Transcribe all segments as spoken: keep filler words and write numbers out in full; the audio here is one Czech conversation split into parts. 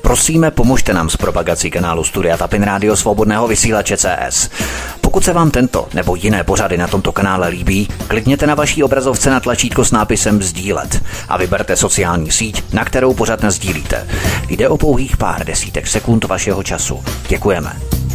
Prosíme, pomožte nám s propagací kanálu Studia Tapin Rádio Svobodného vysílače C S. Pokud se vám tento nebo jiné pořady na tomto kanále líbí, klikněte na vaší obrazovce na tlačítko s nápisem sdílet a vyberte sociální síť, na kterou pořad nasdílíte. Jde o pouhých pár desítek sekund vašeho času. Děkujeme.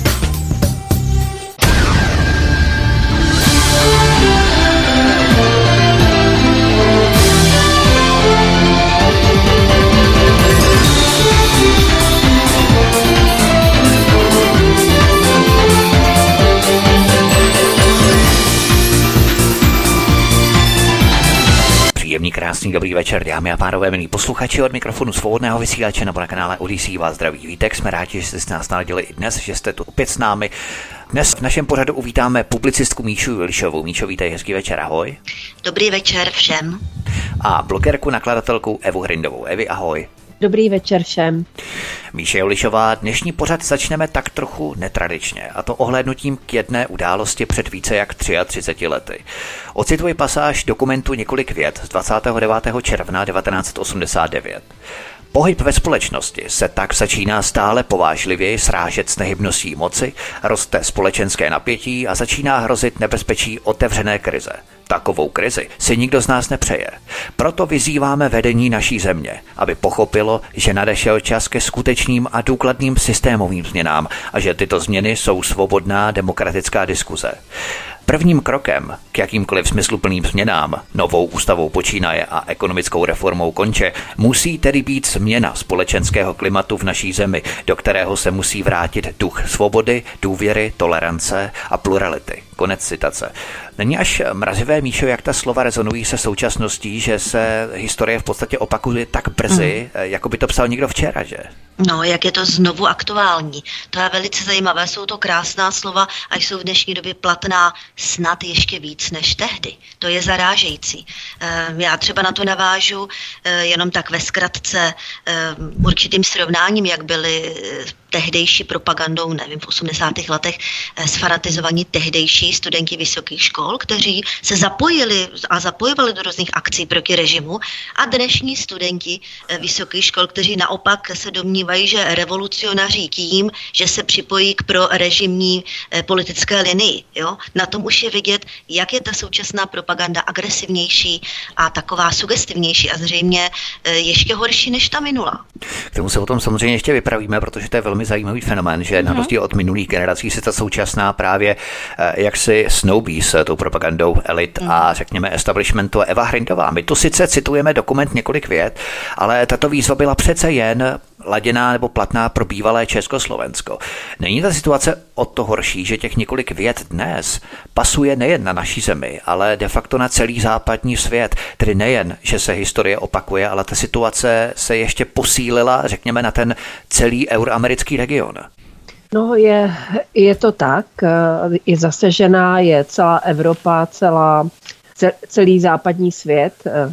Příjemný, krásný, dobrý večer, dámy a pánové, milí posluchači, od mikrofonu Svobodného vysílače nebo na kanále Odyssey vás zdraví Vítek. Jsme rádi, že jste se nás naladili i dnes, že jste tu opět s námi. Dnes v našem pořadu uvítáme publicistku Míšu Julišovou. Míšo, vítej, hezký večer, ahoj. Dobrý večer všem. A blogerku, nakladatelku Evu Hrindovou. Evi, ahoj. Dobrý večer všem. Míše Julišová, dnešní pořad začneme tak trochu netradičně, a to ohlédnutím k jedné události před více jak třiceti třemi lety. Ocituji pasáž dokumentu Několik vět z dvacátého devátého června devatenáct set osmdesát devět. Pohyb ve společnosti se tak začíná stále povážlivěji srážet s nehybností moci, roste společenské napětí a začíná hrozit nebezpečí otevřené krize. Takovou krizi si nikdo z nás nepřeje. Proto vyzýváme vedení naší země, aby pochopilo, že nadešel čas ke skutečným a důkladným systémovým změnám a že tyto změny jsou svobodná demokratická diskuze. Prvním krokem k jakýmkoliv smysluplným změnám, novou ústavou počínaje a ekonomickou reformou konče, musí tedy být změna společenského klimatu v naší zemi, do kterého se musí vrátit duch svobody, důvěry, tolerance a plurality. Konec citace. Není až mrazivé, Míšo, jak ta slova rezonují se současností, že se historie v podstatě opakuje tak brzy, mm. jako by to psal někdo včera, že? No, jak je to znovu aktuální. To je velice zajímavé, jsou to krásná slova a jsou v dnešní době platná snad ještě víc než tehdy. To je zarážející. Já třeba na to navážu jenom tak ve zkratce určitým srovnáním, jak byly tehdejší propagandou, nevím, v osmdesátých letech sfanatizovaní tehdejší studenti vysokých škol, kteří se zapojili a zapojovali do různých akcí proti režimu, a dnešní studenti vysokých škol, kteří naopak se domnívají, že revolucionaří tím, že se připojí k prorežimní politické linii. Jo? Na tom už je vidět, jak je ta současná propaganda agresivnější a taková sugestivnější a zřejmě ještě horší než ta minulá. K tomu se o tom samozřejmě ještě vypravíme, protože to je velmi zajímavý fenomén, že na rozdíl od minulých generací se ta současná právě jak si snoubí s tou propagandou elit a řekněme establishmentu. Eva Hrindová. My tu sice citujeme dokument Několik vět, ale tato výzva byla přece jen laděná nebo platná pro bývalé Československo. Není ta situace o to horší, že těch několik vět dnes pasuje nejen na naší zemi, ale de facto na celý západní svět. Tedy nejen, že se historie opakuje, ale ta situace se ještě posílila, řekněme, na ten celý euroamerický region. No je, je to tak, je zasežená, je celá Evropa, celá, celý západní svět,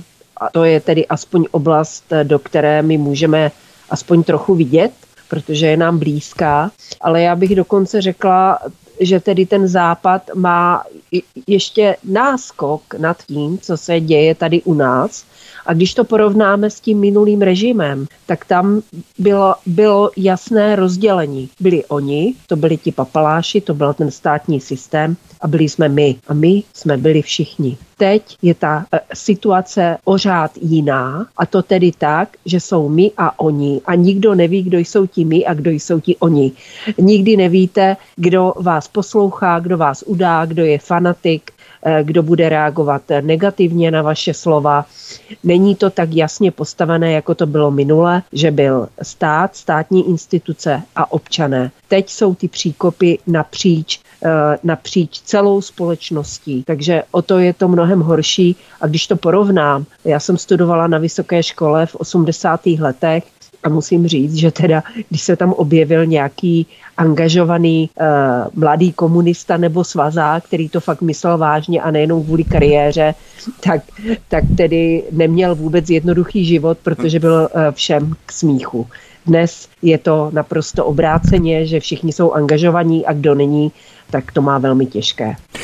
a to je tedy aspoň oblast, do které my můžeme aspoň trochu vidět, protože je nám blízká, ale já bych dokonce řekla, že tedy ten západ má ještě náskok nad tím, co se děje tady u nás. A když to porovnáme s tím minulým režimem, tak tam bylo, bylo jasné rozdělení. Byli oni, to byli ti papaláši, to byl ten státní systém, a byli jsme my. A my jsme byli všichni. Teď je ta e, situace o řád jiná, a to tedy tak, že jsou my a oni a nikdo neví, kdo jsou ti my a kdo jsou ti oni. Nikdy nevíte, kdo vás poslouchá, kdo vás udá, kdo je fanatik, e, kdo bude reagovat negativně na vaše slova. Není to tak jasně postavené, jako to bylo minule, že byl stát, státní instituce a občané. Teď jsou ty příkopy napříč, napříč celou společností, takže o to je to mnohem horší. A když to porovnám, já jsem studovala na vysoké škole v osmdesátých letech a musím říct, že teda, když se tam objevil nějaký angažovaný uh, mladý komunista nebo svazák, který to fakt myslel vážně a nejenom kvůli kariéře, tak, tak tedy neměl vůbec jednoduchý život, protože byl uh, všem k smíchu. Dnes je to naprosto obráceně, že všichni jsou angažovaní a kdo není, tak to má velmi těžké.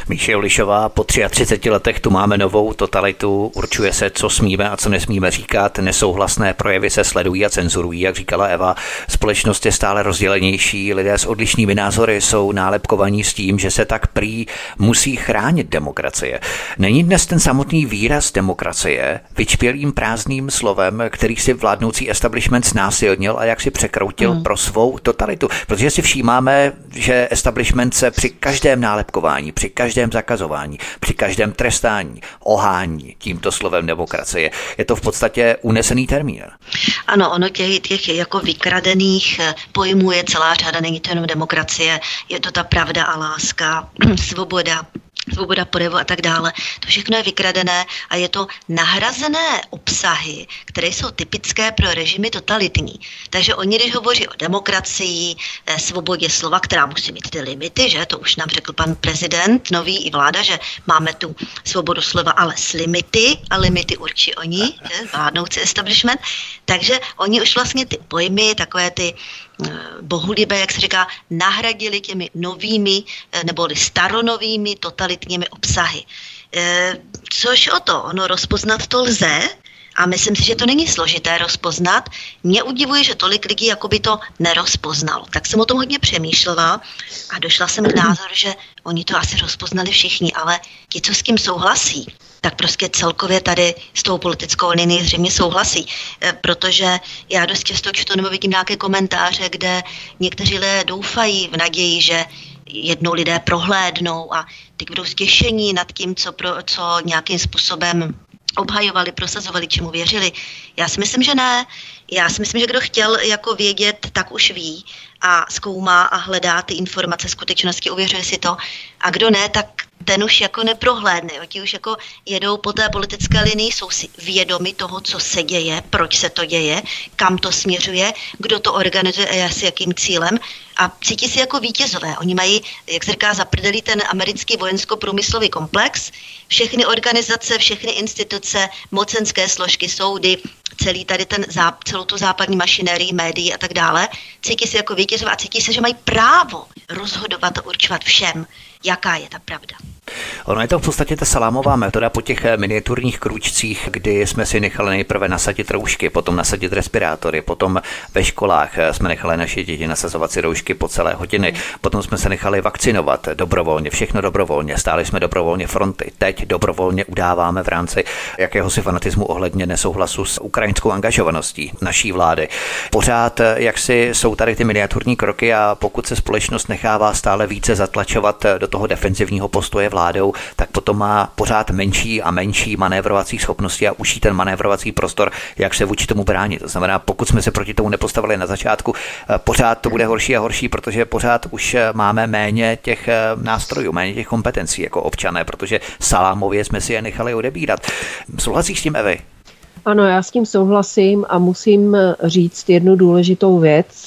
Míše Olišová, po třiceti třech letech tu máme novou totalitu, určuje se, co smíme a co nesmíme říkat, nesouhlasné projevy se sledují a cenzurují, jak říkala Eva, společnost je stále rozdělenější, lidé s odlišnými názory jsou nálepkovaní s tím, že se tak prý musí chránit demokracie. Není dnes ten samotný výraz demokracie vyčpělým prázdným slovem, který si vládnoucí establishment znásilnil a jak si překroutil hmm. pro svou totalitu? Protože si všímáme, že establishment se při každém nálepkování, při každém zakazování, při každém trestání ohání tímto slovem demokracie. Je to v podstatě unesený termín. Ano, ono těch, těch jako vykradených pojmů je celá řada, není to jenom demokracie, je to ta pravda a láska, svoboda, svoboda projevu a tak dále. To všechno je vykradené a je to nahrazené obsahy, které jsou typické pro režimy totalitní. Takže oni, když hovoří o demokracii, svobodě slova, která musí mít ty limity, že to už nám řekl pan prezident nový i vláda, že máme tu svobodu slova, ale s limity a limity určí oni, že, vládnoucí establishment. Takže oni už vlastně ty pojmy, takové ty bohulibé, jak se říká, nahradili těmi novými neboli staronovými totalitními obsahy. E, což o to, ono rozpoznat to lze a myslím si, že to není složité rozpoznat. Mě udivuje, že tolik lidí jakoby to nerozpoznalo. Tak jsem o tom hodně přemýšlela a došla jsem k názoru, že oni to asi rozpoznali všichni, ale ti, co s tím souhlasí, tak prostě celkově tady s tou politickou linií zřejmě souhlasí, protože já dost často čtu nebo vidím nějaké komentáře, kde někteří lidé doufají v naději, že jednou lidé prohlédnou a teď budou stěšení nad tím, co, pro, co nějakým způsobem obhajovali, prosazovali, čemu věřili. Já si myslím, že ne. Já si myslím, že kdo chtěl jako vědět, tak už ví a zkoumá a hledá ty informace, skutečnosti, uvěřuje si to. A kdo ne, tak ten už jako neprohlédne. Jo. Ti už jako jedou po té politické linii, jsou si vědomi toho, co se děje, proč se to děje, kam to směřuje, kdo to organizuje a s jakým cílem. A cítí si jako vítězové. Oni mají, jak se říká, zaprdelý ten americký vojensko-průmyslový komplex. Všechny organizace, všechny instituce, mocenské složky, soudy, celý tady ten, celou tu západní mašinérii, médií a tak dále, cítí se jako vítězové a cítí se, že mají právo rozhodovat a určovat všem, jaká je ta pravda. Ono je to v podstatě ta salámová metoda po těch miniaturních krůčcích, kdy jsme si nechali nejprve nasadit roušky, potom nasadit respirátory, potom ve školách jsme nechali naše děti nasazovat si roušky po celé hodiny, potom jsme se nechali vakcinovat dobrovolně, všechno dobrovolně, stáli jsme dobrovolně fronty, teď dobrovolně udáváme v rámci jakéhosi fanatismu ohledně nesouhlasu s ukrajinskou angažovaností naší vlády. Pořád jaksi jsou tady ty miniaturní kroky a pokud se společnost nechává stále více zatlačovat do toho defenzivního postoje vládou, tak potom má pořád menší a menší manévrovací schopnosti a uší ten manévrovací prostor, jak se vůči tomu bránit. To znamená, pokud jsme se proti tomu nepostavili na začátku, pořád to bude horší a horší, protože pořád už máme méně těch nástrojů, méně těch kompetencí jako občané, protože salámově jsme si je nechali odebírat. Souhlasíš s tím, Evi? Ano, já s tím souhlasím a musím říct jednu důležitou věc,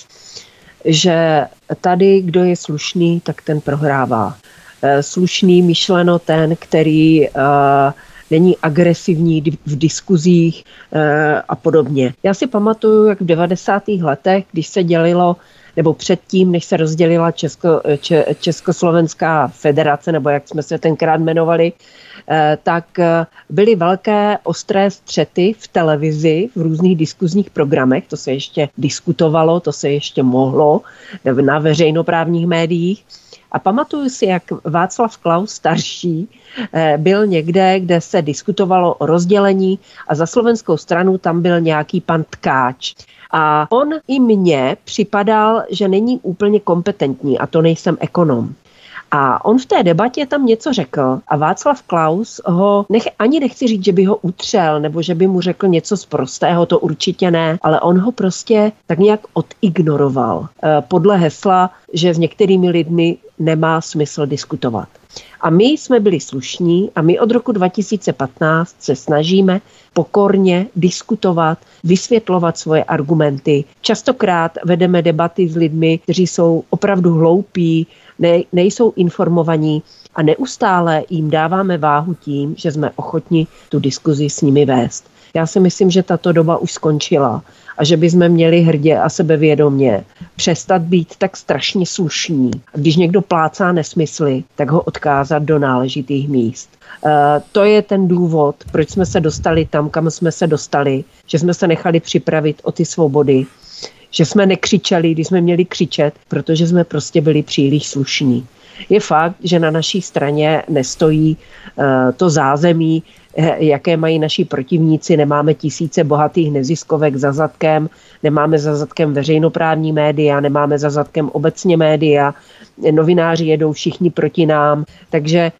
že tady, kdo je slušný, tak ten prohrává. Slušný myšleno ten, který uh, není agresivní v diskuzích uh, a podobně. Já si pamatuju, jak v devadesátých letech, když se dělilo, nebo předtím, než se rozdělila Česko, Če, Československá federace, nebo jak jsme se tenkrát jmenovali, uh, tak uh, byly velké ostré střety v televizi, v různých diskuzních programech, to se ještě diskutovalo, to se ještě mohlo na veřejnoprávních médiích. A pamatuju si, jak Václav Klaus starší byl někde, kde se diskutovalo o rozdělení a za slovenskou stranu tam byl nějaký pan Tkáč. A on i mně připadal, že není úplně kompetentní a to nejsem ekonom. A on v té debatě tam něco řekl a Václav Klaus ho, nech, ani nechci říct, že by ho utřel nebo že by mu řekl něco sprostého, to určitě ne, ale on ho prostě tak nějak odignoroval podle hesla, že s některými lidmi nemá smysl diskutovat. A my jsme byli slušní a my od roku dva tisíce patnáct se snažíme pokorně diskutovat, vysvětlovat svoje argumenty. Častokrát vedeme debaty s lidmi, kteří jsou opravdu hloupí, ne, nejsou informovaní a neustále jim dáváme váhu tím, že jsme ochotni tu diskuzi s nimi vést. Já si myslím, že tato doba už skončila a že bychom měli hrdě a sebevědomě přestat být tak strašně slušní. Když někdo plácá nesmysly, tak ho odkázat do náležitých míst. Uh, to je ten důvod, proč jsme se dostali tam, kam jsme se dostali, že jsme se nechali připravit o ty svobody, že jsme nekřičeli, když jsme měli křičet, protože jsme prostě byli příliš slušní. Je fakt, že na naší straně nestojí uh, to zázemí, jaké mají naši protivníci, nemáme tisíce bohatých neziskovek za zadkem, nemáme za zadkem veřejnoprávní média, nemáme za zadkem obecně média, novináři jedou všichni proti nám, takže e,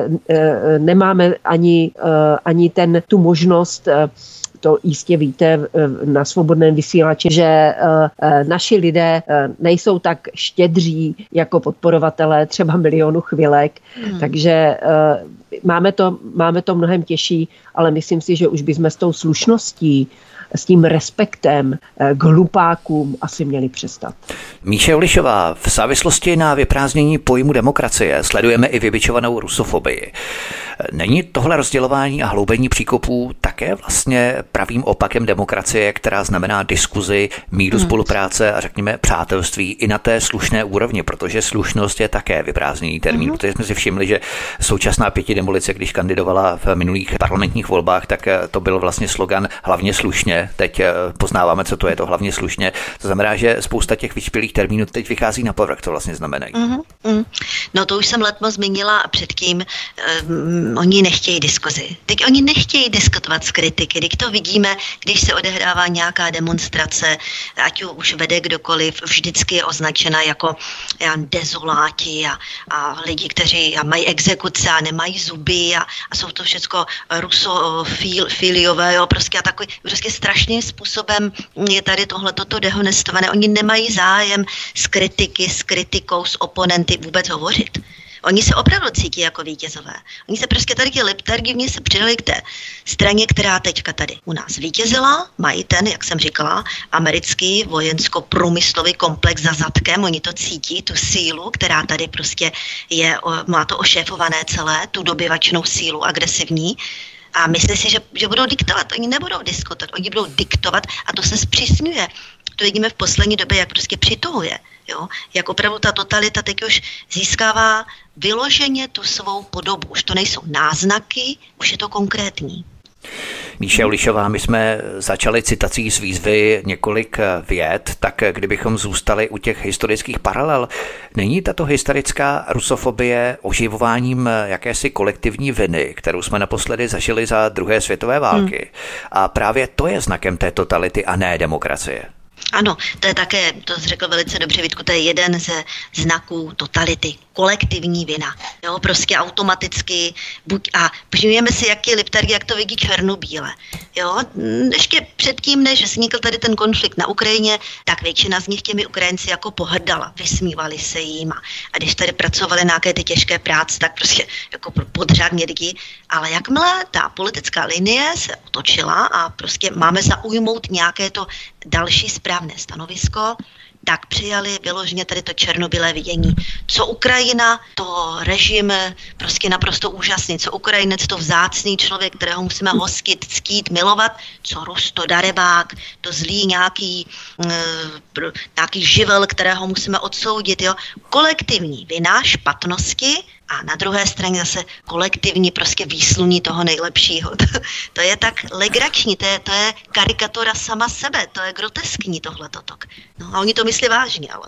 e, nemáme ani, e, ani ten, tu možnost, e, to jistě víte na Svobodném vysílači, že naši lidé nejsou tak štědří jako podporovatelé třeba Milionu chvilek, hmm. takže máme to, máme to mnohem těžší, ale myslím si, že už bychom s tou slušností, s tím respektem k hlupákům asi měli přestat. Míše Ulišová, v závislosti na vyprázdnění pojmu demokracie sledujeme i vybičovanou rusofobii. Není tohle rozdělování a hloubení příkopů také vlastně pravým opakem demokracie, která znamená diskuzi, míru hmm. spolupráce a řekněme přátelství i na té slušné úrovni, protože slušnost je také vyprázdněný termín, hmm. protože jsme si všimli, že současná pětidemolice, když kandidovala v minulých parlamentních volbách, tak to byl vlastně slogan hlavně slušně. Teď poznáváme, co to je to hlavně slušně. To znamená, že spousta těch vyšpělých termínů teď vychází na povrch, to vlastně znamenají. Mm, mm. No to už jsem letmo zmínila předtím. Um, oni nechtějí diskuzi. Teď oni nechtějí diskutovat s kritiky. Teď to vidíme, když se odehrává nějaká demonstrace, ať už vede kdokoliv, vždycky je označena jako já, dezoláti a, a lidi, kteří mají exekuce a nemají zuby a, a jsou to všechno rusofiliové, jo, prostě a takový, prostě strašným způsobem je tady tohle toto dehonestované. Oni nemají zájem s kritiky, s kritikou, s oponenty vůbec hovořit. Oni se opravdu cítí jako vítězové. Oni se prostě tady letargivně se přidali k té straně, která teďka tady u nás vítězila. Mají ten, jak jsem říkala, americký vojensko-průmyslový komplex za zadkem. Oni to cítí, tu sílu, která tady prostě je, má to ošéfované celé, tu dobyvačnou sílu agresivní. A myslí si, že, že budou diktovat. Oni nebudou diskutovat, oni budou diktovat a to se zpřísňuje. To vidíme v poslední době, jak prostě přituhuje. Jo? Jak opravdu ta totalita teď už získává vyloženě tu svou podobu. Už to nejsou náznaky, už je to konkrétní. Míše Ulišová, my jsme začali citací z výzvy několik vět, tak kdybychom zůstali u těch historických paralel, není tato historická rusofobie oživováním jakési kolektivní viny, kterou jsme naposledy zažili za druhé světové války? Hmm. A právě to je znakem té totality a ne demokracie. Ano, to je také, to jsi řekl velice dobře, Vítku, to je jeden ze znaků totality. Kolektivní vina. Jo, prostě automaticky buď a přijmeme si, jak je Liptargy, jak to vidí černobíle. Jo, ještě předtím, než vznikl tady ten konflikt na Ukrajině, tak většina z nich těmi Ukrajinci jako pohrdala, vysmívali se jim a, a když tady pracovali na nějaké ty těžké práce, tak prostě jako podřadně lidi, ale jakmile ta politická linie se otočila a prostě máme zaujmout nějaké to další správné stanovisko, tak přijali vyloženě tady to černobílé vidění. Co Ukrajina, to režim prostě naprosto úžasný. Co Ukrajinec, to vzácný člověk, kterého musíme hostit, ctít, milovat. Co Rus, to darebák, to zlý nějaký, uh, nějaký živel, kterého musíme odsoudit. Jo? Kolektivní vina, špatnosti a na druhé straně zase kolektivní prostě výsluní toho nejlepšího. To je tak legrační, to je, to je karikatura sama sebe, to je groteskní tohleto. No a oni to myslí vážně, ale...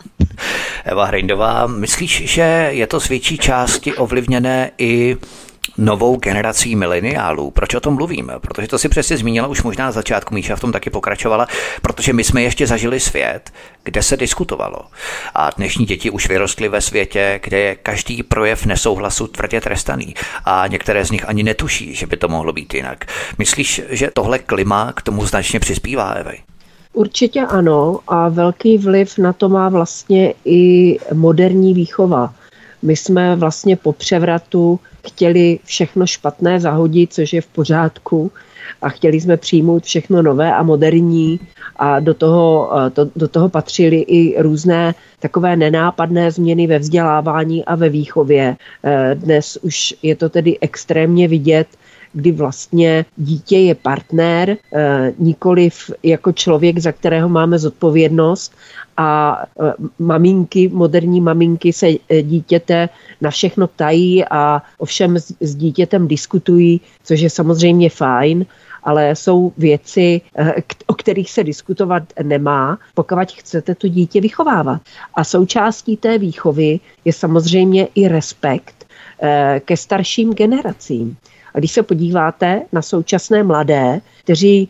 Eva Hreindová, myslíš, že je to z větší části ovlivněné i novou generací mileniálů? Proč o tom mluvím? Protože to si přesně zmínila už možná na začátku, Míša v tom taky pokračovala, protože my jsme ještě zažili svět, kde se diskutovalo. A dnešní děti už vyrostly ve světě, kde je každý projev nesouhlasu tvrdě trestaný. A některé z nich ani netuší, že by to mohlo být jinak. Myslíš, že tohle klima k tomu značně přispívá, Evy? Určitě ano a velký vliv na to má vlastně i moderní výchova. My jsme vlastně po převratu chtěli všechno špatné zahodit, což je v pořádku, a chtěli jsme přijmout všechno nové a moderní a do toho, to, do toho patřily i různé takové nenápadné změny ve vzdělávání a ve výchově. Dnes už je to tedy extrémně vidět, kdy vlastně dítě je partner, nikoliv jako člověk, za kterého máme zodpovědnost, a maminky, moderní maminky se dítěte na všechno ptají a ovšem s dítětem diskutují, což je samozřejmě fajn, ale jsou věci, o kterých se diskutovat nemá, pokud chcete to dítě vychovávat. A součástí té výchovy je samozřejmě i respekt ke starším generacím. A když se podíváte na současné mladé, kteří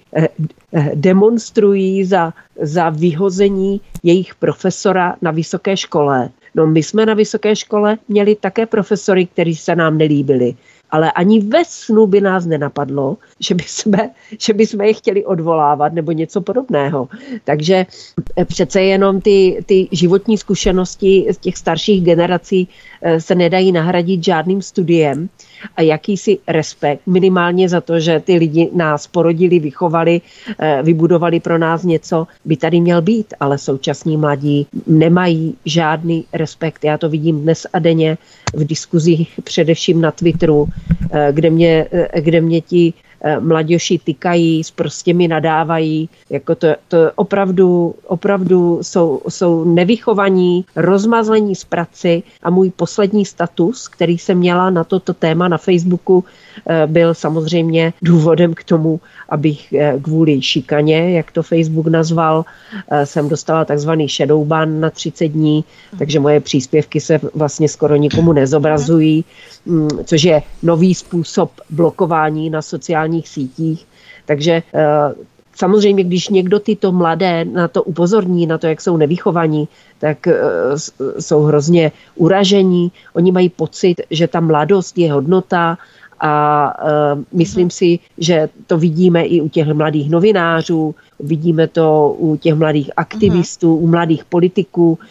demonstrují za, za vyhození jejich profesora na vysoké škole. No my jsme na vysoké škole měli také profesory, kteří se nám nelíbili. Ale ani ve snu by nás nenapadlo, že by jsme, že by jsme je chtěli odvolávat nebo něco podobného. Takže přece jenom ty, ty životní zkušenosti z těch starších generací se nedají nahradit žádným studiem a jakýsi respekt, minimálně za to, že ty lidi nás porodili, vychovali, vybudovali pro nás něco, by tady měl být, ale současní mladí nemají žádný respekt. Já to vidím dnes a denně v diskuzích, především na Twitteru, kde mě, kde mě ti mladěši tykají, prostě mi nadávají, jako to, to opravdu, opravdu jsou, jsou nevychovaní, rozmazlení z praci a můj poslední status, který jsem měla na toto téma na Facebooku, byl samozřejmě důvodem k tomu, abych kvůli šikaně, jak to Facebook nazval, jsem dostala takzvaný shadow ban na třicet dní, takže moje příspěvky se vlastně skoro nikomu nezobrazují, což je nový způsob blokování na sociálních sítích. Takže samozřejmě, když někdo tyto mladé na to upozorní, na to, jak jsou nevychovaní, tak jsou hrozně uražení. Oni mají pocit, že ta mladost je hodnota, a uh, myslím si, že to vidíme i u těch mladých novinářů, vidíme to u těch mladých aktivistů, u mladých politiků. Uh,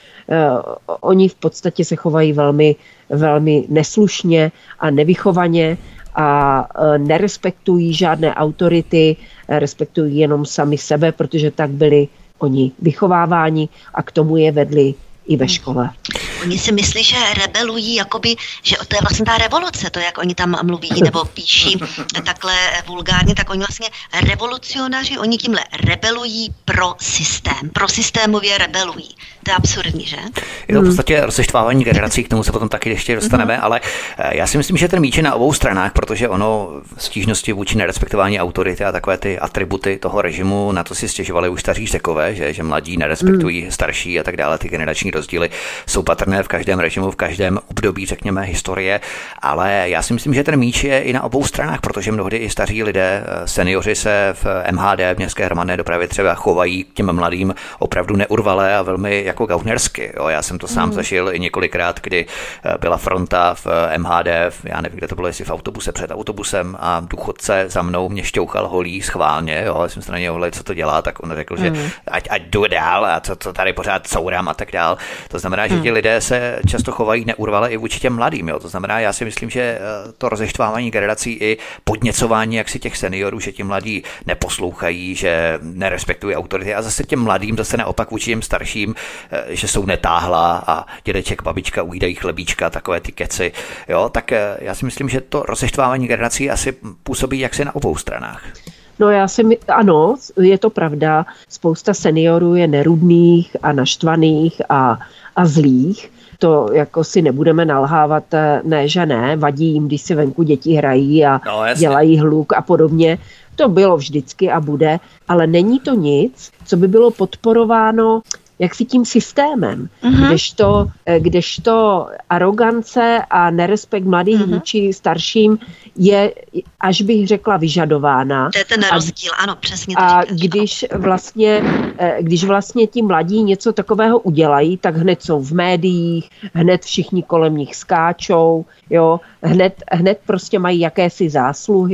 oni v podstatě se chovají velmi, velmi neslušně a nevychovaně a uh, nerespektují žádné autority, respektují jenom sami sebe, protože tak byli oni vychováváni a k tomu je vedli i ve škole. Oni si myslí, že rebelují, jakoby, že to je vlastně ta revoluce, to, jak oni tam mluví nebo píší takhle vulgárně, tak oni vlastně revolucionáři, oni tímhle rebelují pro systém, pro systémově rebelují. To je absurdní, že? Je to v podstatě rozeštvávání generací, k tomu se potom taky ještě dostaneme, mm. ale já si myslím, že ten míč je na obou stranách, protože ono stížnosti vůči nerespektování autority a takové ty atributy toho režimu, na to si stěžovali už staří Řekové, že, že mladí nerespektují mm. starší a tak dále, ty generační rozdíly jsou patrné v každém režimu, v každém období, řekněme, historie, ale já si myslím, že ten míč je i na obou stranách, protože mnohdy i staří lidé, seniori se v M H D, v městské hromadné dopravě třeba chovají k těm mladým opravdu neurvalé a velmi jako gaunersky. Jo. Já jsem to sám mm. zažil i několikrát, kdy byla fronta v M H D, já nevím, kde to bylo, jestli v autobuse, před autobusem a důchodce za mnou mě šťouchal holí schválně, jo, já jsem se na něj ohledl, co to dělá, tak on řekl, mm. že ať, ať jdu dál a co, co tady pořád courám a tak dál. To znamená, že ti lidé se často chovají neurvale i vůči těm mladým. Jo. To znamená, já si myslím, že to rozeštvávání generací i podněcování jaksi těch seniorů, že ti mladí neposlouchají, že nerespektují autority a zase těm mladým zase naopak vůči těm starším, že jsou netáhla a dědeček, babička ujídají chlebíčka, takové ty keci. Jo. Tak já si myslím, že to rozeštvávání generací asi působí jaksi na obou stranách. No já si my, ano, je to pravda, spousta seniorů je nerudných a naštvaných a, a zlých. To jako si nebudeme nalhávat, ne, že ne, vadí jim, když si venku děti hrají a no, dělají hluk a podobně. To bylo vždycky a bude, ale není to nic, co by bylo podporováno jaksi tím systémem, uh-huh. kdežto, kdežto arogance a nerespekt mladých uh-huh. vůči starším je, až bych řekla, vyžadována. To je ten rozdíl, a, ano, přesně to A říkáš, když vlastně, když vlastně ti mladí něco takového udělají, tak hned jsou v médiích, hned všichni kolem nich skáčou, jo, hned, hned prostě mají jakési zásluhy,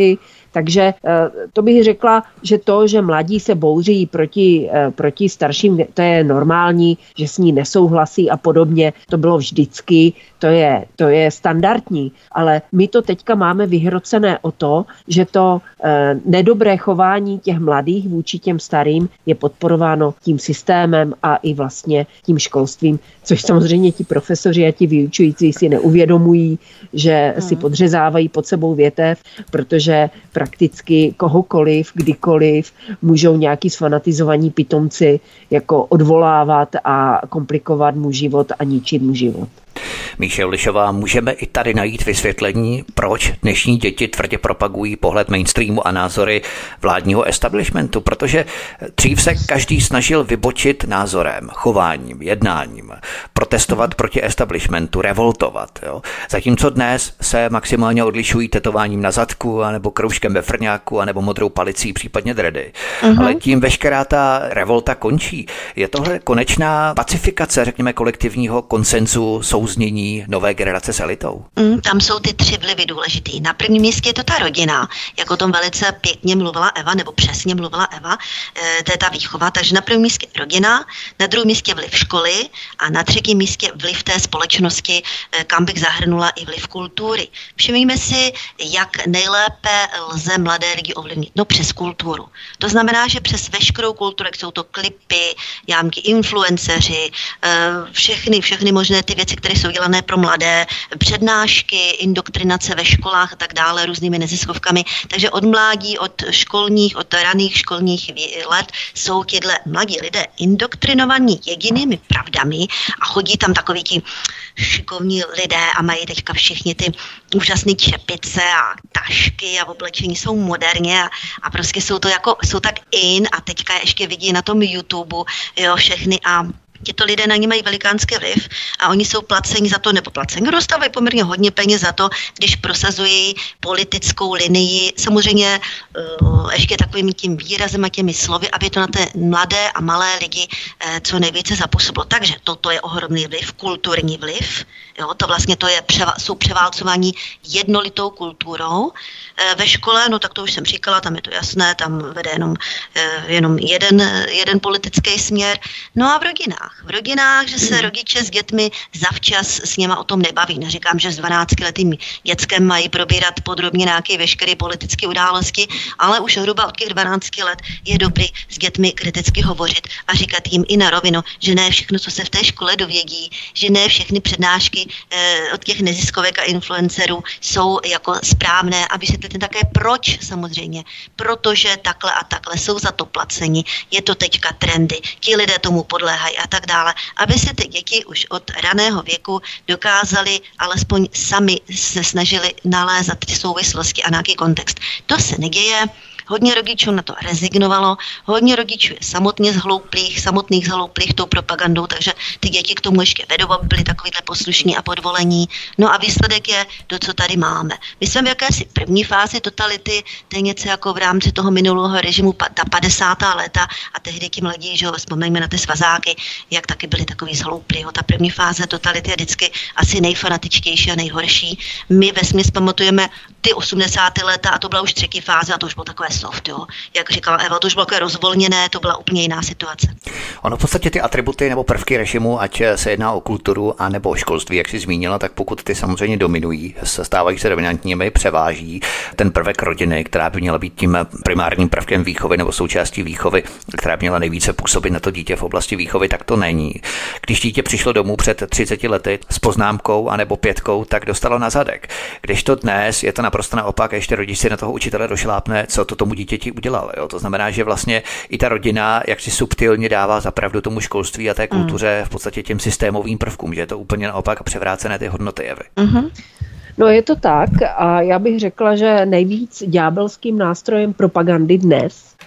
Takže to bych řekla, že to, že mladí se bouří proti, proti starším, to je normální, že s ní nesouhlasí a podobně, to bylo vždycky, to je, to je standardní, ale my to teďka máme vyhrocené o to, že to eh, nedobré chování těch mladých vůči těm starým je podporováno tím systémem a i vlastně tím školstvím, což samozřejmě ti profesoři a ti vyučující si neuvědomují, že hmm. si podřezávají pod sebou větev, protože prakticky kohokoliv, kdykoliv můžou nějaký sfanatizovaní pitomci jako odvolávat a komplikovat mu život a ničit mu život. Míše Julišová, můžeme i tady najít vysvětlení, proč dnešní děti tvrdě propagují pohled mainstreamu a názory vládního establishmentu, protože dřív se každý snažil vybočit názorem, chováním, jednáním, protestovat proti establishmentu, revoltovat. Jo? Zatímco dnes se maximálně odlišují tetováním na zadku, anebo kroužkem ve frňáku, anebo modrou palicí, případně dredy. Uh-huh. Ale tím veškerá ta revolta končí. Je tohle konečná pacifikace, řekněme, kolektivního konsenzu, souznění nové generace s elitou? Mm, tam jsou ty tři vlivy důležitý. Na prvním místě je to ta rodina, jak o tom velice pěkně mluvila Eva, nebo přesně mluvila Eva, e, to je ta výchova. Takže na prvním místě rodina, na druhém místě vliv školy a na třetím místě vliv té společnosti, e, kam bych zahrnula i vliv kultury. Všimněme si, jak nejlépe lze mladé lidi ovlivnit. No přes kulturu. To znamená, že přes veškerou kulturu, jak jsou to klipy, jámky, influenceři, e, všechny, všechny možné ty věci, které jsou dělané pro mladé, přednášky, indoktrinace ve školách a tak dále, různými neziskovkami. Takže od mládí, od školních, od raných školních let jsou tyhle mladí lidé indoktrinovaní jedinými pravdami a chodí tam takoví ti šikovní lidé a mají teďka všichni ty úžasné čepice a tašky a oblečení jsou moderně a, a prostě jsou to jako, jsou tak in a teďka ještě vidí na tom YouTube, jo, všechny a Tito lidé na ně mají velikánský vliv a oni jsou placeni za to, nebo placeni. Dostávají poměrně hodně peněz za to, když prosazují politickou linii. Samozřejmě uh, ještě takovým tím výrazem a těmi slovy, aby to na té mladé a malé lidi uh, co nejvíce zapůsobilo. Takže toto je ohromný vliv, kulturní vliv. Jo, to vlastně to je, jsou převálcování jednolitou kulturou. Ve škole, no tak to už jsem říkala, tam je to jasné, tam vede jenom, jenom jeden, jeden politický směr. No a v rodinách. V rodinách, že se rodiče s dětmi zavčas s něma o tom nebaví. Neříkám, že s dvanáctiletým dětskem mají probírat podrobně nějaké veškeré politické události, ale už hruba od těch dvanácti let je dobrý s dětmi kriticky hovořit a říkat jim i na rovinu, že ne všechno, co se v té škole dovědí, že ne všechny přednášky eh, od těch neziskovek a influencerů jsou jako správné, aby se ten také proč samozřejmě, protože takhle a takhle jsou za to placeni, je to teďka trendy, ti lidé tomu podléhají a tak dále, aby se ty děti už od raného věku dokázali alespoň sami se snažili nalézat ty souvislosti a nějaký kontext. To se neděje. Hodně rodičů na to rezignovalo, hodně rodičů je samotně zhlouplých, samotných zhlouplých tou propagandou, takže ty děti k tomu ještě vedou, aby byly takovýhle poslušní a podvolení. No a výsledek je to, co tady máme. My jsme v jakési první fázi totality, to je něco jako v rámci toho minulého režimu, ta padesátá léta a tehdy ti mladí, že ho, vzpomeňme na ty svazáky, jak taky byli takový zhlouplí. Ta první fáze totality je vždycky asi nejfanatičtější a nejhorší. My vesměs pamatujeme ty osmdesátá léta a to byla už třetí fáze a to už bylo takové soft, jo. Jak říkala Eva, to už bylo takové rozvolněné, to byla úplně jiná situace. Ono v podstatě ty atributy nebo prvky režimu, ať se jedná o kulturu a nebo o školství, jak jsi zmínila, tak pokud ty samozřejmě dominují, stávají se dominantními, převáží ten prvek rodiny, která by měla být tím primárním prvkem výchovy nebo součástí výchovy, která by měla nejvíce působit na to dítě v oblasti výchovy, tak to není. Když dítě přišlo domů před třiceti lety s poznámkou anebo pětkou, tak dostalo na zadek. Když to dnes je to naprosto naopak, ještě rodič si na toho učitele došlápne, co to tomu dítěti udělal. Jo? To znamená, že vlastně i ta rodina jak si subtilně dává zapravdu tomu školství a té kultuře, v podstatě těm systémovým prvkům, že je to úplně naopak převrácené ty hodnoty jevy. Mm-hmm. No je to tak a já bych řekla, že nejvíc ďábelským nástrojem propagandy dnes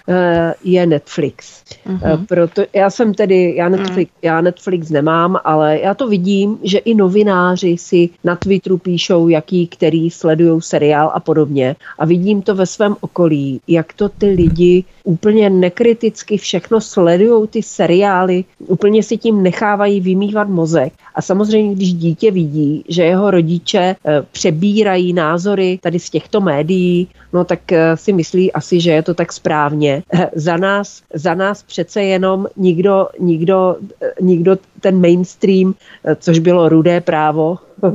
je Netflix. Mm-hmm. Proto já jsem tedy, já Netflix, já Netflix nemám, ale já to vidím, že i novináři si na Twitteru píšou, jaký, který sledujou seriál a podobně. A vidím to ve svém okolí, jak to ty lidi úplně nekriticky všechno sledujou ty seriály, úplně si tím nechávají vymývat mozek. A samozřejmě, když dítě vidí, že jeho rodiče přebírají názory tady z těchto médií, no tak si myslí asi, že je to tak správně. Za nás, za nás přece jenom nikdo, nikdo, nikdo ten mainstream, což bylo Rudé právo,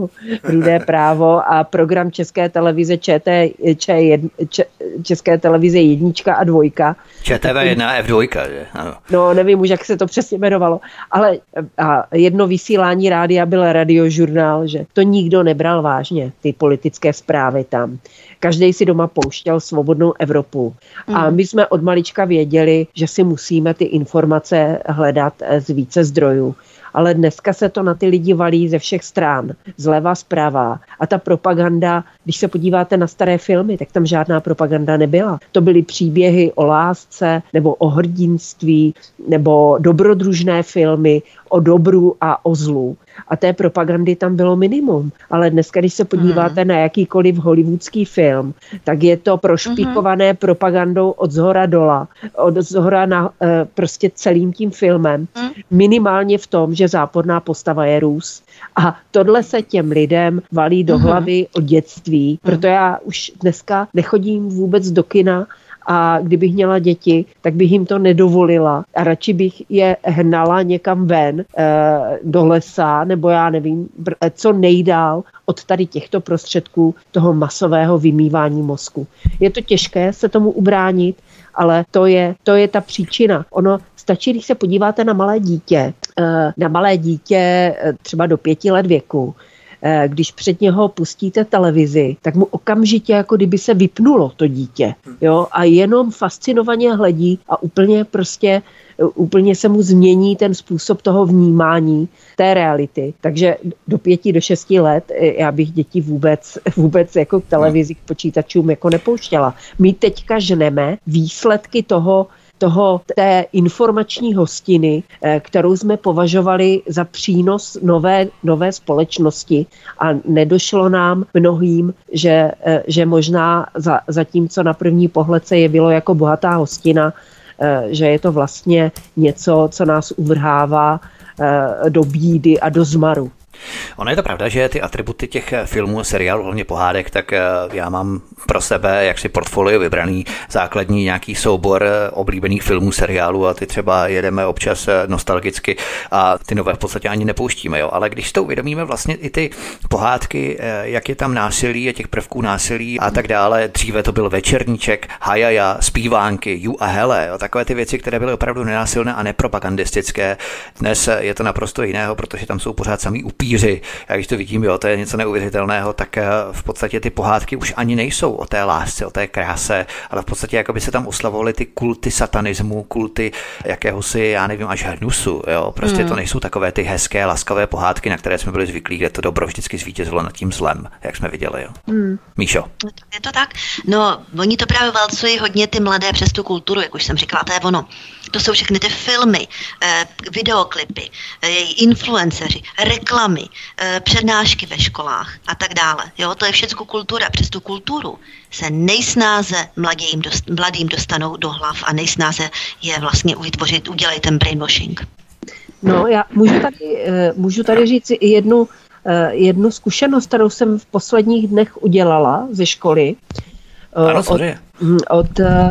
Rudé právo a program České televize ČT, Č, Č, České televize jednička a dvojka. ČTV jedna a F dva, že? Ano. No, nevím už, jak se to přesně jmenovalo, ale a jedno vysílání rádia byl radiožurnál, že to nikdo nebral vážně, ty politické zprávy tam. Každý si doma pouštěl Svobodnou Evropu. Mm. A my jsme od malička věděli, že si musíme ty informace hledat z více zdrojů. Ale dneska se to na ty lidi valí ze všech stran, zleva, zprava. A ta propaganda, když se podíváte na staré filmy, tak tam žádná propaganda nebyla. To byly příběhy o lásce, nebo o hrdinství, nebo dobrodružné filmy o dobru a o zlu. A té propagandy tam bylo minimum. Ale dneska, když se podíváte mm. na jakýkoliv hollywoodský film, tak je to prošpíkované mm. propagandou od zhora dola. Od zhora na e, prostě celým tím filmem. Mm. Minimálně v tom, že záporná postava je Rus. A tohle se těm lidem valí do mm. hlavy od dětství. Mm. Proto já už dneska nechodím vůbec do kina, a kdybych měla děti, tak bych jim to nedovolila a radši bych je hnala někam ven e, do lesa, nebo já nevím, co nejdál od tady těchto prostředků toho masového vymývání mozku. Je to těžké se tomu ubránit, ale to je, to je ta příčina. Ono stačí, když se podíváte na malé dítě, e, na malé dítě třeba do pěti let věku, když před něho pustíte televizi, tak mu okamžitě jako kdyby se vypnulo to dítě. Jo? A jenom fascinovaně hledí a úplně prostě úplně se mu změní ten způsob toho vnímání té reality. Takže do pěti, do šesti let já bych děti vůbec, vůbec jako k televizi, k počítačům jako nepouštěla. My teďka žneme výsledky toho, toho té informační hostiny, kterou jsme považovali za přínos nové, nové společnosti a nedošlo nám mnohým, že, že možná za, za tím, co na první pohled se jevilo jako bohatá hostina, že je to vlastně něco, co nás uvrhává do bídy a do zmaru. Ono je to pravda, že ty atributy těch filmů, seriálů, hlavně pohádek, tak já mám pro sebe jaksi portfolio vybraný, základní nějaký soubor oblíbených filmů, seriálů a ty třeba jedeme občas nostalgicky a ty nové v podstatě ani nepouštíme, jo. Ale když to uvědomíme vlastně i ty pohádky, jak je tam násilí a těch prvků násilí a tak dále, dříve to byl Večerníček, Hajaja, zpívánky, Ju a hele, jo. Takové ty věci, které byly opravdu nenásilné a nepropagandistické. Dnes je to naprosto jiného, protože tam jsou pořád samý upíři. Já když to vidím, jo, to je něco neuvěřitelného, tak v podstatě ty pohádky už ani nejsou o té lásce, o té kráse, ale v podstatě jako by se tam oslavovaly ty kulty satanismu, kulty jakéhosi, já nevím, až hnusu, jo. Prostě mm. to nejsou takové ty hezké, laskavé pohádky, na které jsme byli zvyklí, kde to dobro vždycky zvítězilo nad tím zlem, jak jsme viděli, jo. Mm. Míšo. Je to tak? No, oni to právě válcují hodně ty mladé přes tu kulturu, jak už jsem říkala, to je ono. To jsou všechny ty filmy, videoklipy, influenceři, reklamy, přednášky ve školách a tak dále. Jo, to je všechno kultura. Přes tu kulturu se nejsnáze mladým, dost, mladým dostanou do hlav a nejsnáze je vlastně vytvořit, udělají ten brainwashing. No, já můžu tady, můžu tady říct i jednu, jednu zkušenost, kterou jsem v posledních dnech udělala ze školy. Ano, od, od,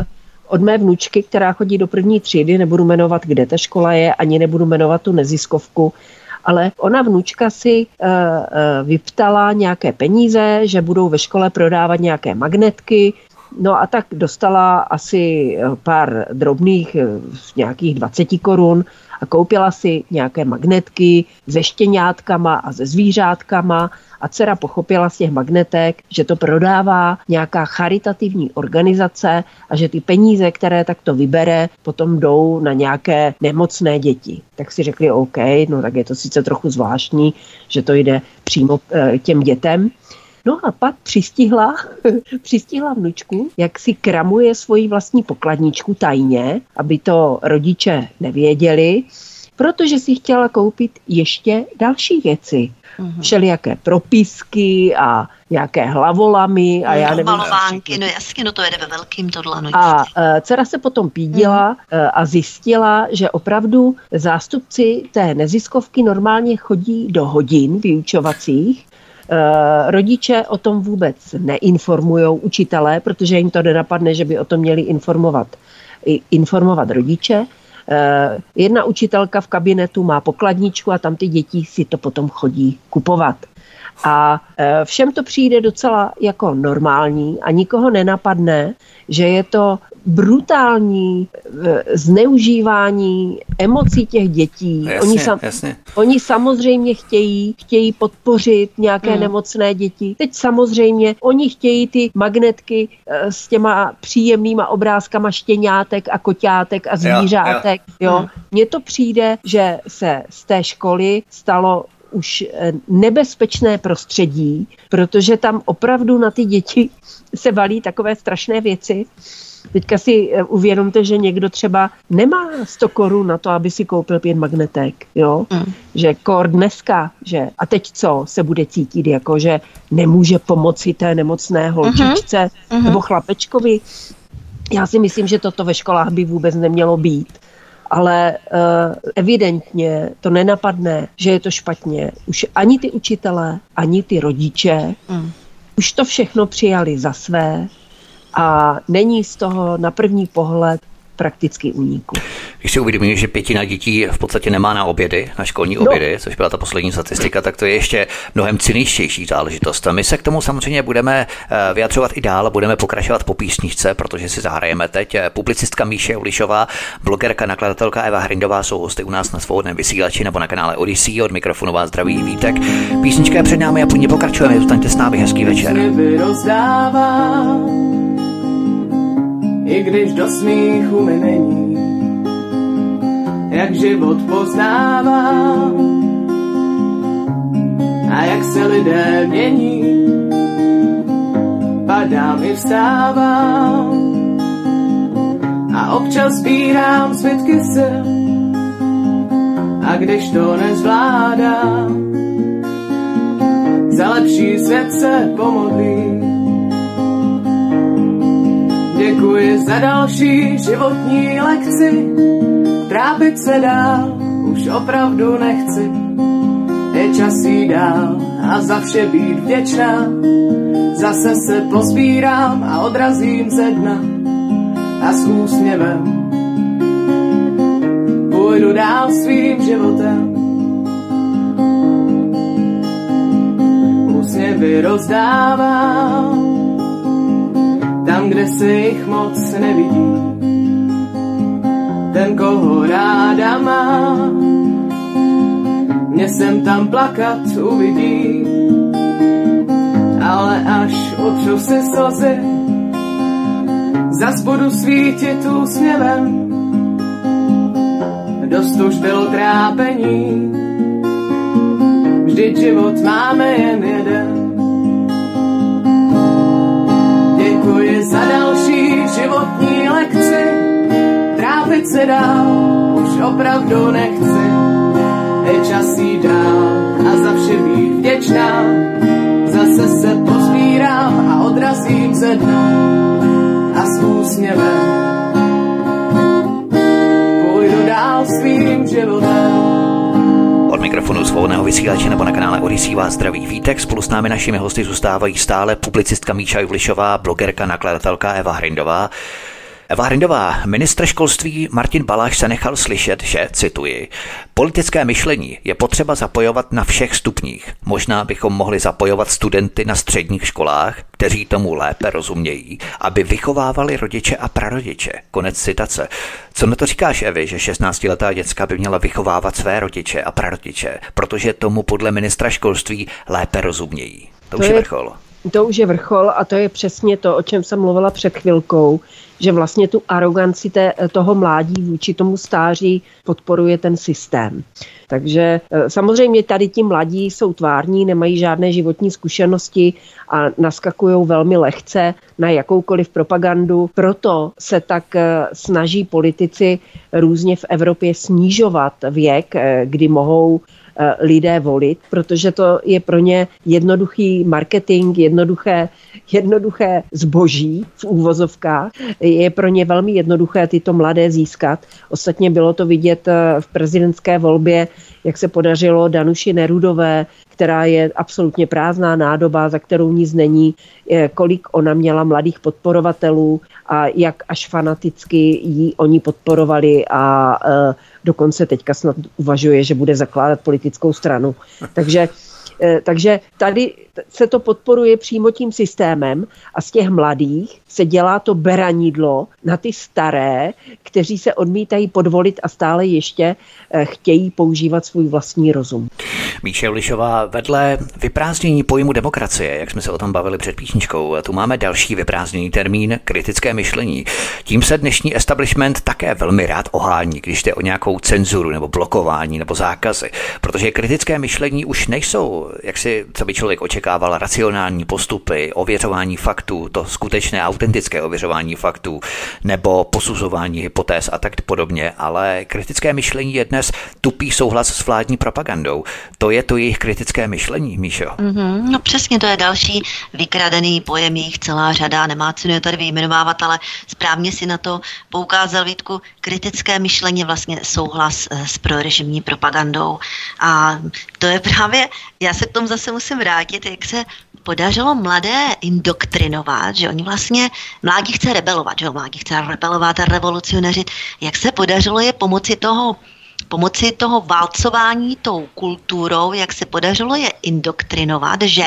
od mé vnučky, která chodí do první třídy, nebudu jmenovat, kde ta škola je, ani nebudu jmenovat tu neziskovku, ale ona vnučka si uh, uh, vyptala nějaké peníze, že budou ve škole prodávat nějaké magnetky, no a tak dostala asi pár drobných, nějakých dvacet korun a koupila si nějaké magnetky se štěňátkama a se zvířátkama a dcera pochopila z těch magnetek, že to prodává nějaká charitativní organizace a že ty peníze, které takto vybere, potom jdou na nějaké nemocné děti. Tak si řekli OK, no tak je to sice trochu zvláštní, že to jde přímo těm dětem. No a pak přistihla, přistihla vnučku, jak si kramuje svoji vlastní pokladničku tajně, aby to rodiče nevěděli, protože si chtěla koupit ještě další věci. Všelijaké propisky a nějaké hlavolamy a já nevím. Malovánky, no jasně, no to jede ve velkým tohle. No a uh, dcera se potom pídila uh, a zjistila, že opravdu zástupci té neziskovky normálně chodí do hodin vyučovacích. Uh, rodiče o tom vůbec neinformujou učitelé, protože jim to nenapadne, že by o tom měli informovat, informovat rodiče. Uh, jedna učitelka v kabinetu má pokladničku a tam ty děti si to potom chodí kupovat. A uh, všem to přijde docela jako normální a nikoho nenapadne, že je to brutální zneužívání emocí těch dětí. Jasně, oni, sam, jasně. oni samozřejmě chtějí, chtějí podpořit nějaké hmm. nemocné děti. Teď samozřejmě oni chtějí ty magnetky s těma příjemnýma obrázkama štěňátek a koťátek a zvířátek. Jo, jo. Jo. Mně to přijde, že se z té školy stalo už nebezpečné prostředí, protože tam opravdu na ty děti se valí takové strašné věci. Teďka si uvědomte, že někdo třeba nemá sto korun na to, aby si koupil pět magnetek, jo? Mm. Že kor dneska, že a teď co se bude cítit, jako že nemůže pomoci té nemocné holčičce mm-hmm. nebo chlapečkovi. Já si myslím, že toto ve školách by vůbec nemělo být. Ale uh, evidentně to nenapadne, že je to špatně. Už ani ty učitelé, ani ty rodiče mm. už to všechno přijali za své a není z toho na první pohled prakticky úniku. Když si uvědomíme, že pětina dětí v podstatě nemá na obědy, na školní obědy, no. což byla ta poslední statistika, tak to je ještě mnohem cyničtější záležitost. A my se k tomu samozřejmě budeme vyjadřovat i dál, budeme pokračovat po písničce, protože si zahrajeme teď. Publicistka Míša Julišová, blogerka, nakladatelka Eva Hrindová jsou hosty u nás na Svobodném vysílači nebo na kanále Odyssey. Od mikrofonu vás zdraví Vítek. Písnička je před námi a půjďme pokračujeme. Zůstaňte s námi, hezký večer. I když do smíchu mi není, jak život poznávám a jak se lidé mění, padám i vstávám a občas sbírám zbytky sil a když to nezvládám, za lepší svět se pomodlím. Děkuji za další životní lekci, trápit se dál, už opravdu nechci. Je čas jít dál a za vše být vděčná, zase se pozbírám a odrazím ze dna a s úsměvem půjdu dál svým životem. Úsměvy rozdávám tam, kde se jich moc nevidí. Ten, koho ráda má, mě sem tam plakat uvidí. Ale až utřu si slzy, zas budu svítit úsměvem. Dost už bylo trápení, vždyť život máme jen jeden. Děkuji za další životní lekci, trápit se dál, už opravdu nechci. Je čas jít dál a za vše být vděčná, zase se pozbírám a odrazím ze dna a s úsměvem půjdu dál svým životem. Od mikrofonu Svobodného vysílače nebo na kanále Odyssey vás zdraví Vítek. Spolu s námi našimi hosty zůstávají stále publicistka Míša Julišová, blogerka, nakladatelka Eva Hrindová. Eva Hrindová, ministr školství Martin Balaš se nechal slyšet, že, cituji, politické myšlení je potřeba zapojovat na všech stupních. Možná bychom mohli zapojovat studenty na středních školách, kteří tomu lépe rozumějí, aby vychovávali rodiče a prarodiče. Konec citace. Co na to říkáš, Evi, že šestnáctiletá děcka by měla vychovávat své rodiče a prarodiče, protože tomu podle ministra školství lépe rozumějí? To, to už je vrchol. To už je vrchol a to je přesně to, o čem jsem mluvila před chvilkou, že vlastně tu aroganci té, toho mládí vůči tomu stáří podporuje ten systém. Takže samozřejmě tady ti mladí jsou tvární, nemají žádné životní zkušenosti a naskakují velmi lehce na jakoukoliv propagandu. Proto se tak snaží politici různě v Evropě snižovat věk, kdy mohou lidé volit, protože to je pro ně jednoduchý marketing, jednoduché, jednoduché zboží v úvozovkách. Je pro ně velmi jednoduché tyto mladé získat. Ostatně bylo to vidět v prezidentské volbě, jak se podařilo Danuši Nerudové, která je absolutně prázdná nádoba, za kterou nic není, kolik ona měla mladých podporovatelů a jak až fanaticky ji oni podporovali a e, dokonce teďka snad uvažuje, že bude zakládat politickou stranu. Takže Takže tady se to podporuje přímo tím systémem a z těch mladých se dělá to beranidlo na ty staré, kteří se odmítají podvolit a stále ještě chtějí používat svůj vlastní rozum. Míše Lišová, vedle vyprázdnění pojmu demokracie, jak jsme se o tom bavili před písničkou, tu máme další vyprázdněný termín kritické myšlení. Tím se dnešní establishment také velmi rád ohání, když jde o nějakou cenzuru nebo blokování nebo zákazy, protože kritické myšlení už nejsou, jak si, co by člověk očekával, racionální postupy, ověřování faktů, to skutečné autentické ověřování faktů nebo posuzování hypotéz a tak podobně, ale kritické myšlení je dnes tupý souhlas s vládní propagandou. To je to jejich kritické myšlení, Míšo. Mm-hmm, no přesně, to je další vykradený pojem, jich celá řada, nemá cenu je tady vyjmenovávat, ale správně si na to poukázal, Vítku, kritické myšlení vlastně souhlas s prorežimní propagandou. A to je právě, já se k tomu zase musím vrátit, jak se podařilo mladé indoktrinovat, že oni vlastně, mládí chce rebelovat, že jo, mládí chce rebelovat a revolucionařit, jak se podařilo je pomocí toho pomocí toho válcování tou kulturou, jak se podařilo je indoktrinovat, že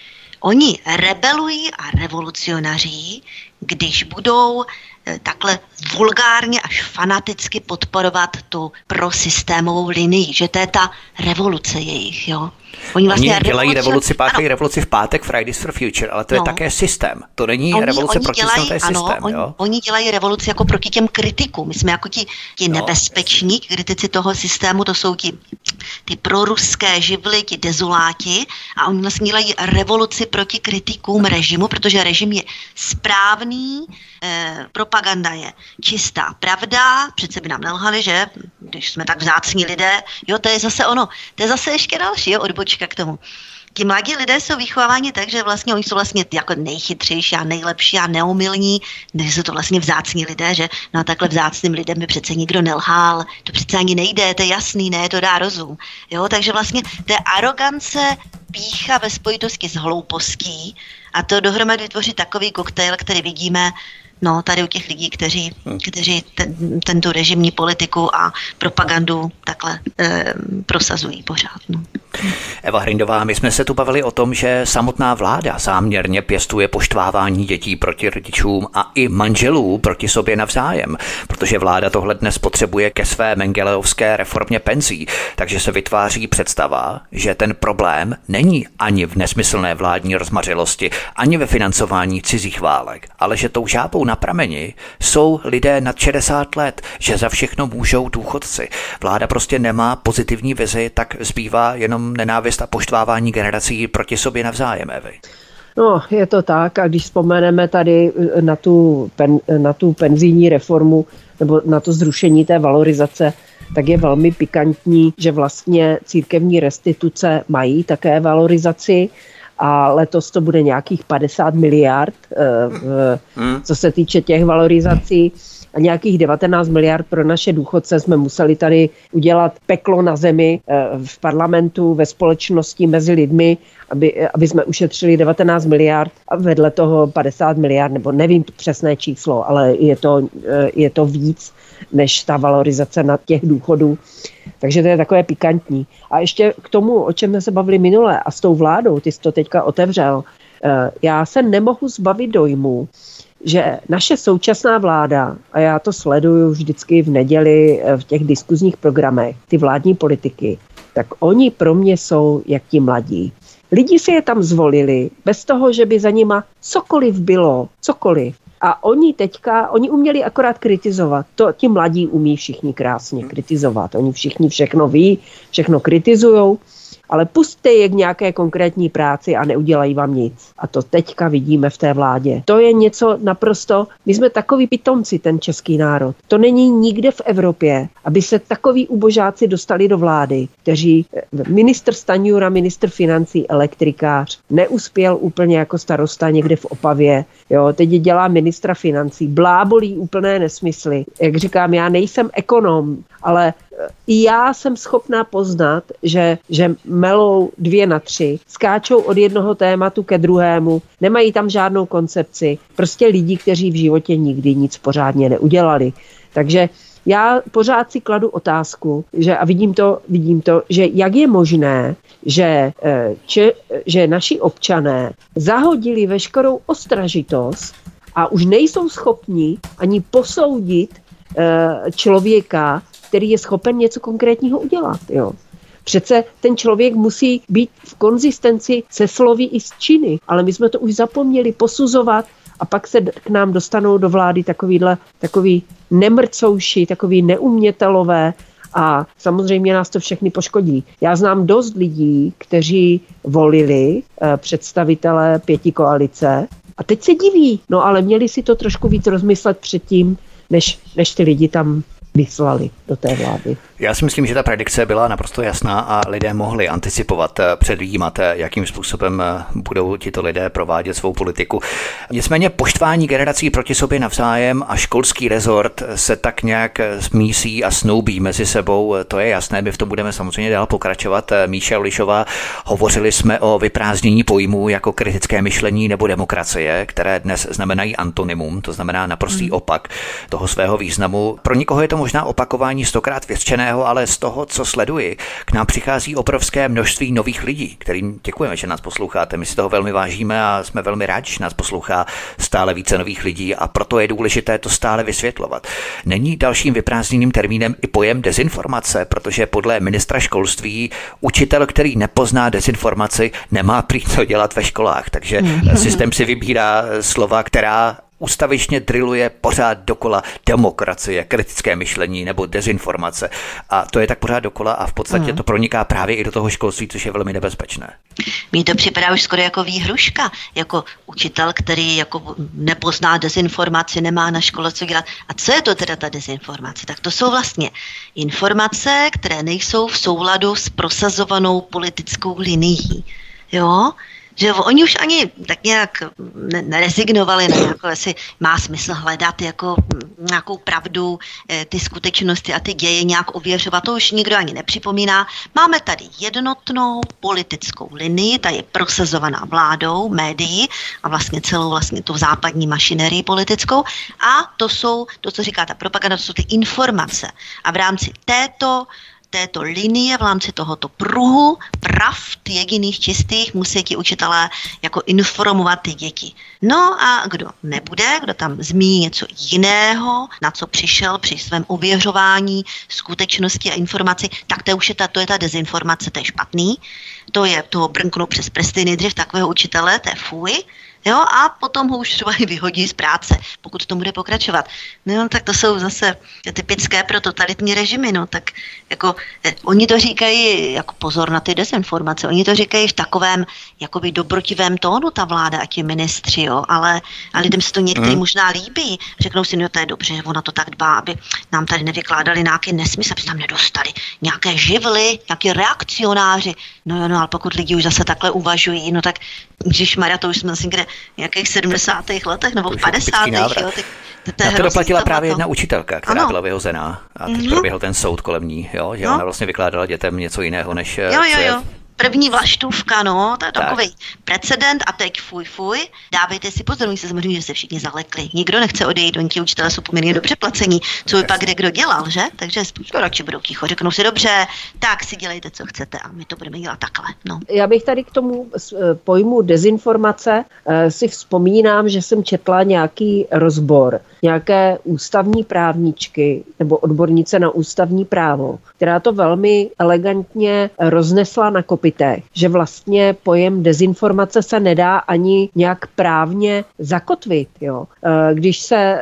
oni rebelují a revolucionaří, když budou takhle vulgárně až fanaticky podporovat tu prosystémovou linii, že to je ta revoluce jejich, jo. Oni vlastně oni dělají revoluci, páchají revoluci v pátek, Fridays for Future, ale to no. je také systém. To není oni, revoluce oni proti dělají, to je ano, systém. On, jo? Oni dělají revoluci jako proti těm kritikům. My jsme jako ti, ti no, nebezpeční kritici toho systému, to jsou ti ty proruské živly, ti dezuláti a oni vlastně dělají revoluci proti kritikům režimu, protože režim je správný, eh, propaganda je čistá pravda, přece by nám nelhali, že když jsme tak vzácní lidé, jo, to je zase ono, to je zase ještě další, jo, odbočka k tomu. Ti mladí lidé jsou vychováváni tak, že vlastně oni jsou vlastně jako nejchytřejší a nejlepší a neomylní, než jsou to vlastně vzácní lidé, že no a takhle vzácným lidem by přece nikdo nelhal, to přece ani nejde, to je jasný, ne, to dá rozum. Jo, takže vlastně to je arogance, pýcha ve spojitosti s hloupostí a to dohromady vytvoří takový koktejl, který vidíme no, tady u těch lidí, kteří, kteří ten, tento režimní politiku a propagandu takhle e, prosazují pořád. No. Eva Hrindová, my jsme se tu bavili o tom, že samotná vláda záměrně pěstuje poštvávání dětí proti rodičům a i manželů proti sobě navzájem, protože vláda tohle dnes potřebuje ke své mengeleovské reformě penzí, takže se vytváří představa, že ten problém není ani v nesmyslné vládní rozmařilosti, ani ve financování cizích válek, ale že tou žábou na prameni jsou lidé nad šedesát let, že za všechno můžou důchodci. Vláda prostě nemá pozitivní vizi, tak zbývá jenom nenávist a poštvávání generací proti sobě navzájem, Evy. No, je to tak a když vzpomeneme tady na tu, pen, na tu penzijní reformu nebo na to zrušení té valorizace, tak je velmi pikantní, že vlastně církevní restituce mají také valorizaci a letos to bude nějakých padesát miliard, co se týče těch valorizací. A nějakých devatenáct miliard pro naše důchodce jsme museli tady udělat peklo na zemi v parlamentu, ve společnosti, mezi lidmi, aby, aby jsme ušetřili devatenáct miliard a vedle toho padesát miliard, nebo nevím přesné číslo, ale je to, je to víc než ta valorizace na těch důchodů. Takže to je takové pikantní. A ještě k tomu, o čem jsme se bavili minule a s tou vládou, ty jsi to teďka otevřel, já se nemohu zbavit dojmu, že naše současná vláda, a já to sleduju vždycky v neděli v těch diskuzních programech, ty vládní politiky, tak oni pro mě jsou jak ti mladí. Lidi si je tam zvolili bez toho, že by za nima cokoliv bylo, cokoliv. A oni teďka, oni uměli akorát kritizovat. To, ti mladí umí všichni krásně kritizovat. Oni všichni všechno ví, všechno kritizujou, ale pusťte je k nějaké konkrétní práci a neudělají vám nic. A to teďka vidíme v té vládě. To je něco naprosto, my jsme takový pitomci, ten český národ. To není nikde v Evropě, aby se takoví ubožáci dostali do vlády, kteří ministr Stanjura, ministr financí, elektrikář, neuspěl úplně jako starosta někde v Opavě. Jo, teď dělá ministra financí, blábolí úplné nesmysly. Jak říkám, já nejsem ekonom, ale i já jsem schopná poznat, že, že melou dvě na tři, skáčou od jednoho tématu ke druhému, nemají tam žádnou koncepci. Prostě lidi, kteří v životě nikdy nic pořádně neudělali. Takže já pořád si kladu otázku, že, a vidím to, vidím to, že jak je možné, že, če, že naši občané zahodili veškerou ostražitost a už nejsou schopni ani posoudit člověka, který je schopen něco konkrétního udělat. Jo. Přece ten člověk musí být v konzistenci se slovy i s činy, ale my jsme to už zapomněli posuzovat a pak se k nám dostanou do vlády takovýhle, takový nemrcouši, takový neumětelové a samozřejmě nás to všechny poškodí. Já znám dost lidí, kteří volili eh, představitele pětikoalice a teď se diví, no ale měli si to trošku víc rozmyslet předtím, než, než ty lidi tam vyslali do té vlády. Já si myslím, že ta predikce byla naprosto jasná a lidé mohli anticipovat, předvímat, jakým způsobem budou tito lidé provádět svou politiku. Nicméně poštvání generací proti sobě navzájem a školský rezort se tak nějak smísí a snoubí mezi sebou. To je jasné, my v tom budeme samozřejmě dál pokračovat. Míša Julišová, hovořili jsme o vyprázdnění pojmů jako kritické myšlení nebo demokracie, které dnes znamenají antonymum, to znamená naprostý opak toho svého významu. Pro nikoho je to možná opakování stokrát vyřčeného, ale z toho, co sleduji, k nám přichází obrovské množství nových lidí, kterým děkujeme, že nás posloucháte. My si toho velmi vážíme a jsme velmi rádi, že nás poslouchá stále více nových lidí a proto je důležité to stále vysvětlovat. Není dalším vyprázdněným termínem i pojem dezinformace, protože podle ministra školství učitel, který nepozná dezinformaci, nemá prý co dělat ve školách, takže systém si vybírá slova, která ustavičně drilluje pořád dokola demokracie, kritické myšlení nebo dezinformace. A to je tak pořád dokola a v podstatě mm. to proniká právě i do toho školství, což je velmi nebezpečné. Mně to připadá už skoro jako výhruška, jako učitel, který jako nepozná dezinformaci, nemá na škole co dělat. A co je to teda ta dezinformace? Tak to jsou vlastně informace, které nejsou v souladu s prosazovanou politickou linií. Jo? Že oni už ani tak nějak nerezignovali na nějakou, jestli má smysl hledat jako nějakou pravdu, ty skutečnosti a ty děje nějak ověřovat, to už nikdo ani nepřipomíná. Máme tady jednotnou politickou linii, ta je prosazovaná vládou, médií a vlastně celou vlastně tu západní mašinerii politickou a to jsou, to, co říká ta propaganda, to jsou ty informace. A v rámci této této linie, v rámci tohoto pruhu pravd jediných čistých musí ti učitelé jako informovat ty děti. No a kdo nebude, kdo tam zmíní něco jiného, na co přišel při svém ověřování skutečnosti a informaci, tak to už je ta, to je ta dezinformace, to je špatný. To je toho brnknout přes prsty nejdřív takového učitele, to je fuj. Jo, a potom ho už třeba i vyhodí z práce, pokud to bude pokračovat. No, tak to jsou zase typické pro totalitní režimy, no, tak jako eh, oni to říkají, jako pozor na ty dezinformace, oni to říkají v takovém jakoby dobrotivém tónu, ta vláda a ti ministři, jo, ale a lidem se to některý mm. možná líbí, řeknou si, no to je dobře, že ona to tak dbá, aby nám tady nevykládali nějaký nesmysl, aby se tam nedostali nějaké živly, nějaké reakcionáři, no jo, no, ale pokud lidi už zase takhle uvažují, no tak ježišmarja, to už jsme asi kde nějakých sedmdesátých letech nebo v padesátých Jo, ty, ty, na to doplatila právě jedna učitelka, která ano. byla vyhozená a teď mm-hmm. proběhl ten soud kolem ní, jo, že no. ona vlastně vykládala dětem něco jiného, než jo, jo, jo. Je... První vlaštůvka, no, to je tak. takový precedent a teď fuj, fuj. Dávejte si pozor, oni se samozřejmě, že se všichni zalekli. Nikdo nechce odejít, oni ti učitelé jsou poměrně dobře placení, co by pak kde kdo dělal, že? Takže radši budou ticho, řeknou si dobře, tak si dělejte, co chcete a my to budeme dělat takhle. No. Já bych tady k tomu pojmu dezinformace si vzpomínám, že jsem četla nějaký rozbor nějaké ústavní právničky nebo odbornice na ústavní právo, která to velmi elegantně roznesla na kopy zbytek, že vlastně pojem dezinformace se nedá ani nějak právně zakotvit, jo. Když se,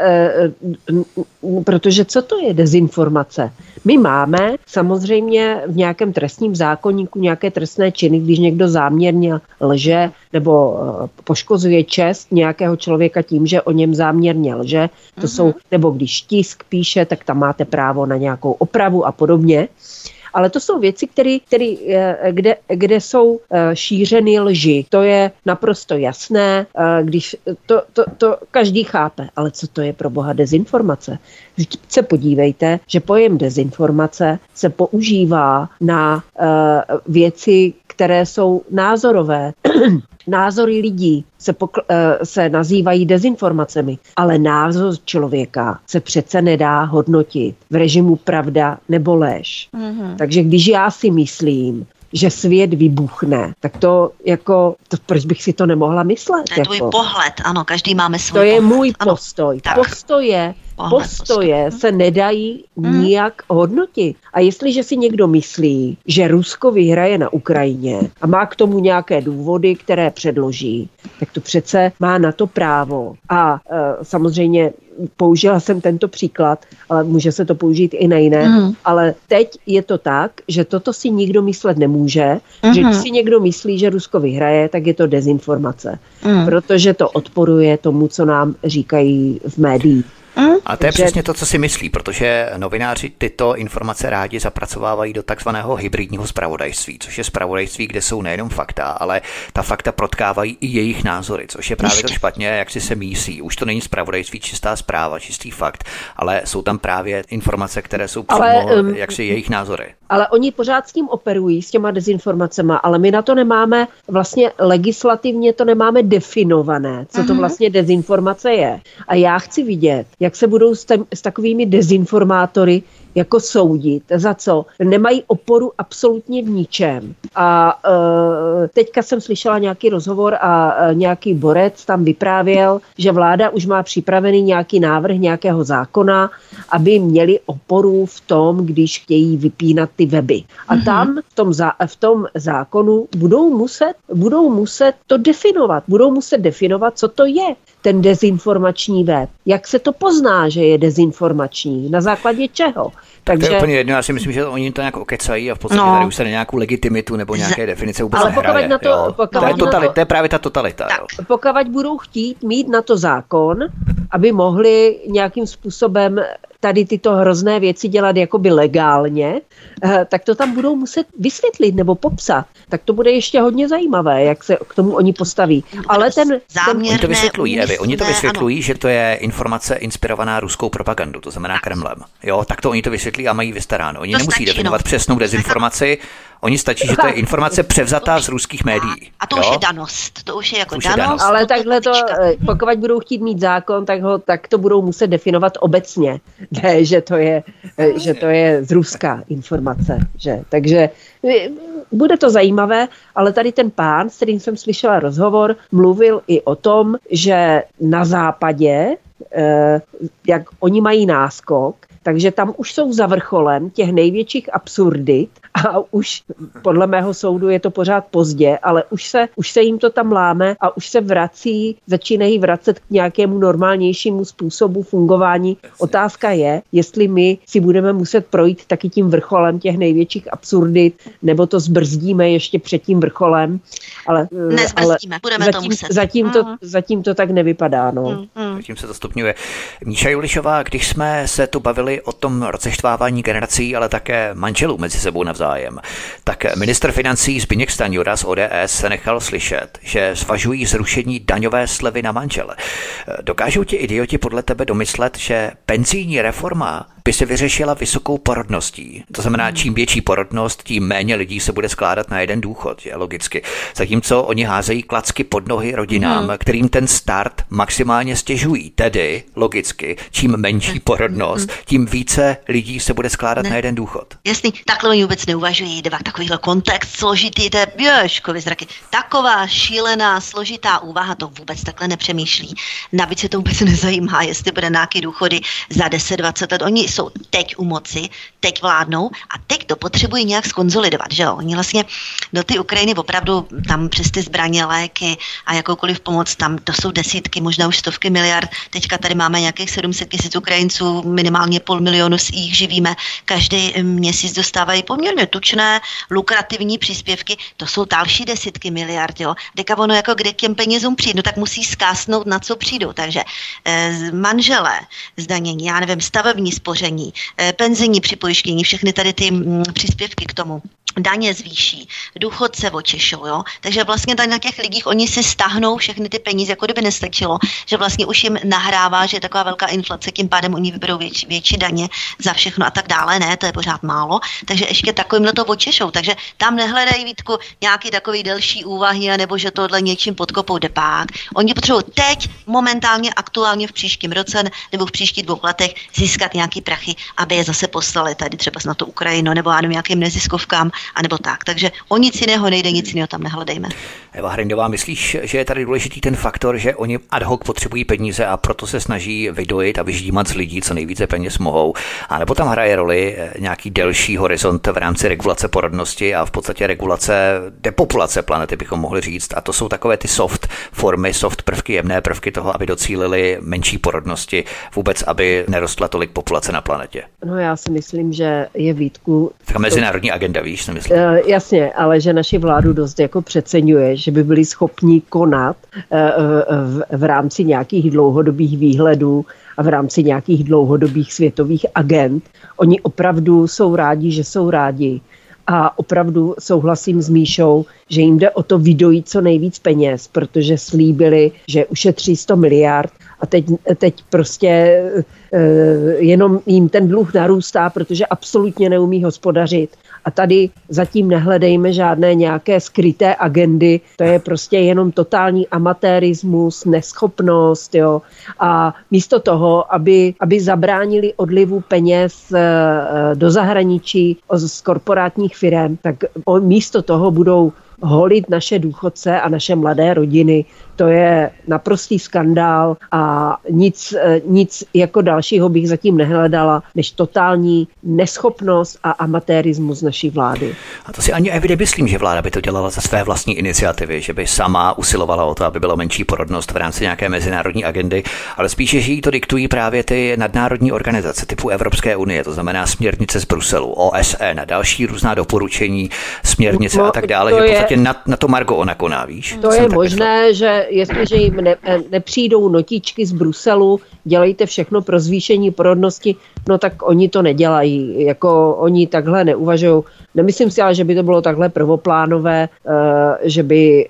protože co to je dezinformace? My máme samozřejmě v nějakém trestním zákoníku nějaké trestné činy, když někdo záměrně lže nebo poškozuje čest nějakého člověka tím, že o něm záměrně lže, to mm-hmm. jsou, nebo když tisk píše, tak tam máte právo na nějakou opravu a podobně. Ale to jsou věci, které, které, kde, kde jsou šířeny lži. To je naprosto jasné, když to, to, to každý chápe. Ale co to je pro boha dezinformace? Vždyť se podívejte, že pojem dezinformace se používá na uh, věci, které jsou názorové. Názory lidí se, pokl- se nazývají dezinformacemi, ale názor člověka se přece nedá hodnotit v režimu pravda nebo lež. Mm-hmm. Takže když já si myslím, že svět vybuchne, tak to jako, to, proč bych si to nemohla myslet? To je jako? tvůj pohled, ano, každý máme svůj To je pohled. můj Ano, postoj. tak. Postoje, Pohled, postoje postoj. se nedají Hmm. nijak hodnotit. A jestliže si někdo myslí, že Rusko vyhraje na Ukrajině a má k tomu nějaké důvody, které předloží, tak to přece má na to právo. A e, samozřejmě použila jsem tento příklad, ale může se to použít i na jiné. Mm. Ale teď je to tak, že toto si nikdo myslet nemůže, mm-hmm. že když si někdo myslí, že Rusko vyhraje, tak je to dezinformace. Mm. Protože to odporuje tomu, co nám říkají v médiích. A to je přesně to, co si myslí, protože novináři tyto informace rádi zapracovávají do takzvaného hybridního zpravodajství, což je zpravodajství, kde jsou nejenom fakta, ale ta fakta protkávají i jejich názory, což je právě to špatně, jak si se mísí. Už to není zpravodajství, čistá zpráva, čistý fakt, ale jsou tam právě informace, které jsou přímo ale, um, jaksi jejich názory. Ale oni pořád s tím operují, s těma dezinformacema, ale my na to nemáme, vlastně legislativně to nemáme definované, co to vlastně dezinformace je. A já chci vidět, jak se budou s, tem, s takovými dezinformátory jako soudit. Za co? Nemají oporu absolutně v ničem. A e, teďka jsem slyšela nějaký rozhovor a e, nějaký borec tam vyprávěl, že vláda už má připravený nějaký návrh nějakého zákona, aby měli oporu v tom, když chtějí vypínat ty weby. A mm-hmm. tam v tom, zá, v tom zákonu budou muset, budou muset to definovat. Budou muset definovat, co to je ten dezinformační web. Jak se to pozná, že je dezinformační? Na základě čeho? Takže... To je úplně jedno, já si myslím, že oni to nějak okecají a v podstatě no. tady už se na nějakou legitimitu nebo nějaké Z... definice vůbec ale nehraje. Na to, to, je totalit, to... to je právě ta totalita. Pokud budou chtít mít na to zákon, aby mohli nějakým způsobem tady tyto hrozné věci dělat jakoby legálně, tak to tam budou muset vysvětlit nebo popsat. Tak to bude ještě hodně zajímavé, jak se k tomu oni postaví. Ale ten... ten... Oni to vysvětlují, Evi, oni to vysvětlují, ano. že to je informace inspirovaná ruskou propagandou, to znamená Kremlem. Jo, tak to oni to vysvětlí a mají vystaráno. Oni to nemusí stačí, definovat no. přesnou dezinformaci, oni stačí, že to je informace převzatá z ruských médií. A to jo? už je danost. To už je jako už danost. Je danost. Ale takhle to, pokud budou chtít mít zákon, tak, ho, tak to budou muset definovat obecně. Ne, že to je, že to je z Ruska informace. Že? Takže bude to zajímavé, ale tady ten pán, s kterým jsem slyšela rozhovor, mluvil i o tom, že na západě, jak oni mají náskok, takže tam už jsou za vrcholem těch největších absurdit a už podle mého soudu je to pořád pozdě, ale už se, už se jim to tam láme a už se vrací, začínají vracet k nějakému normálnějšímu způsobu fungování. Otázka je, jestli my si budeme muset projít taky tím vrcholem těch největších absurdit, nebo to zbrzdíme ještě před tím vrcholem. Ale, Nezbrzdíme, ale budeme zatím, to muset. Zatím to, zatím to tak nevypadá. No. Mm, mm. Zatím se to stupňuje. Míša Julišová, když jsme se tu bavili o tom rozeštvávání generací, ale také manželů mezi sebou navzájem, tak ministr financí Zbyněk Stanjura z O D S se nechal slyšet, že zvažují zrušení daňové slevy na manžele. Dokážou ti idioti podle tebe domyslet, že penzijní reforma by se vyřešila vysokou porodností? To znamená, čím větší porodnost, tím méně lidí se bude skládat na jeden důchod, je logicky. Zatímco oni házejí klacky pod nohy rodinám, hmm. kterým ten start maximálně stěžují. Tedy, logicky, čím menší porodnost, tím více lidí se bude skládat ne. na jeden důchod. Jasný, takhle oni vůbec neuvažují, jde takovýhle kontext složitý, to je ježkovi zraky. Taková šílená, složitá úvaha to vůbec takhle nepřemýšlí. Navíc se to vůbec nezajímá, jestli bude nějaký důchody za deset dvacet let. Oni jsou teď u moci, teď vládnou a teď to potřebují nějak skonzolidovat, že jo? Oni vlastně do ty Ukrajiny opravdu tam přes ty zbraně, léky a jakoukoliv pomoc, tam to jsou desítky, možná už stovky miliard. Teďka tady máme nějakých sedm set tisíc Ukrajinců, minimálně půl milionu z jich živíme. Každý měsíc dostávají poměrně tučné, lukrativní příspěvky. To jsou další desítky miliard, jo? Deka ono jako kde k těm penězům přijít, no tak musí zkásnout, na co přijdou. Takže eh, manželé, zdanění, já nevím, stavební spoření, eh, penzijní připojištění, všechny tady ty mm, příspěvky k tomu. Daně zvýší, důchodce očešou, jo. Takže vlastně tady na těch lidích oni si stáhnou všechny ty peníze, jako kdyby nestačilo, že vlastně už jim nahrává, že je taková velká inflace, tím pádem oni vyberou větší, větší daně za všechno a tak dále, ne, to je pořád málo, takže ještě takovýmhle to očešou, takže tam nehledají, Vítku, nějaký takový delší úvahy, nebo že tohle něčím podkopou depák. Oni potřebují teď, momentálně, aktuálně v příštím roce nebo v příštích dvou letech získat nějaký prachy, aby je zase poslali tady třeba na tu Ukrajinu nebo já nevím, nějakým neziskovkám, anebo tak. Takže o nic jiného nejde, nic jiného tam nehledejme. Eva Hrindová, myslíš, že je tady důležitý ten faktor, že oni ad hoc potřebují peníze a proto se snaží vydojit a vyždímat z lidí, co nejvíce peněz mohou? A nebo tam hraje roli nějaký delší horizont v rámci regulace porodnosti a v podstatě regulace depopulace planety, bychom mohli říct. A to jsou takové ty soft formy, soft prvky, jemné prvky toho, aby docílili menší porodnosti, vůbec aby nerostla tolik populace na planetě. No já si myslím, že je, Vítku... Tak mezinárodní agenda, víš, si myslím. Uh, jasně, ale že naši vládu dost jako přeceňuje, že by byli schopni konat uh, v, v rámci nějakých dlouhodobých výhledů a v rámci nějakých dlouhodobých světových agend. Oni opravdu jsou rádi, že jsou rádi. A opravdu souhlasím s Míšou, že jim jde o to vydojit co nejvíc peněz, protože slíbili, že ušetří sto miliard a teď, teď prostě e, jenom jim ten dluh narůstá, protože absolutně neumí hospodařit. A tady zatím nehledejme žádné nějaké skryté agendy, to je prostě jenom totální amatérismus, neschopnost, jo. A místo toho, aby, aby zabránili odlivu peněz do zahraničí z korporátních firem, tak místo toho budou holit naše důchodce a naše mladé rodiny. To je naprostý skandál a nic, nic jako dalšího bych zatím nehledala, než totální neschopnost a amatérismus naší vlády. A to si ani Evi nemyslím, že vláda by to dělala za své vlastní iniciativy, že by sama usilovala o to, aby byla menší porodnost v rámci nějaké mezinárodní agendy, ale spíše, že jí to diktují právě ty nadnárodní organizace typu Evropské unie, to znamená směrnice z Bruselu, O S N a další různá doporučení, směrnice no, a tak dále, že v podstatě na, na to Margo ona koná, víš? To je možné, že jestliže jim ne, nepřijdou notičky z Bruselu, dělejte všechno pro zvýšení porodnosti, no tak oni to nedělají, jako oni takhle neuvažují. Nemyslím si ale, že by to bylo takhle prvoplánové, že by...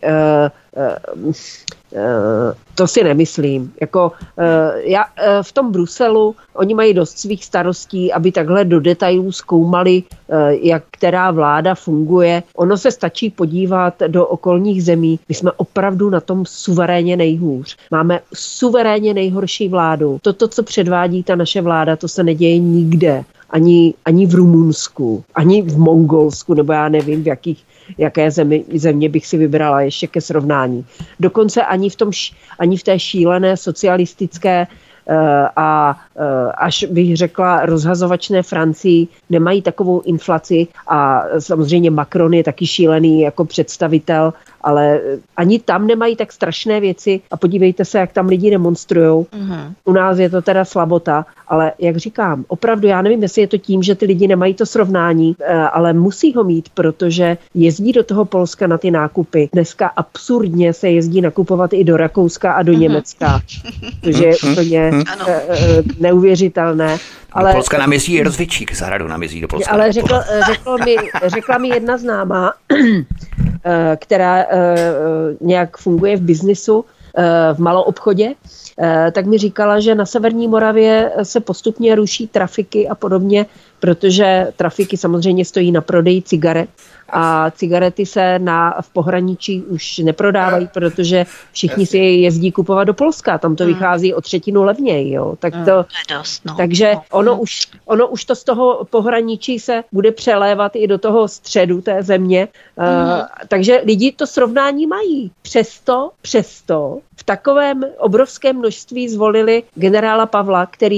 To si nemyslím. Jako, já, v tom Bruselu oni mají dost svých starostí, aby takhle do detailů zkoumali, jak která vláda funguje. Ono se stačí podívat do okolních zemí. My jsme opravdu na tom suverénně nejhůř. Máme suverénně nejhorší vládu. Toto, co předvádí ta naše vláda, to se neděje nikde. Ani, ani v Rumunsku, ani v Mongolsku, nebo já nevím, v jakých, jaké zemi, země bych si vybrala ještě ke srovnání. Dokonce ani v, tom, ani v té šílené socialistické a až bych řekla rozhazovačné Francii nemají takovou inflaci a samozřejmě Macron je taky šílený jako představitel, ale ani tam nemají tak strašné věci a podívejte se, jak tam lidi demonstrujou. Mm-hmm. U nás je to teda slabota, ale jak říkám, opravdu já nevím, jestli je to tím, že ty lidi nemají to srovnání, ale musí ho mít, protože jezdí do toho Polska na ty nákupy. Dneska absurdně se jezdí nakupovat i do Rakouska a do mm-hmm. Německa, což je úplně mm-hmm. neuvěřitelné. Ale, do Polska nám jezdí i rozvědčík, z Hradu nám jezdí do Polska. Ale řekl, řekl mi, řekla mi jedna známá, která nějak funguje v biznisu, v maloobchodě, tak mi říkala, že na Severní Moravě se postupně ruší trafiky a podobně, protože trafiky samozřejmě stojí na prodeji cigaret a cigarety se na, v pohraničí už neprodávají, protože všichni si jezdí kupovat do Polska, tam to vychází o třetinu levněji. Jo. Tak to, takže ono už, ono už to z toho pohraničí se bude přelévat i do toho středu té země, uh, takže lidi to srovnání mají. Přesto, přesto v takovém obrovském množství zvolili generála Pavla, který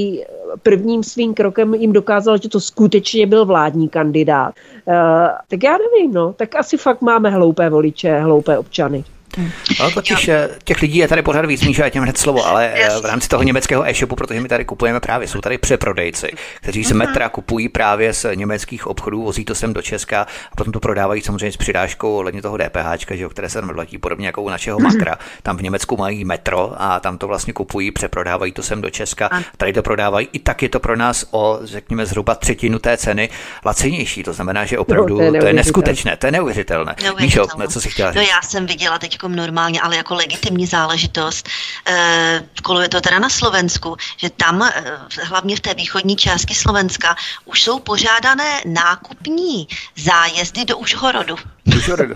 prvním svým krokem jim dokázal, že to skutečně byl vládní kandidát. Uh, tak já nevím, no, tak asi fakt máme hloupé voliče, hloupé občany. No, totiž těch lidí je tady pořád víc, Míšo, já těm hned slovo, ale v rámci toho německého e-shopu, protože my tady kupujeme právě, jsou tady přeprodejci, kteří z metra kupují právě z německých obchodů, vozí to sem do Česka a potom to prodávají samozřejmě s přidáškou ohledně toho DPHčka, že, které se tam platí podobně jako u našeho Makra. Tam v Německu mají metro a tam to vlastně kupují, přeprodávají to sem do Česka, tady to prodávají, i tak je to pro nás o, řekněme, zhruba třetinu té ceny lacenější, to znamená, že opravdu no, to, je to je neskutečné, to je neuvěřitelné. Míšo, co si chtěla říct? No já jsem viděla teď normálně, ale jako legitimní záležitost. E, koluje to teda na Slovensku, že tam, e, hlavně v té východní části Slovenska, už jsou pořádané nákupní zájezdy do Užhorodu. Užhorodu.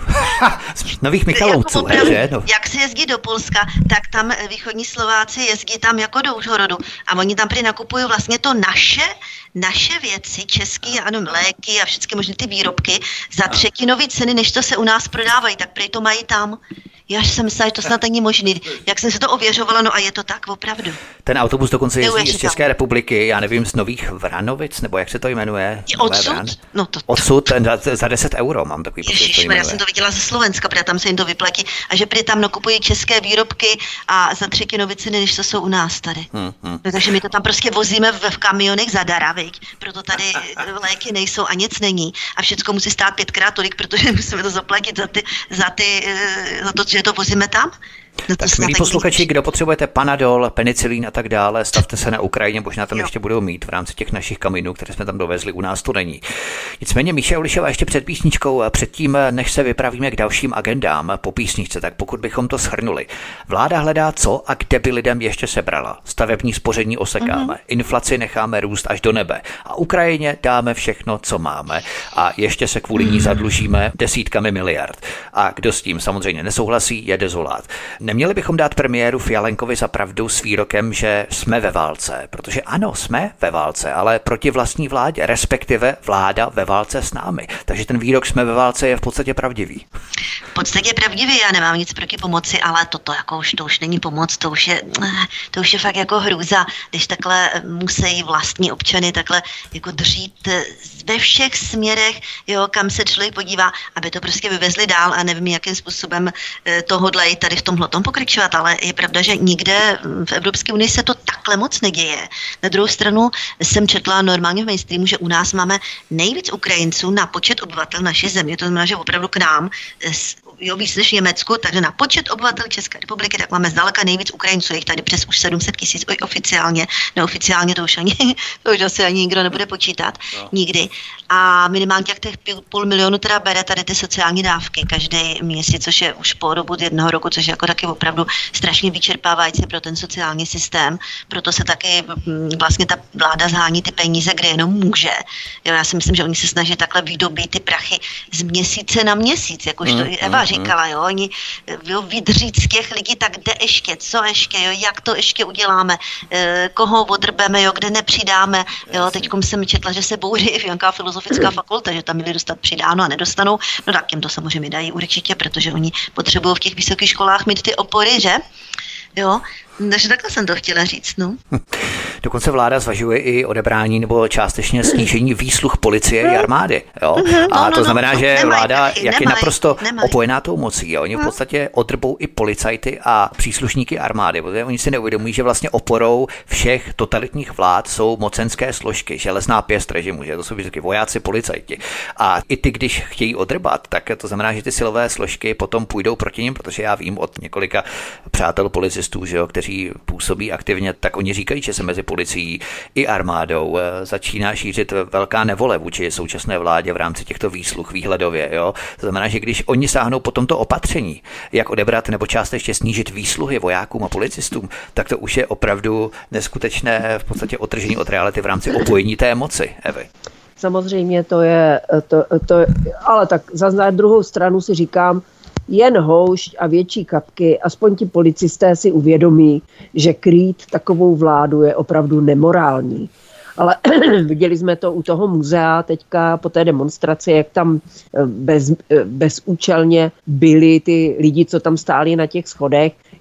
Nových Michalovců, jako opravdu, že? No. Jak se jezdí do Polska, tak tam východní Slováci jezdí tam jako do Užhorodu a oni tam prý nakupují vlastně to naše, naše věci, české, ano, léky a všechny možné ty výrobky za třetinový ceny, než to se u nás prodávají, tak prý to mají tam. Já jsem myslela, že to snad není možný. Jak jsem se to ověřovala, no a je to tak opravdu. Ten autobus dokonce jezdí z České republiky, já nevím, z Nových Vranovic, nebo jak se to jmenuje? Odsud? No to, to. Odsud, za deset euro mám takový pocit. Ježišmar, já jsem to viděla ze Slovenska, protože tam se jim to vyplatí. A že prý tam nakupují české výrobky a za třetinové ceny, než to jsou u nás tady. Hmm, hmm. No, takže my to tam prostě vozíme v, v kamionech zadara, viď? Proto tady léky nejsou a nic není. A všecko musí stát pětkrát tolik, protože musíme to zaplatit za, ty, za, ty, za to, že to vozíme tam. No tak milí posluchači, kdo potřebujete Panadol, penicilín a tak dále, stavte se na Ukrajině, možná tam jo. ještě budou mít v rámci těch našich kamionů, které jsme tam dovezli, u nás to není. Nicméně Míša Ulišová ještě před písničkou, předtím, než se vypravíme k dalším agendám po písničce, tak pokud bychom to shrnuli. Vláda hledá co a kde by lidem ještě sebrala. Stavební spoření osekáme, mm-hmm. inflaci necháme růst až do nebe a Ukrajině dáme všechno, co máme a ještě se kvůli ní zadlužíme desítkami miliard. A kdo s tím samozřejmě nesouhlasí, je dezolát. Neměli bychom dát premiéru Fialenkovi za pravdu s výrokem, že jsme ve válce, protože ano, jsme ve válce, ale proti vlastní vládě, respektive vláda ve válce s námi. Takže ten výrok jsme ve válce je v podstatě pravdivý. V podstatě pravdivý, já nemám nic proti pomoci, ale toto jako už, to už není pomoc, to už je, to už je fakt jako hrůza, když takhle musí vlastní občany takhle jako dřít ve všech směrech, jo, kam se člověk podívá, aby to prostě vyvezli dál a nevím, jakým způsobem to hodlají tady v tomhle tom pokračovat, ale je pravda, že nikde v Evropské unii se to takhle moc neděje. Na druhou stranu jsem četla normálně v mainstreamu, že u nás máme nejvíc Ukrajinců na počet obyvatel naší země, to znamená, že opravdu k nám jo, víc než v Německu, takže na počet obyvatel České republiky, tak máme zdaleka nejvíc Ukrajinců, jich tady přes už sedm set tisíc oficiálně, neoficiálně to už ani, to už asi ani nikdo nebude počítat, no. Nikdy. A minimálně jak těch půl milionu teda bere tady ty sociální dávky každý měsíc, což je už po dobu jednoho roku, což je jako taky opravdu strašně vyčerpávající pro ten sociální systém. Proto se taky vlastně ta vláda zhání ty peníze, kde jenom může. Jo, já si myslím, že oni se snaží takhle vydobít ty prachy z měsíce na měsíc, jakož to i Eva říkala, jo, oni jo, vydřít z těch lidí, tak kde ještě, co ještě, jo, jak to ještě uděláme, e, koho odrbeme, jo, kde nepřidáme, jo, teďkom jsem četla, že se bouří i nějaká filozofická fakulta, že tam měli dostat přidáno a nedostanou, no tak jim to samozřejmě dají určitě, protože oni potřebují v těch vysokých školách mít ty opory, že? Jo, takže takhle jsem to chtěla říct, no. Dokonce vláda zvažuje i odebrání nebo částečně snížení výsluh policie i armády, jo. A to znamená, že vláda, jak je naprosto opojená tou mocí, jo. Oni v podstatě odrbou i policajty a příslušníky armády, protože oni si neuvědomují, že vlastně oporou všech totalitních vlád jsou mocenské složky, železná pěst režimu, že to jsou vždycky vojáci, policajti. A i ty, když chtějí odrbat, tak to znamená, že ty silové složky potom půjdou proti nim, protože já vím od několika přátel policistů, že jo, kteří působí aktivně, tak oni říkají, že se mezi policií i armádou začíná šířit velká nevole vůči současné vládě v rámci těchto výsluh výhledově. Jo? To znamená, že když oni sáhnou po tomto opatření, jak odebrat nebo částečně snížit výsluhy vojákům a policistům, tak to už je opravdu neskutečné v podstatě otržení od reality v rámci opojení té moci. Evy. Samozřejmě to je, to, to, ale tak zase na druhou stranu si říkám, jen houšť a větší kapky, aspoň ti policisté si uvědomí, že krýt takovou vládu je opravdu nemorální. Ale viděli jsme to u toho muzea teďka po té demonstraci, jak tam bez, bezúčelně byli ty lidi, co tam stáli na těch schodech.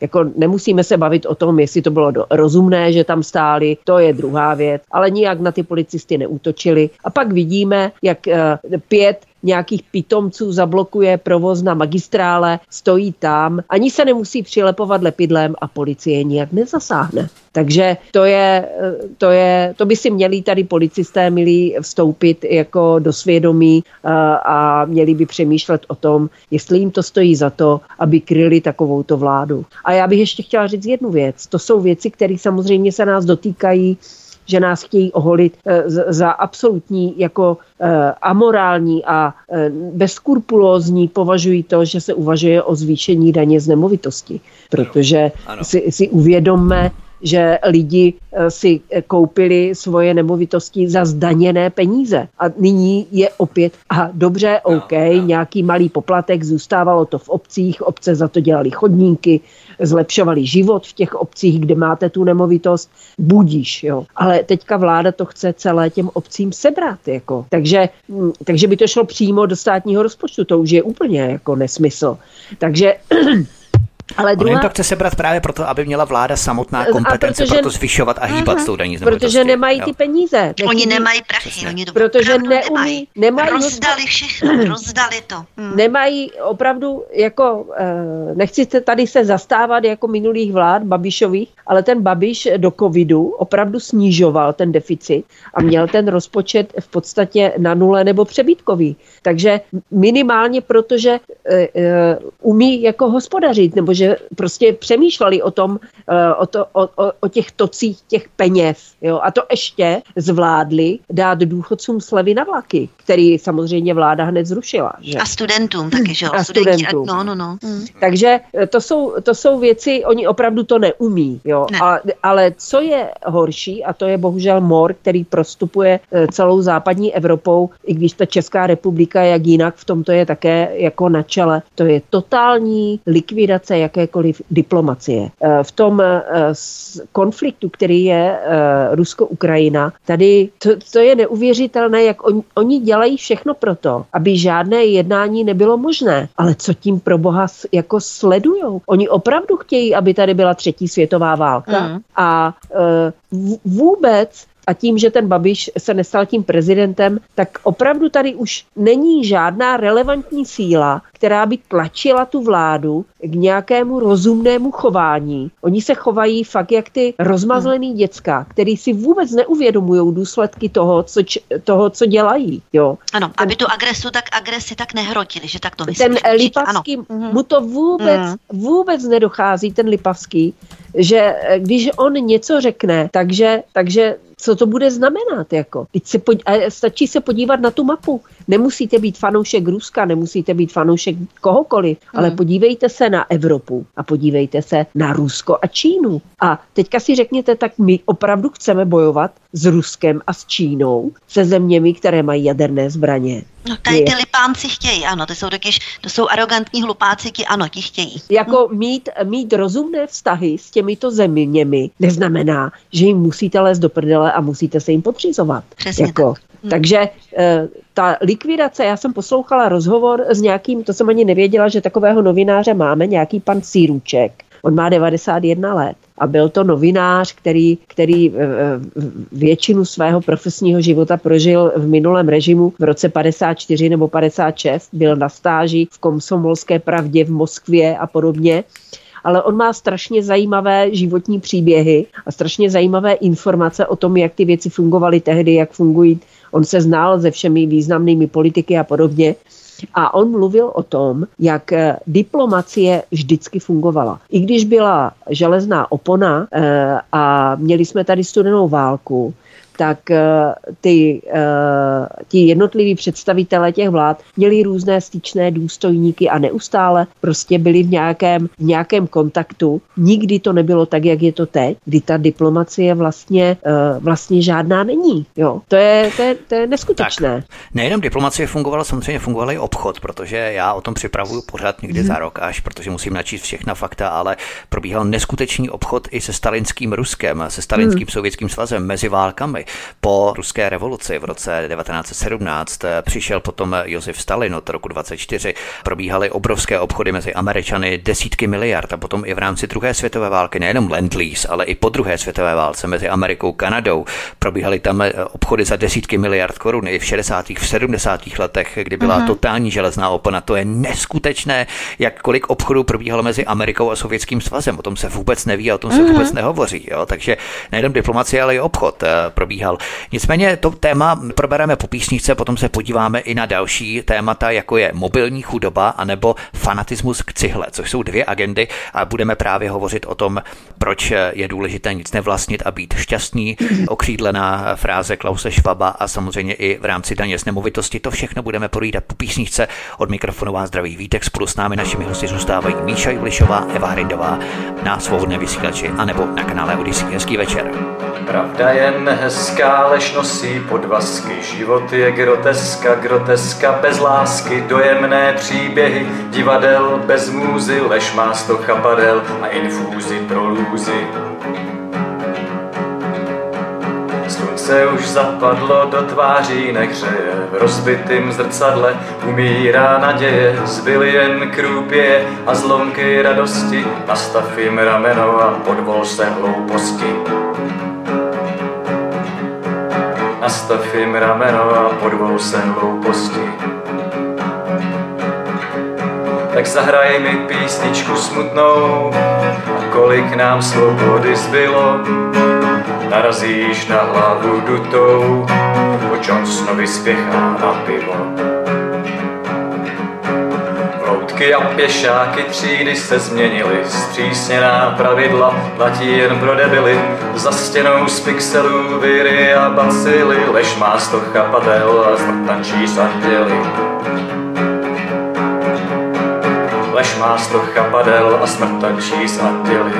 Jako nemusíme se bavit o tom, jestli to bylo do, rozumné, že tam stáli, to je druhá věc, ale nijak na ty policisty neútočili. A pak vidíme, jak uh, pět nějakých pitomců zablokuje provoz na magistrále, stojí tam, ani se nemusí přilepovat lepidlem a policie nijak nezasáhne. Takže to je, to je, to by si měli tady policisté milí vstoupit jako do svědomí a měli by přemýšlet o tom, jestli jim to stojí za to, aby kryli takovouto vládu. A já bych ještě chtěla říct jednu věc. To jsou věci, které samozřejmě se nás dotýkají, že nás chtějí oholit za absolutní jako amorální a bezskrupulózní, považují to, že se uvažuje o zvýšení daně z nemovitosti. Protože si, si uvědomme, že lidi si koupili svoje nemovitosti za zdaněné peníze. A nyní je opět, a dobře, OK, no, no. nějaký malý poplatek, zůstávalo to v obcích, obce za to dělali chodníky, zlepšovali život v těch obcích, kde máte tu nemovitost, budíš, jo. Ale teďka vláda to chce celé těm obcím sebrat, jako. Takže, takže by to šlo přímo do státního rozpočtu, to už je úplně jako nesmysl. Takže ale druhá... On jim to chce sebrat právě proto, aby měla vláda samotná kompetence protože... pro to zvyšovat a hýbat uh-huh. s tou daní z nemovitosti. Protože nemají jo. ty peníze. Nechci... Oni nemají prachy, oni to protože neumí, nemají. Rozdali všechno, rozdali to. Hmm. Nemají opravdu, jako, nechci tady se zastávat jako minulých vlád Babišových, ale ten Babiš do covidu opravdu snižoval ten deficit a měl ten rozpočet v podstatě na nule nebo přebytkový. Takže minimálně protože umí jako hospodařit, nebo že prostě přemýšleli o tom, o, to, o, o těch tocích těch peněz. Jo? A to ještě zvládli dát důchodcům slevy na vlaky, který samozřejmě vláda hned zrušila. Že? A studentům taky, že jo? A studentům. No, no, no. Hmm. Takže to jsou, to jsou věci, oni opravdu to neumí. Jo? Ne. A, ale co je horší, a to je bohužel mor, který prostupuje celou západní Evropou, i když ta Česká republika, jak jinak, v tomto je také jako na čele, to je totální likvidace jakékoliv diplomacie. V tom konfliktu, který je Rusko-Ukrajina, tady to, to je neuvěřitelné, jak on, oni dělají všechno proto, aby žádné jednání nebylo možné. Ale co tím pro boha jako sledujou? Oni opravdu chtějí, aby tady byla třetí světová válka mm. a vůbec a tím, že ten Babiš se nestal tím prezidentem, tak opravdu tady už není žádná relevantní síla, která by tlačila tu vládu k nějakému rozumnému chování. Oni se chovají fakt jak ty rozmazlený hmm. děcka, který si vůbec neuvědomují důsledky toho, co, toho, co dělají. Jo. Ano, ten, aby tu agresu tak agresi tak nehrotili, že tak to myslíš. Ten Lipavský, mu to vůbec, hmm. vůbec nedochází, ten Lipavský, že když on něco řekne, takže, takže co to bude znamenat, jako. Teď se pod, stačí se podívat na tu mapu. Nemusíte být fanoušek Ruska, nemusíte být fanoušek kohokoliv, hmm. ale podívejte se na Evropu a podívejte se na Rusko a Čínu. A teďka si řekněte, tak my opravdu chceme bojovat s Ruskem a s Čínou, se zeměmi, které mají jaderné zbraně. No tady ty lipánci chtějí, ano, to jsou takyž, to jsou arrogantní hlupáci, ano, ti chtějí. Jako mít, mít rozumné vztahy s těmito zeměmi neznamená, že jim musíte lézt do prdele a musíte se jim podřizovat. Přesně jako, tak. Hmm. Takže e, ta likvidace, já jsem poslouchala rozhovor s nějakým, to jsem ani nevěděla, že takového novináře máme, nějaký pan Círuček. On má devadesát jedna let a byl to novinář, který, který většinu svého profesního života prožil v minulém režimu v roce padesát čtyři nebo padesát šest. Byl na stáži v Komsomolské pravdě v Moskvě a podobně. Ale on má strašně zajímavé životní příběhy a strašně zajímavé informace o tom, jak ty věci fungovaly tehdy, jak fungují. On se znal se všemi významnými politiky a podobně. A on mluvil o tom, jak diplomacie vždycky fungovala. I když byla železná opona a měli jsme tady studenou válku, tak ty, ty jednotliví představitelé těch vlád měli různé styčné důstojníky a neustále prostě byli v nějakém, v nějakém kontaktu. Nikdy to nebylo tak, jak je to teď, kdy ta diplomacie vlastně, vlastně žádná není. Jo? To je, to je, to je neskutečné. Tak, nejenom diplomacie fungovala, samozřejmě fungoval i obchod, protože já o tom připravuju pořád někdy hmm. za rok až, protože musím načíst všechna fakta, ale probíhal neskutečný obchod i se stalinským Ruskem, se stalinským hmm. sovětským svazem mezi válkami. probíhaly. Po ruské revoluci v roce devatenáct set sedmnáct přišel potom Josef Stalin od roku dvacet čtyři. Probíhaly obrovské obchody mezi Američany, desítky miliard a potom i v rámci druhé světové války, nejenom Lend-Lease, ale i po druhé světové válce mezi Amerikou a Kanadou. Probíhaly tam obchody za desítky miliard korun i v šedesátých, v sedmdesátých letech, kdy byla uh-huh. totální železná opona. To je neskutečné, jak kolik obchodů probíhalo mezi Amerikou a Sovětským svazem. O tom se vůbec neví a o tom se uh-huh. vůbec nehovoří. Jo? Takže nejenom diplomacie, ale i obchod uh, probíhal. Nicméně to téma probereme po písničce, potom se podíváme i na další témata, jako je mobilní chudoba anebo fanatismus k cihle, což jsou dvě agendy a budeme právě hovořit o tom, proč je důležité nic nevlastnit a být šťastný. Okřídlená fráze Klause Schwaba a samozřejmě i v rámci daně z nemovitosti. To všechno budeme povídat po písničce. Od mikrofonu vás zdraví Vítek, spolu s námi našimi hosty zůstávají Míša Julišová, Eva Hrindová na Svobodném vysílači anebo na kanále Odyssey. Hezký večer. Pravda je nehezká, lež nosí podvazky. Život je groteska, groteska bez lásky. Dojemné příběhy divadel bez můzy. Lež má sto chapadel a infúzy pro lůzy. Slunce už zapadlo, do tváří nehřeje. V rozbitým zrcadle umírá naděje. Zbyly jen krůpě a zlomky radosti. Nastav jim rameno a podvol se hlouposti. Nastav jim rameno a podvol se hlouposti. Tak zahraj mi písničku smutnou, a kolik nám svobody zbylo. Narazíš na hlavu dutou, po Johnsonovi spěchá na pivo. Loutky a pěšáky třídy se změnily, zpřísněná pravidla platí jen pro debily. Za stěnou z pixelů viry a bacily, lež má sto chapadel a zmrtančí z anděly. Lež má sto chapadel a smrtančí z anděly.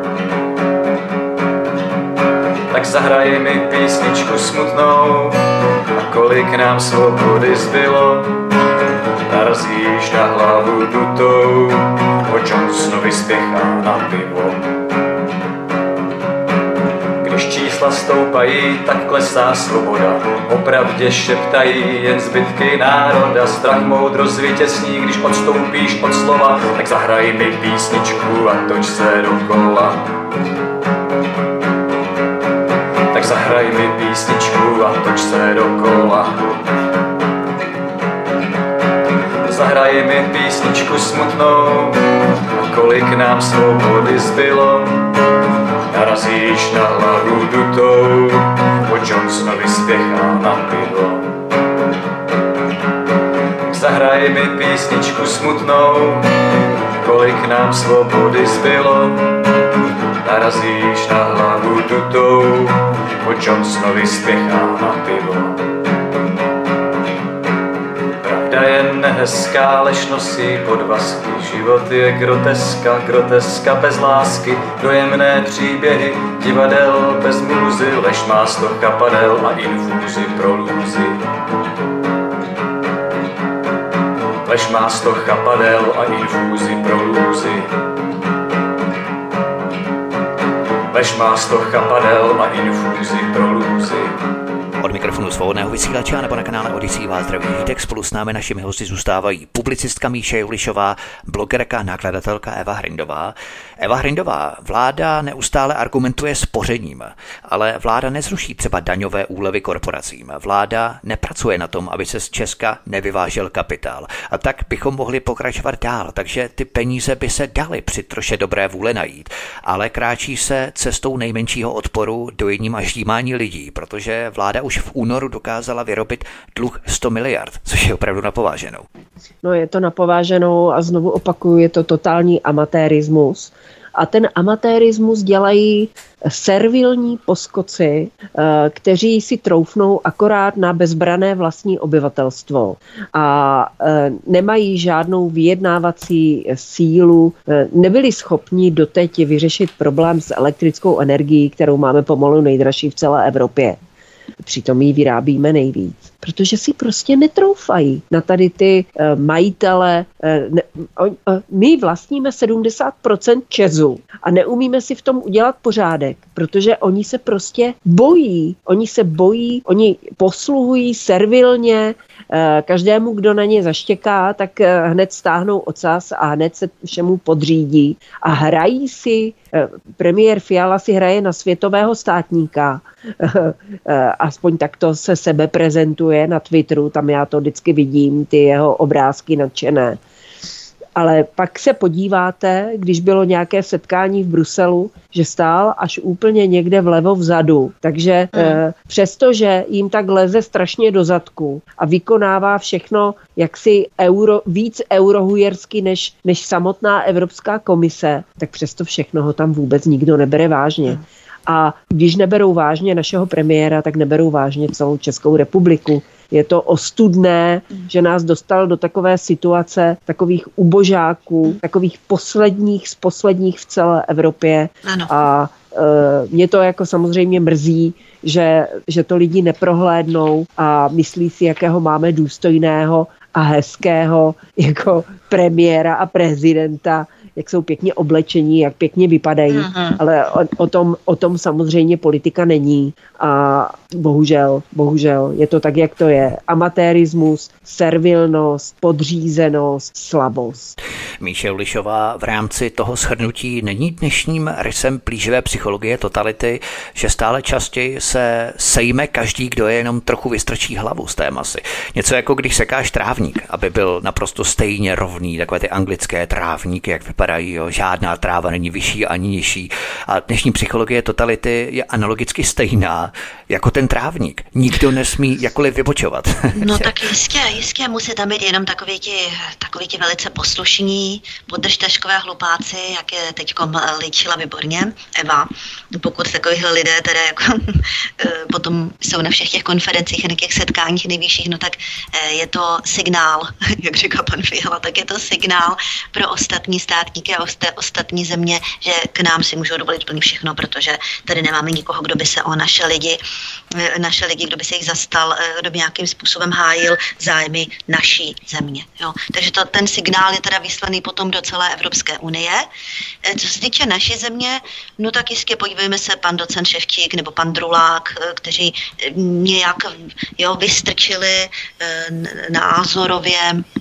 Tak zahraj mi písničku smutnou, a kolik nám svobody zbylo. Narazíš na hlavu dutou, po Johnsonovi spěchá na pivo. Když čísla stoupají, tak klesá svoboda. Opravdě šeptají jen zbytky národa. Strach moudro zvítězní, když odstoupíš od slova. Tak zahraj mi písničku a toč se dokola. Tak zahraj mi písničku a toč se dokola. Zahraj mi písničku smutnou, a kolik nám svobody zbylo. Narazíš na hlavu dutou, po Johnsonovi spěchá na pivo. Zahraj mi písničku smutnou, kolik nám svobody zbylo. Narazíš na hlavu dutou, po Johnsonovi spěchá na pivo. Pravda je nehezká, lež nosí podvazky. Život je groteska, groteska bez lásky. Dojemné příběhy divadel bez můzy. Lež má sto chapadel a infúzy pro lůzy. Lež má sto chapadel a infúzy pro lůzy. Lež má sto chapadel a infúzy pro lůzy. Od mikrofonu Svobodného vysílače nebo na kanále Odyssey vás zdraví Vítek. Spolu s námi našimi hosty zůstávají publicistka Míša Julišová, blogerka, nakladatelka Eva Hrindová. Eva Hrindová, vláda neustále argumentuje spořením, ale vláda nezruší třeba daňové úlevy korporacím. Vláda nepracuje na tom, aby se z Česka nevyvážel kapitál. A tak bychom mohli pokračovat dál, takže ty peníze by se daly při troše dobré vůle najít. Ale kráčí se cestou nejmenšího odporu dojením a ždímání lidí, protože vláda už v únoru dokázala vyrobit dluh sto miliard, což je opravdu napováženou. No je to napováženou a znovu opakuju, je to totální amatérismus. A ten amatérismus dělají servilní poskoci, kteří si troufnou akorát na bezbrané vlastní obyvatelstvo a nemají žádnou vyjednávací sílu, nebyli schopni doteď vyřešit problém s elektrickou energií, kterou máme pomalu nejdražší v celé Evropě. Přitom ji vyrábíme nejvíc. protože si prostě netroufají na tady ty uh, majitele. Uh, ne, uh, my vlastníme sedmdesát procent ČEZu a neumíme si v tom udělat pořádek, protože oni se prostě bojí. Oni se bojí, oni posluhují servilně uh, každému, kdo na ně zaštěká, tak uh, hned stáhnou ocas a hned se všemu podřídí a hrají si. Uh, premiér Fiala si hraje na světového státníka. Aspoň takto se sebe prezentuje na Twitteru, tam já to vždycky vidím, ty jeho obrázky nadšené. Ale pak se podíváte, když bylo nějaké setkání v Bruselu, že stál až úplně někde vlevo vzadu. Takže mm. eh, přestože jim tak leze strašně do zadku a vykonává všechno jaksi euro, víc eurohujersky než, než samotná Evropská komise, tak přesto všechno ho tam vůbec nikdo nebere vážně. Mm. A když neberou vážně našeho premiéra, tak neberou vážně celou Českou republiku. Je to ostudné, že nás dostal do takové situace takových ubožáků, takových posledních z posledních v celé Evropě. Ano. A e, mě to jako samozřejmě mrzí, že, že to lidi neprohlédnou a myslí si, jakého máme důstojného a hezkého jako premiéra a prezidenta, jak jsou pěkně oblečení, jak pěkně vypadají, uh-huh. ale o, o, tom, o tom samozřejmě politika není a bohužel, bohužel je to tak, jak to je. Amatérismus, servilnost, podřízenost, slabost. Míše Ulišová, v rámci toho shrnutí není dnešním rysem plíživé psychologie totality, že stále častěji se sejme každý, kdo je jenom trochu vystrčí hlavu z té masy. Něco jako když sekáš trávník, aby byl naprosto stejně rovný, takové ty anglické trávníky, jak vypadají, jo, žádná tráva není vyšší ani nižší. A dnešní psychologie totality je analogicky stejná jako ten trávník. Nikdo nesmí jakkoliv vybočovat. No tak jistě, jistě musí tam být jenom takoví ti, takoví ti velice poslušní, podržtaškové hlupáci, jak je teďkom líčila výborně Eva. Pokud takových lidé teda jako potom jsou na všech těch konferencích a na těch setkáních nejvyšších, no tak je to signál, jak říká pan Fiala, tak je to signál pro ostatní státníky a ostatní země, že k nám si můžou dovolit plně všechno, protože tady nemáme nikoho, kdo by se o naše lidi, naše lidi, kdo by se jich zastal, kdo by nějakým způsobem hájil zájmy naší země. Jo. Takže to, ten signál je teda vyslaný potom do celé Evropské unie. Co se týče naší země, no tak jistě podívejme se, pan docent Ševčík nebo pan Drulák, kteří nějak jo, vystrčili názorově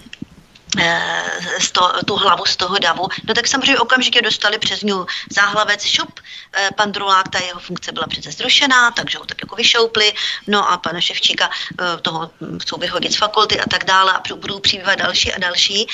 z to, tu hlavu z toho davu, no tak samozřejmě okamžitě dostali přes ňu záhlavec, šup, pan Drulák, ta jeho funkce byla přece zrušená, takže ho tak jako vyšoupli, no a pana Ševčíka toho chcou vyhodit z fakulty a tak dále a budou přibývat další a další,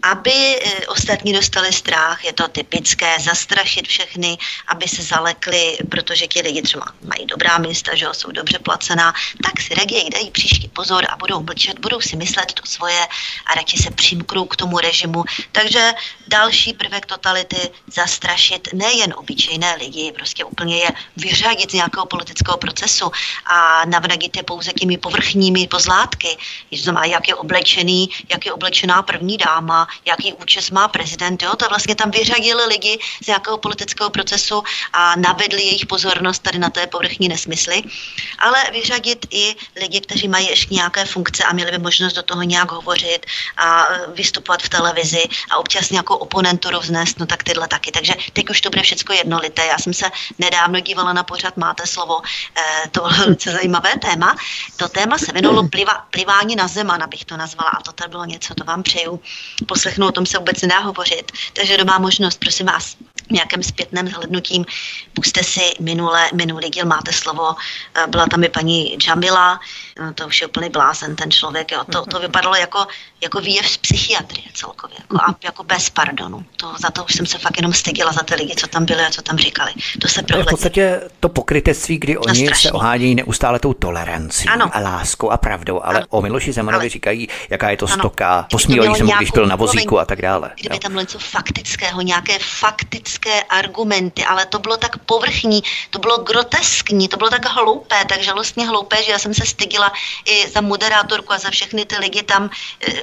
aby ostatní dostali strach, je to typické, zastrašit všechny, aby se zalekli, protože ti lidi třeba mají dobrá místa, že jsou dobře placená, tak si raději dají příští pozor a budou mlčet, budou si myslet to svoje a radši se přimknou k tomu režimu. Takže další prvek totality zastrašit nejen obyčejné lidi, prostě úplně je vyřadit z nějakého politického procesu a navnadit je pouze těmi povrchními pozlátky. Znamená, jak je oblečený, jak je oblečená první dáma, jaký účes má prezident, jo? To vlastně tam vyřadili lidi z nějakého politického procesu a navedli jejich pozornost tady na té povrchní nesmysly, ale vyřadit i lidi, kteří mají ještě nějaké funkce a měli by možnost do toho nějak hovořit a vystupovat v televizi a občas nějakou oponenturu vznést, no tak tyhle taky. Takže teď už to bude všecko jednolité. Já jsem se nedávno dívala na pořad Máte slovo, eh, to bylo velice zajímavé téma. To téma se věnovalo pliva, plivání na Zemana, bych to nazvala, a to tady bylo něco, to vám přeju poslechnout, o tom se vůbec nedá hovořit. Takže kdo má možnost, prosím vás, nějakým zpětným zhlednutím, puste si minule, minulý díl Máte slovo, byla tam i paní Džamila, to už je úplný blázen ten člověk, jo. To, to vypadalo jako, jako výjev z psychiatrie celkově, jako, a, jako bez pardonu. To, za to už jsem se fakt jenom styděla za ty lidi, co tam byli a co tam říkali. To se prohledí. V podstatě to pokrytectví, kdy no, oni strašný. se ohánějí neustále tou tolerancí ano. a láskou a pravdou, ale ano. o Miloši Zemanovi ale... říkají, jaká je to stoka, posmívají se mu, když byl na vozíku a tak dále. Kdyby jo. tam bylo něco faktického, nějaké faktické argumenty, ale to bylo tak povrchní, to bylo groteskní, to bylo tak hloupé, tak žalostně hloupé, že já jsem se stydila i za moderátorku a za všechny ty lidi tam,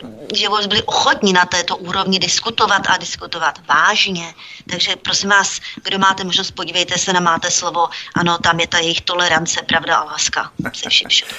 že byli ochotní na této úrovni diskutovat a diskutovat vážně. Takže prosím vás, kdo máte možnost, podívejte se na Máte slovo, ano, tam je ta jejich tolerance, pravda a láska se vším všude.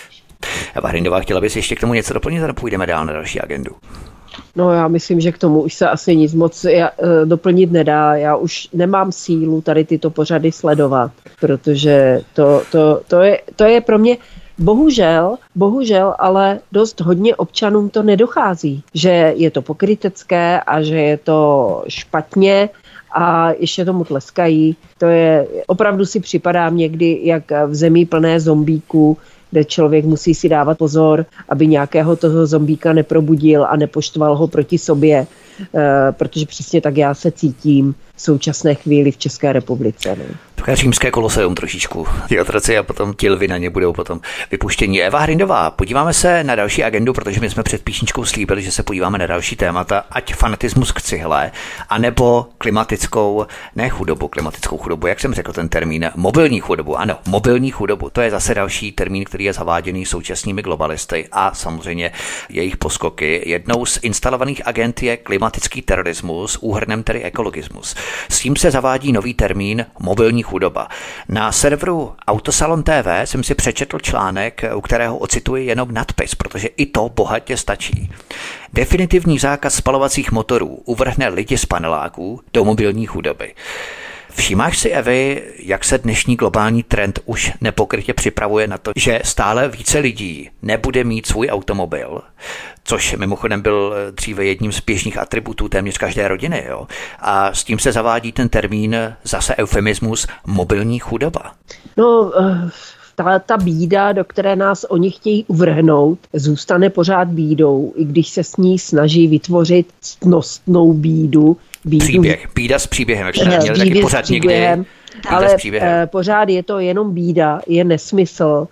Eva Hrindová, chtěla bys ještě k tomu něco doplnit, a půjdeme dál na další agendu? No já myslím, že k tomu už se asi nic moc já, e, doplnit nedá. Já už nemám sílu tady tyto pořady sledovat, protože to, to, to, je, to je pro mě bohužel, bohužel, ale dost hodně občanům to nedochází, že je to pokrytecké a že je to špatně a ještě tomu tleskají. To je, opravdu si připadám někdy jak v zemi plné zombíků, kde člověk musí si dávat pozor, aby nějakého toho zombíka neprobudil a nepoštval ho proti sobě, e, protože přesně tak já se cítím v současné chvíli v České republice. Ne? Také římské koloseum trošičku. Ty otroci a potom ti lvy na ně budou potom vypuštění. Eva Hrindová, podíváme se na další agendu, protože my jsme před píšničkou slíbili, že se podíváme na další témata, ať fanatismus k cihle, anebo klimatickou, ne chudobu, klimatickou chudobu, jak jsem řekl ten termín, mobilní chudobu. Ano, mobilní chudobu, to je zase další termín, který je zaváděný současnými globalisty a samozřejmě jejich poskoky. Jednou z instalovaných agent je klimatický terorismus, úhrnem tedy ekologismus. S tím se zavádí nový termín mobilní chudoba. Na serveru Autosalon T V jsem si přečetl článek, u kterého ocituji jenom nadpis, protože i to bohatě stačí. Definitivní zákaz spalovacích motorů uvrhne lidi z paneláků do mobilní chudoby. Všímáš si, Evi, jak se dnešní globální trend už nepokrytě připravuje na to, že stále více lidí nebude mít svůj automobil, což mimochodem byl dříve jedním z běžných atributů téměř každé rodiny, jo? A s tím se zavádí ten termín, zase eufemismus, mobilní chudoba. No, ta, ta bída, do které nás oni chtějí uvrhnout, zůstane pořád bídou, i když se s ní snaží vytvořit ctnostnou bídu. Bídu. Příběh, bída s příběhem, jak jsme měli taky pořád někdy. Ale pořád je to jenom bída, je nesmysl,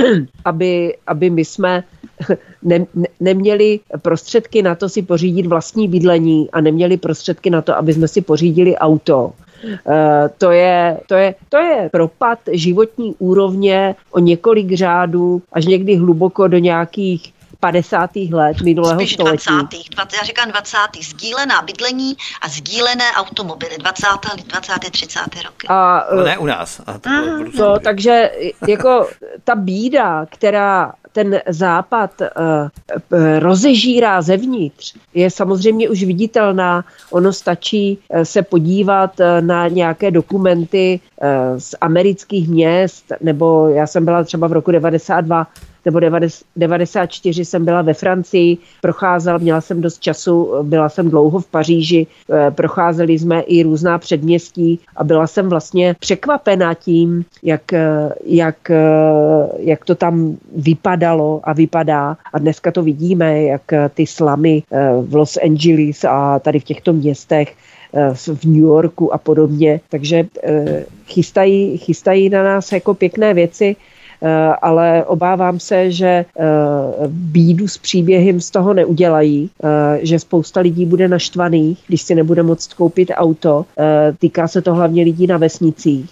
aby, aby my jsme ne, ne, neměli prostředky na to si pořídit vlastní bydlení a neměli prostředky na to, aby jsme si pořídili auto. Uh, to, je, to, je, to je propad životní úrovně o několik řádů, až někdy hluboko do nějakých padesátých let minulého Spíš století. dvacátých Já říkám dvacátých Sdílená bydlení a sdílené automobily. dvacátých, dvacátých, třicátých roky. A, no ne u nás. A to uh, to, takže jako ta bída, která ten západ uh, rozežírá zevnitř, je samozřejmě už viditelná. Ono stačí uh, se podívat uh, na nějaké dokumenty uh, z amerických měst, nebo já jsem byla třeba v roku devadesát dva nebo devadesát čtyři jsem byla ve Francii, procházela, měla jsem dost času, byla jsem dlouho v Paříži, procházeli jsme i různá předměstí a byla jsem vlastně překvapena tím, jak, jak, jak to tam vypadalo a vypadá. A dneska to vidíme, jak ty slamy v Los Angeles a tady v těchto městech v New Yorku a podobně. Takže chystají, chystají na nás jako pěkné věci, ale obávám se, že bídu s příběhem z toho neudělají, že spousta lidí bude naštvaných, když si nebude moct koupit auto. Týká se to hlavně lidí na vesnicích.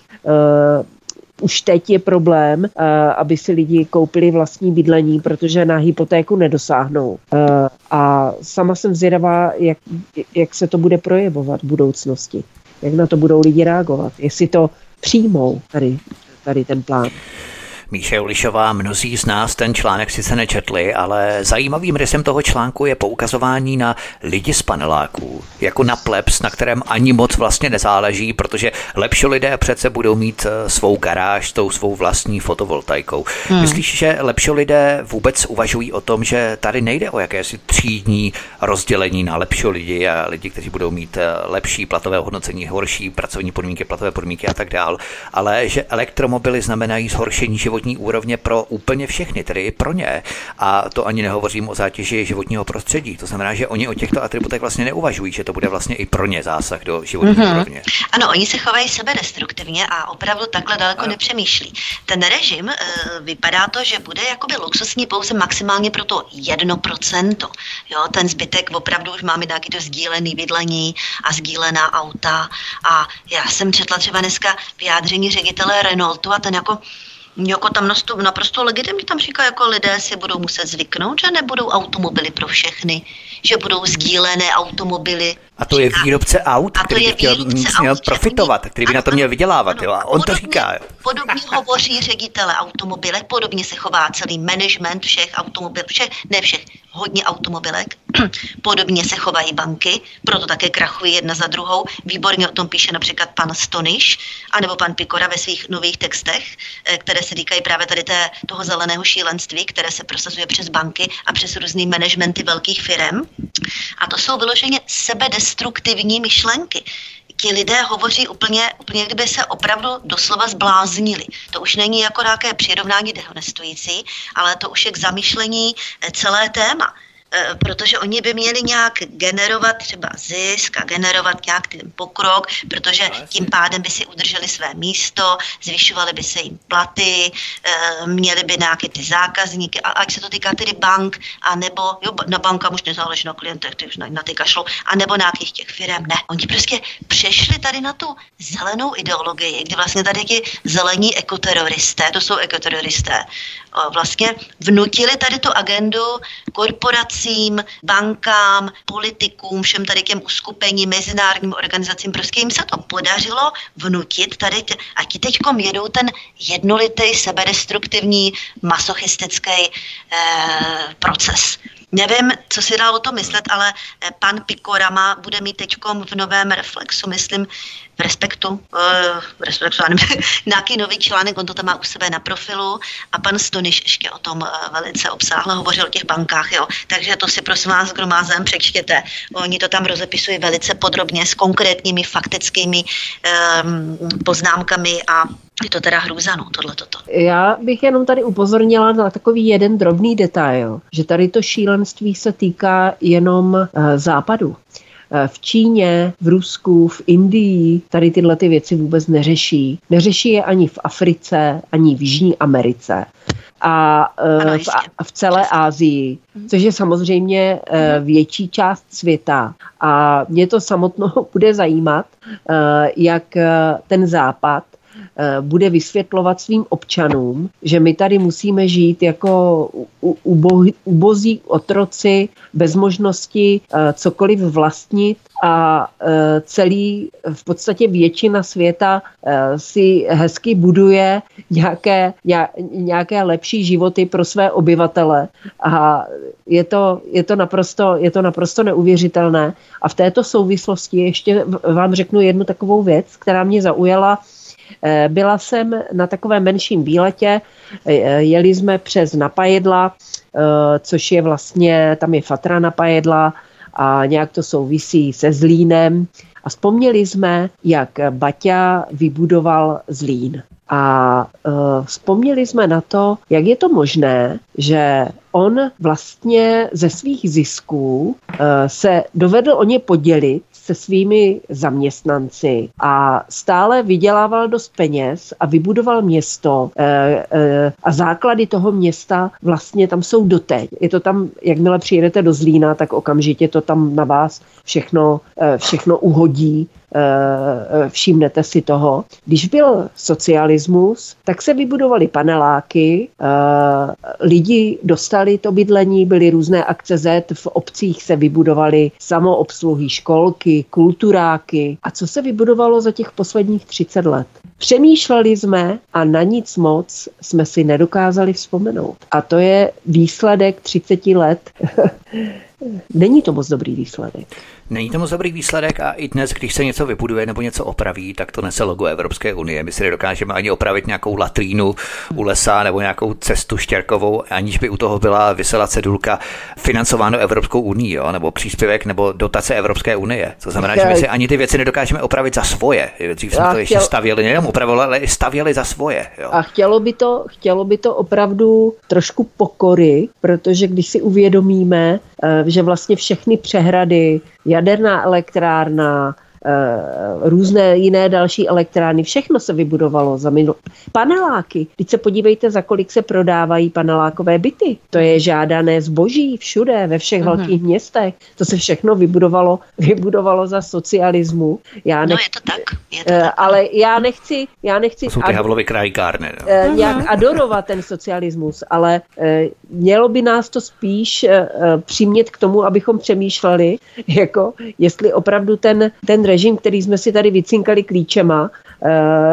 Už teď je problém, aby si lidi koupili vlastní bydlení, protože na hypotéku nedosáhnou. A sama jsem zvědavá, jak, jak se to bude projevovat v budoucnosti. Jak na to budou lidi reagovat. Jestli to přijmou tady, tady ten plán. Míše Julišová, mnozí z nás ten článek sice nečetli, ale zajímavým rysem toho článku je poukazování na lidi z paneláků, jako na plebs, na kterém ani moc vlastně nezáleží, protože lepší lidé přece budou mít svou garáž s tou svou vlastní fotovoltaikou. Hmm. Myslíš, že lepší lidé vůbec uvažují o tom, že tady nejde o jakési třídní rozdělení na lepší lidi a lidi, kteří budou mít lepší platové hodnocení, horší pracovní podmínky, platové podmínky a tak dál, ale že elektromobily znamenají zhoršení životní úrovně pro úplně všechny, tedy i pro ně. A to ani nehovořím o zátěži životního prostředí. To znamená, že oni o těchto atributech vlastně neuvažují, že to bude vlastně i pro ně zásah do životní mm-hmm. úrovně. Ano, oni se chovají sebedestruktivně a opravdu takhle daleko ano. nepřemýšlí. Ten režim, e, vypadá to, že bude jakoby luxusní pouze maximálně pro to jedno procento. Jo, ten zbytek opravdu už máme nějaký to sdílený bydlení a sdílená auta. A já jsem četla třeba dneska vyjádření ředitele Renaultu a ten jako Jako tam nastup, naprosto legitimně tam říká, jako lidé si budou muset zvyknout, že nebudou automobily pro všechny, že budou sdílené automobily. A to je výrobce aut, a to který by chtěl měl profitovat, který by na to měl vydělávat. Ano, jo? A on podobně, to říká. Podobně hovoří ředitele automobilek, podobně se chová celý management všech automobilů, všech, ne všech, hodně automobilek. Podobně se chovají banky, proto také krachují jedna za druhou. Výborně o tom píše například pan Stoniš, anebo pan Pikora ve svých nových textech, které se týkají právě tady té, toho zeleného šílenství, které se prosazuje přes banky a přes různý managementy velkých firem. A to jsou vyloženě sebedestruktivní myšlenky. Ti lidé hovoří úplně, úplně kdyby se opravdu doslova zbláznili. To už není jako nějaké přirovnání dehonestující, ale to už je k zamyšlení celé téma. Protože oni by měli nějak generovat třeba zisk a generovat nějak ten pokrok, protože tím pádem by si udrželi své místo, zvyšovaly by se jim platy, měli by nějaké ty zákazníky, a ať se to týká tedy bank, anebo, jo, na bankám už nezáleží na klientech, ty už na, na ty kašlou, anebo nějakých těch firem. Ne, oni prostě přešli tady na tu zelenou ideologii, kdy vlastně tady ti zelení ekoteroristé, to jsou ekoteroristé, vlastně vnutili tady tu agendu korporacím, bankám, politikům, všem tady těm uskupením, mezinárodním organizacím. Prostě jim se to podařilo vnutit tady, a ti teďkom jedou ten jednolitý, sebedestruktivní, masochistický eh, proces. Nevím, co si dá o tom myslet, ale pan Pikora má, bude mít teďkom v novém Reflexu, myslím, v Respektu, uh, v Respektu, nevím, nějaký nový článek, on to tam má u sebe na profilu, a pan Stoniš ještě o tom uh, velice obsáhle hovořil o těch bankách, jo. Takže to si prosím vás gromázem přečtěte. Oni to tam rozepisují velice podrobně s konkrétními faktickými um, poznámkami a je to teda hrůza, no, tohle toto. Já bych jenom tady upozornila na takový jeden drobný detail, že tady to šílenství se týká jenom uh, západu. V Číně, v Rusku, v Indii tady tyhle ty věci vůbec neřeší. Neřeší je ani v Africe, ani v Jižní Americe. A ano, v, v celé Asii, což je samozřejmě větší část světa. A mě to samotnou bude zajímat, jak ten západ bude vysvětlovat svým občanům, že my tady musíme žít jako ubozí otroci bez možnosti cokoliv vlastnit a celý, v podstatě většina světa si hezky buduje nějaké, nějaké lepší životy pro své obyvatele. A je to, je to naprosto, je to naprosto neuvěřitelné. A v této souvislosti ještě vám řeknu jednu takovou věc, která mě zaujala. Byla jsem na takovém menším výletě, jeli jsme přes Napajedla, což je vlastně, tam je Fatra Napajedla a nějak to souvisí se Zlínem. A vzpomněli jsme, jak Baťa vybudoval Zlín. A uh, vzpomněli jsme na to, jak je to možné, že on vlastně ze svých zisků uh, se dovedl o ně podělit se svými zaměstnanci a stále vydělával dost peněz a vybudoval město uh, uh, a základy toho města vlastně tam jsou doteď. Je to tam, jakmile přijedete do Zlína, tak okamžitě to tam na vás všechno, uh, všechno uhodí. Všimnete si toho. Když byl socialismus, tak se vybudovaly paneláky, lidi dostali to bydlení, byly různé akce Z, v obcích se vybudovaly samoobsluhy, školky, kulturáky. A co se vybudovalo za těch posledních třicet let? Přemýšleli jsme a na nic moc jsme si nedokázali vzpomenout. A to je výsledek třicet let. Není to moc dobrý výsledek. Není to moc dobrý výsledek a i dnes, když se něco vybuduje nebo něco opraví, tak to nese logo Evropské unie. My si nedokážeme ani opravit nějakou latrínu u lesa nebo nějakou cestu štěrkovou, aniž by u toho byla visela cedulka financováno Evropskou unii, jo? Nebo příspěvek nebo dotace Evropské unie. To znamená, že my si ani ty věci nedokážeme opravit za svoje. Dřív jsme to ještě chtěl... stavěli, nejenom opravovali, ale i stavěli za svoje. Jo? A chtělo by to, chtělo by to opravdu trošku pokory, protože když si uvědomíme, že vlastně všechny přehrady, jaderná elektrárna, různé jiné další elektrárny, všechno se vybudovalo za minul. Paneláky, teď se podívejte, za kolik se prodávají panelákové byty. To je žádané zboží všude, ve všech uh-huh. velkých městech. To se všechno vybudovalo, vybudovalo za socialismu. Já nech... No je to tak. Je to tak. Ale já nechci, já nechci to jsou ty Havlovy krajkárny. No. Uh, nějak uh-huh. adorovat ten socialismus, ale uh, mělo by nás to spíš uh, přimět k tomu, abychom přemýšleli, jako jestli opravdu ten, ten režim, který jsme si tady vycinkali klíčema, uh,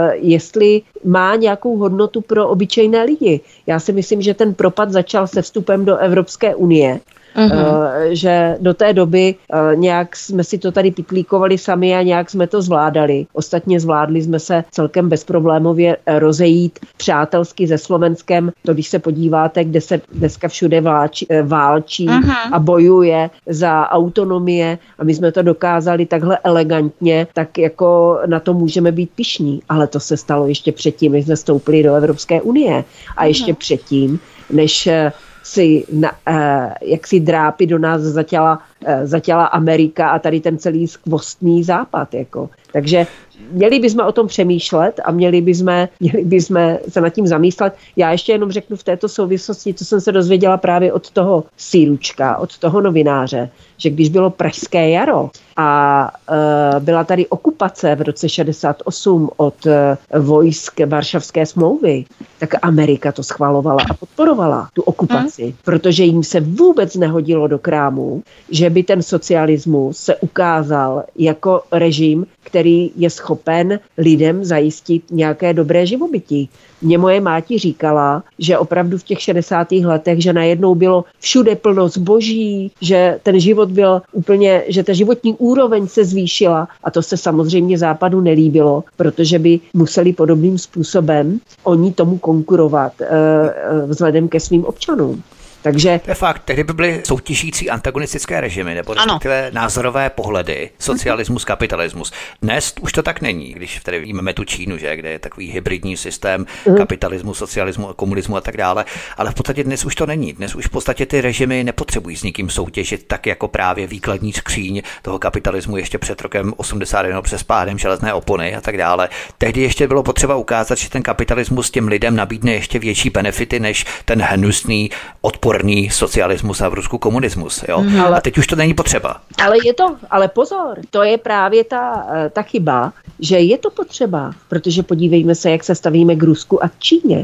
jestli má nějakou hodnotu pro obyčejné lidi. Já si myslím, že ten propad začal se vstupem do Evropské unie. Uh-huh. Že do té doby nějak jsme si to tady pitlíkovali sami a nějak jsme to zvládali. Ostatně zvládli jsme se celkem bezproblémově rozejít přátelsky se Slovenskem. To, když se podíváte, kde se dneska všude vláči, válčí uh-huh. a bojuje za autonomie a my jsme to dokázali takhle elegantně, tak jako na to můžeme být pyšní. Ale to se stalo ještě předtím, než jsme vstoupili do Evropské unie. A ještě uh-huh. předtím, než si na, eh, jak si drápy do nás zatěla, eh, zatěla Amerika a tady ten celý skvostný západ. Jako. Takže měli bychom o tom přemýšlet a měli bychom, měli bychom se nad tím zamýšlet. Já ještě jenom řeknu v této souvislosti, co jsem se dozvěděla právě od toho Síručka, od toho novináře, že když bylo Pražské jaro a e, byla tady okupace v roce šedesát osm od e, vojsk Varšavské smlouvy, tak Amerika to schvalovala a podporovala tu okupaci, hmm. protože jim se vůbec nehodilo do krámu, že by ten socialismus se ukázal jako režim, který je schopen lidem zajistit nějaké dobré živobytí. Mě moje máti říkala, že opravdu v těch šedesátých letech, že najednou bylo všude plno zboží, že ten život byl úplně, že ta životní úroveň se zvýšila a to se samozřejmě Západu nelíbilo, protože by museli podobným způsobem oni tomu konkurovat e, vzhledem ke svým občanům. Takže to je fakt, tehdy by byly soutěžící antagonistické režimy, nebo respektive názorové pohledy, socialismus, kapitalismus. Dnes už to tak není, když tady víme tu Čínu, že, kde je takový hybridní systém kapitalismu, socialismu, komunismu a tak dále, ale v podstatě dnes už to není. Dnes už v podstatě ty režimy nepotřebují s nikým soutěžit, tak jako právě výkladní skříň toho kapitalismu ještě před rokem osmdesát jedna přes pádem železné opony a tak dále. Tehdy ještě bylo potřeba ukázat, že ten kapitalismus těm lidem nabídne ještě větší benefity než ten hnusný odpor socialismus a v Rusku komunismus. Jo? Mm, ale, a teď už to není potřeba. Ale je to, ale pozor, to je právě ta, ta chyba, že je to potřeba, protože podívejme se, jak se stavíme k Rusku a k Číně.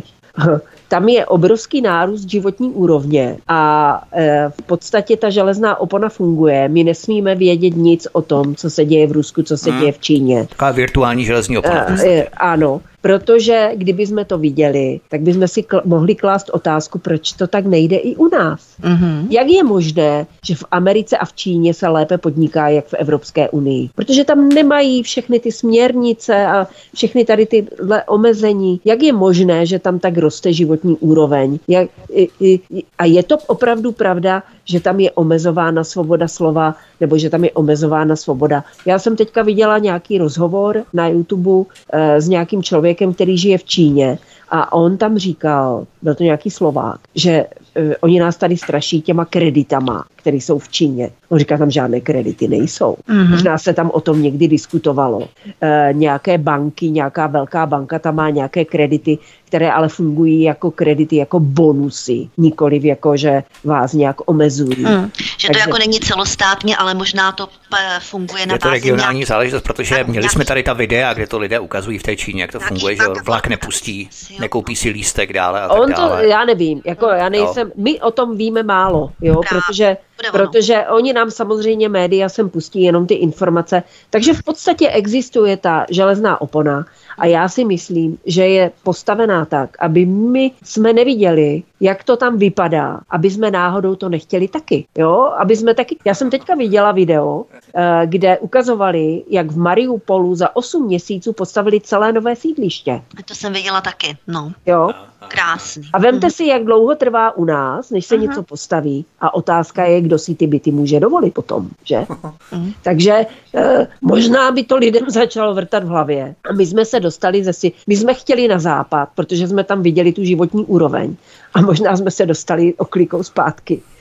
Tam je obrovský nárůst životní úrovně a e, v podstatě ta železná opona funguje. My nesmíme vědět nic o tom, co se děje v Rusku, co se hmm. děje v Číně. Taková virtuální železní opona. E, e, ano, protože kdyby jsme to viděli, tak bychom si kl- mohli klást otázku, proč to tak nejde i u nás. Mm-hmm. Jak je možné, že v Americe a v Číně se lépe podniká, jak v Evropské unii? Protože tam nemají všechny ty směrnice a všechny tady tyhle omezení. Jak je možné, že tam tak roste životní úroveň? Jak, i, i, a je to opravdu pravda, že tam je omezována svoboda slova, nebo že tam je omezována svoboda. Já jsem teďka viděla nějaký rozhovor na YouTube e, s nějakým člověkem, který žije v Číně a on tam říkal, byl to nějaký Slovák, že e, oni nás tady straší těma kreditama, které jsou v Číně. On říká, tam žádné kredity nejsou. Mm-hmm. Možná se tam o tom někdy diskutovalo. E, nějaké banky, nějaká velká banka tam má nějaké kredity, které ale fungují jako kredity, jako bonusy, nikoliv jako, že vás nějak omezují. Mm. Že to Takže, jako není celostátně, ale možná to funguje na je to bázi regionální nějak... záležitost, protože tak, měli nějaký... jsme tady ta videa, kde to lidé ukazují v té Číně, jak to funguje, že vlak nepustí, nekoupí si lístek dále a tak On dále. To, já nevím, jako já nejsem, jo. My o tom víme málo, jo, Právě. protože Protože oni nám samozřejmě média sem pustí jenom ty informace. Takže v podstatě existuje ta železná opona a já si myslím, že je postavená tak, aby my jsme neviděli, jak to tam vypadá, aby jsme náhodou to nechtěli taky. Jo? Aby jsme taky... Já jsem teďka viděla video, kde ukazovali, jak v Mariupolu za osm měsíců postavili celé nové sídliště. To jsem viděla taky, no. Jo? Krásný. A vemte si, jak dlouho trvá u nás, než se uh-huh. něco postaví. A otázka je, kdo si ty byty může dovolit potom, že? Uh-huh. Takže eh, možná by to lidem začalo vrtat v hlavě. A my jsme se dostali zase, my jsme chtěli na západ, protože jsme tam viděli tu životní úroveň. A možná jsme se dostali oklikou zpátky.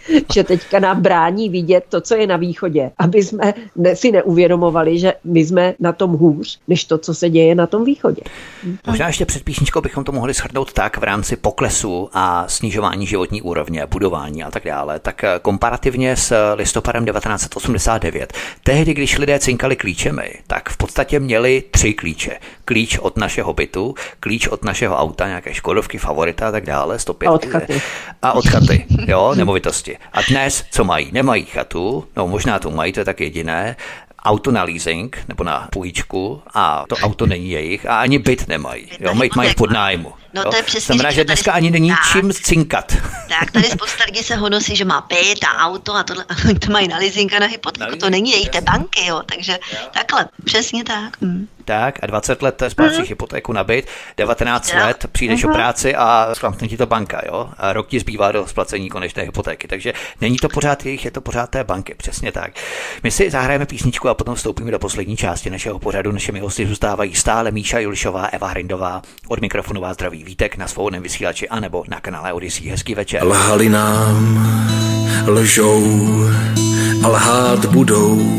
že teďka nám brání vidět to, co je na východě, aby jsme si neuvědomovali, že my jsme na tom hůř, než to, co se děje na tom východě. Možná ještě před písničkou bychom to mohli shrnout tak v rámci poklesu a snižování životní úrovně, budování a tak dále, tak komparativně s listopadem devatenáct set osmdesát devět. Tehdy, když lidé cinkali klíčemi, tak v podstatě měli tři klíče. Klíč od našeho bytu, klíč od našeho auta, nějaké Škodovky, Favorita a tak dále, sto pět. A od chaty. A od chaty, jo, nemovitosti. A dnes, co mají? Nemají chatu, no možná to mají, to je tak jediné, auto na leasing nebo na půjčku a to auto není jejich a ani byt nemají, jo, mají, mají pod nájmu. No to je přesně. Znamená, že dneska ani není tak, čím cinkat. Tak, tady spousta lidí se honosí, že má byt a auto a tohle, a to mají na leasing a na hypotéku, to není jejich té banky, jo, takže jo. Takhle, přesně tak. Hm. Tak a dvacet let splácíš mm. hypotéku na byt, devatenáct jo. let přijdeš mm-hmm. o práci a splácne ti to banka, jo, a rok ti zbývá do splacení konečné hypotéky, takže není to pořád jejich, je to pořád té banky, přesně tak. My si zahrajeme písničku a potom vstoupíme do poslední části našeho pořadu. Našimi hosty zůstávají stále Míša Julišová, Eva Hrindová, od mikrofonu vás zdraví Vítek na svobodném vysílači anebo na kanále Odyssey. Hezký večer. Lhali nám, lžou a lhát budou.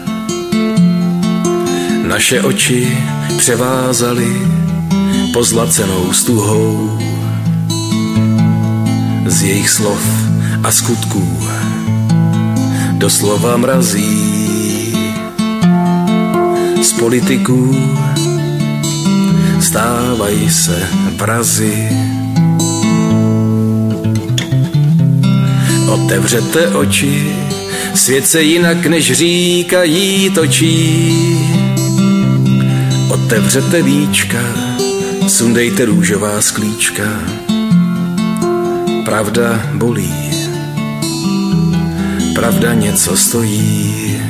Naše oči převázaly pozlacenou stuhou. Z jejich slov a skutků doslova mrazí. Z politiků stávají se vrazi. Otevřete oči, svět se jinak než říkají točí. Otevřete víčka, sundejte růžová sklíčka. Pravda bolí, pravda něco stojí.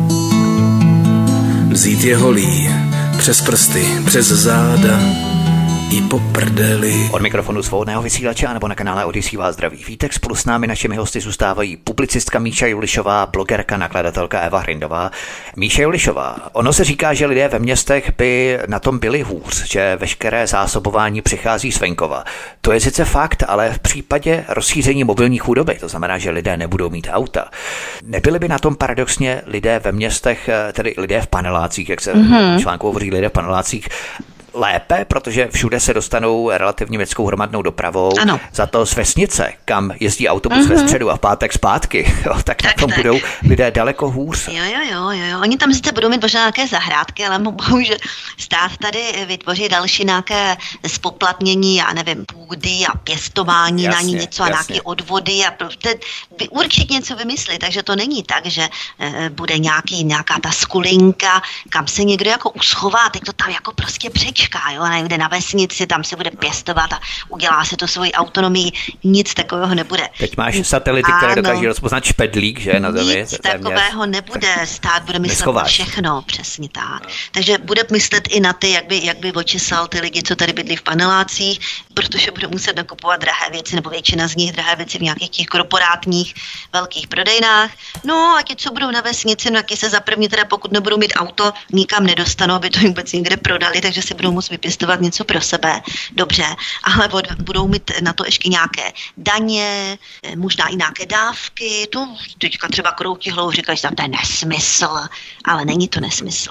Vzít je holí, přes prsty, přes záda i po prdeli. Od mikrofonu svobodného vysílače nebo na kanále Odyssey vás zdraví Vítek. Spolu s námi našimi hosty zůstávají publicistka Míša Julišová, blogerka, nakladatelka Eva Hrindová. Míša Julišová, ono se říká, že lidé ve městech by na tom byli hůř, že veškeré zásobování přichází z venkova. To je sice fakt, ale v případě rozšíření mobilní chudoby, to znamená, že lidé nebudou mít auta, nebyli by na tom paradoxně lidé ve městech, tedy lidé v panelácích, jak se mm-hmm. v článku hovoří, lidé v panelácích, lépe, protože všude se dostanou relativně městskou hromadnou dopravou. Ano. Za to z vesnice, kam jezdí autobus mm-hmm. ve středu a v pátek zpátky, jo, tak, tak na tom tak. budou lidé daleko hůř. Jo, jo, jo, jo. Oni tam sice budou mít možná nějaké zahrádky, ale bohužel stát tady vytvoří další nějaké spoplatnění, já nevím, půdy a pěstování jasně, na ní něco jasně. a nějaké odvody a prostě určitě něco vymyslí, takže to není tak, že e, bude nějaký, nějaká ta skulinka, kam se někdo jako uschová, teď to tam jako prostě přeč. Jo, někde na vesnici, tam se bude pěstovat a udělá se to svoji autonomii, nic takového nebude. Teď máš satelity, ano, které dokáží rozpoznat špedlík, že na zemi. Nic takového nebude, stát bude myslet neschováš. Na všechno, přesně tak. No. Takže bude myslet i na ty, jak by, jak by očesal ty lidi, co tady bydlí v panelácích, protože bude muset nakupovat drahé věci, nebo většina z nich drahé věci v nějakých těch korporátních velkých prodejnách. No a ti, co budou na vesnici, no taky se za první teda, pokud nebudou mít auto, nikam nedostanou, aby to vůbec někde prodali, takže se budou moct vypěstovat něco pro sebe, dobře, ale budou mít na to ještě nějaké daně, možná i nějaké dávky, to teďka třeba kroutí hlavou, říkají, že to je nesmysl, ale není to nesmysl.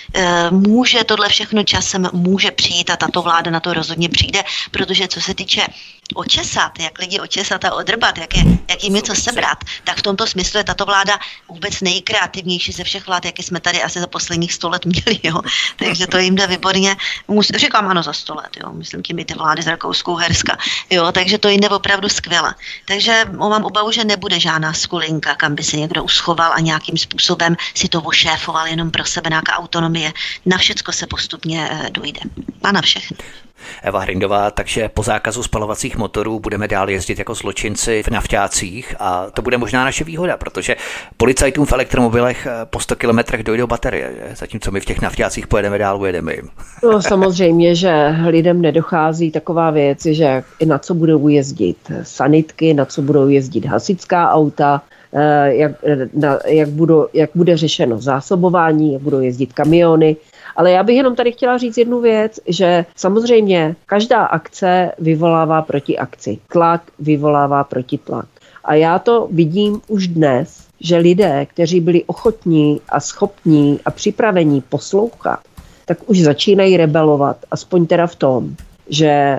Může tohle všechno časem, může přijít a tato vláda na to rozhodně přijde, protože co se týče očesat, jak lidi očesat a odrbat, jak, je, jak jim něco sebrat, tak v tomto smyslu je tato vláda vůbec nejkreativnější ze všech vlád, jaké jsme tady asi za posledních sto let měli, jo. Takže to jim jde výborně. Mus, říkám ano za sto let, jo. Myslím tím i ty vlády z Rakouskou-Herska, jo. Takže to jim jde opravdu skvěle. Takže mám obavu, že nebude žádná skulinka, kam by se někdo uschoval a nějakým způsobem si to ošéfoval jenom pro sebe, nějaká autonomie. Na všecko se postupně eh, dojde. A na všechny. Eva Hrindová, takže po zákazu spalovacích motorů budeme dál jezdit jako zločinci v nafťácích a to bude možná naše výhoda, protože policajtům v elektromobilech po sto kilometrech dojdou baterie, že? Zatímco my v těch nafťácích pojedeme dál, ujedeme jim. No samozřejmě, že lidem nedochází taková věc, že na co budou jezdit sanitky, na co budou jezdit hasičská auta, jak, na, jak, budou, jak bude řešeno zásobování, jak budou jezdit kamiony. Ale já bych jenom tady chtěla říct jednu věc, že samozřejmě každá akce vyvolává protiakci. Tlak vyvolává protitlak. A já to vidím už dnes, že lidé, kteří byli ochotní a schopní a připravení poslouchat, tak už začínají rebelovat, aspoň teda v tom, že e,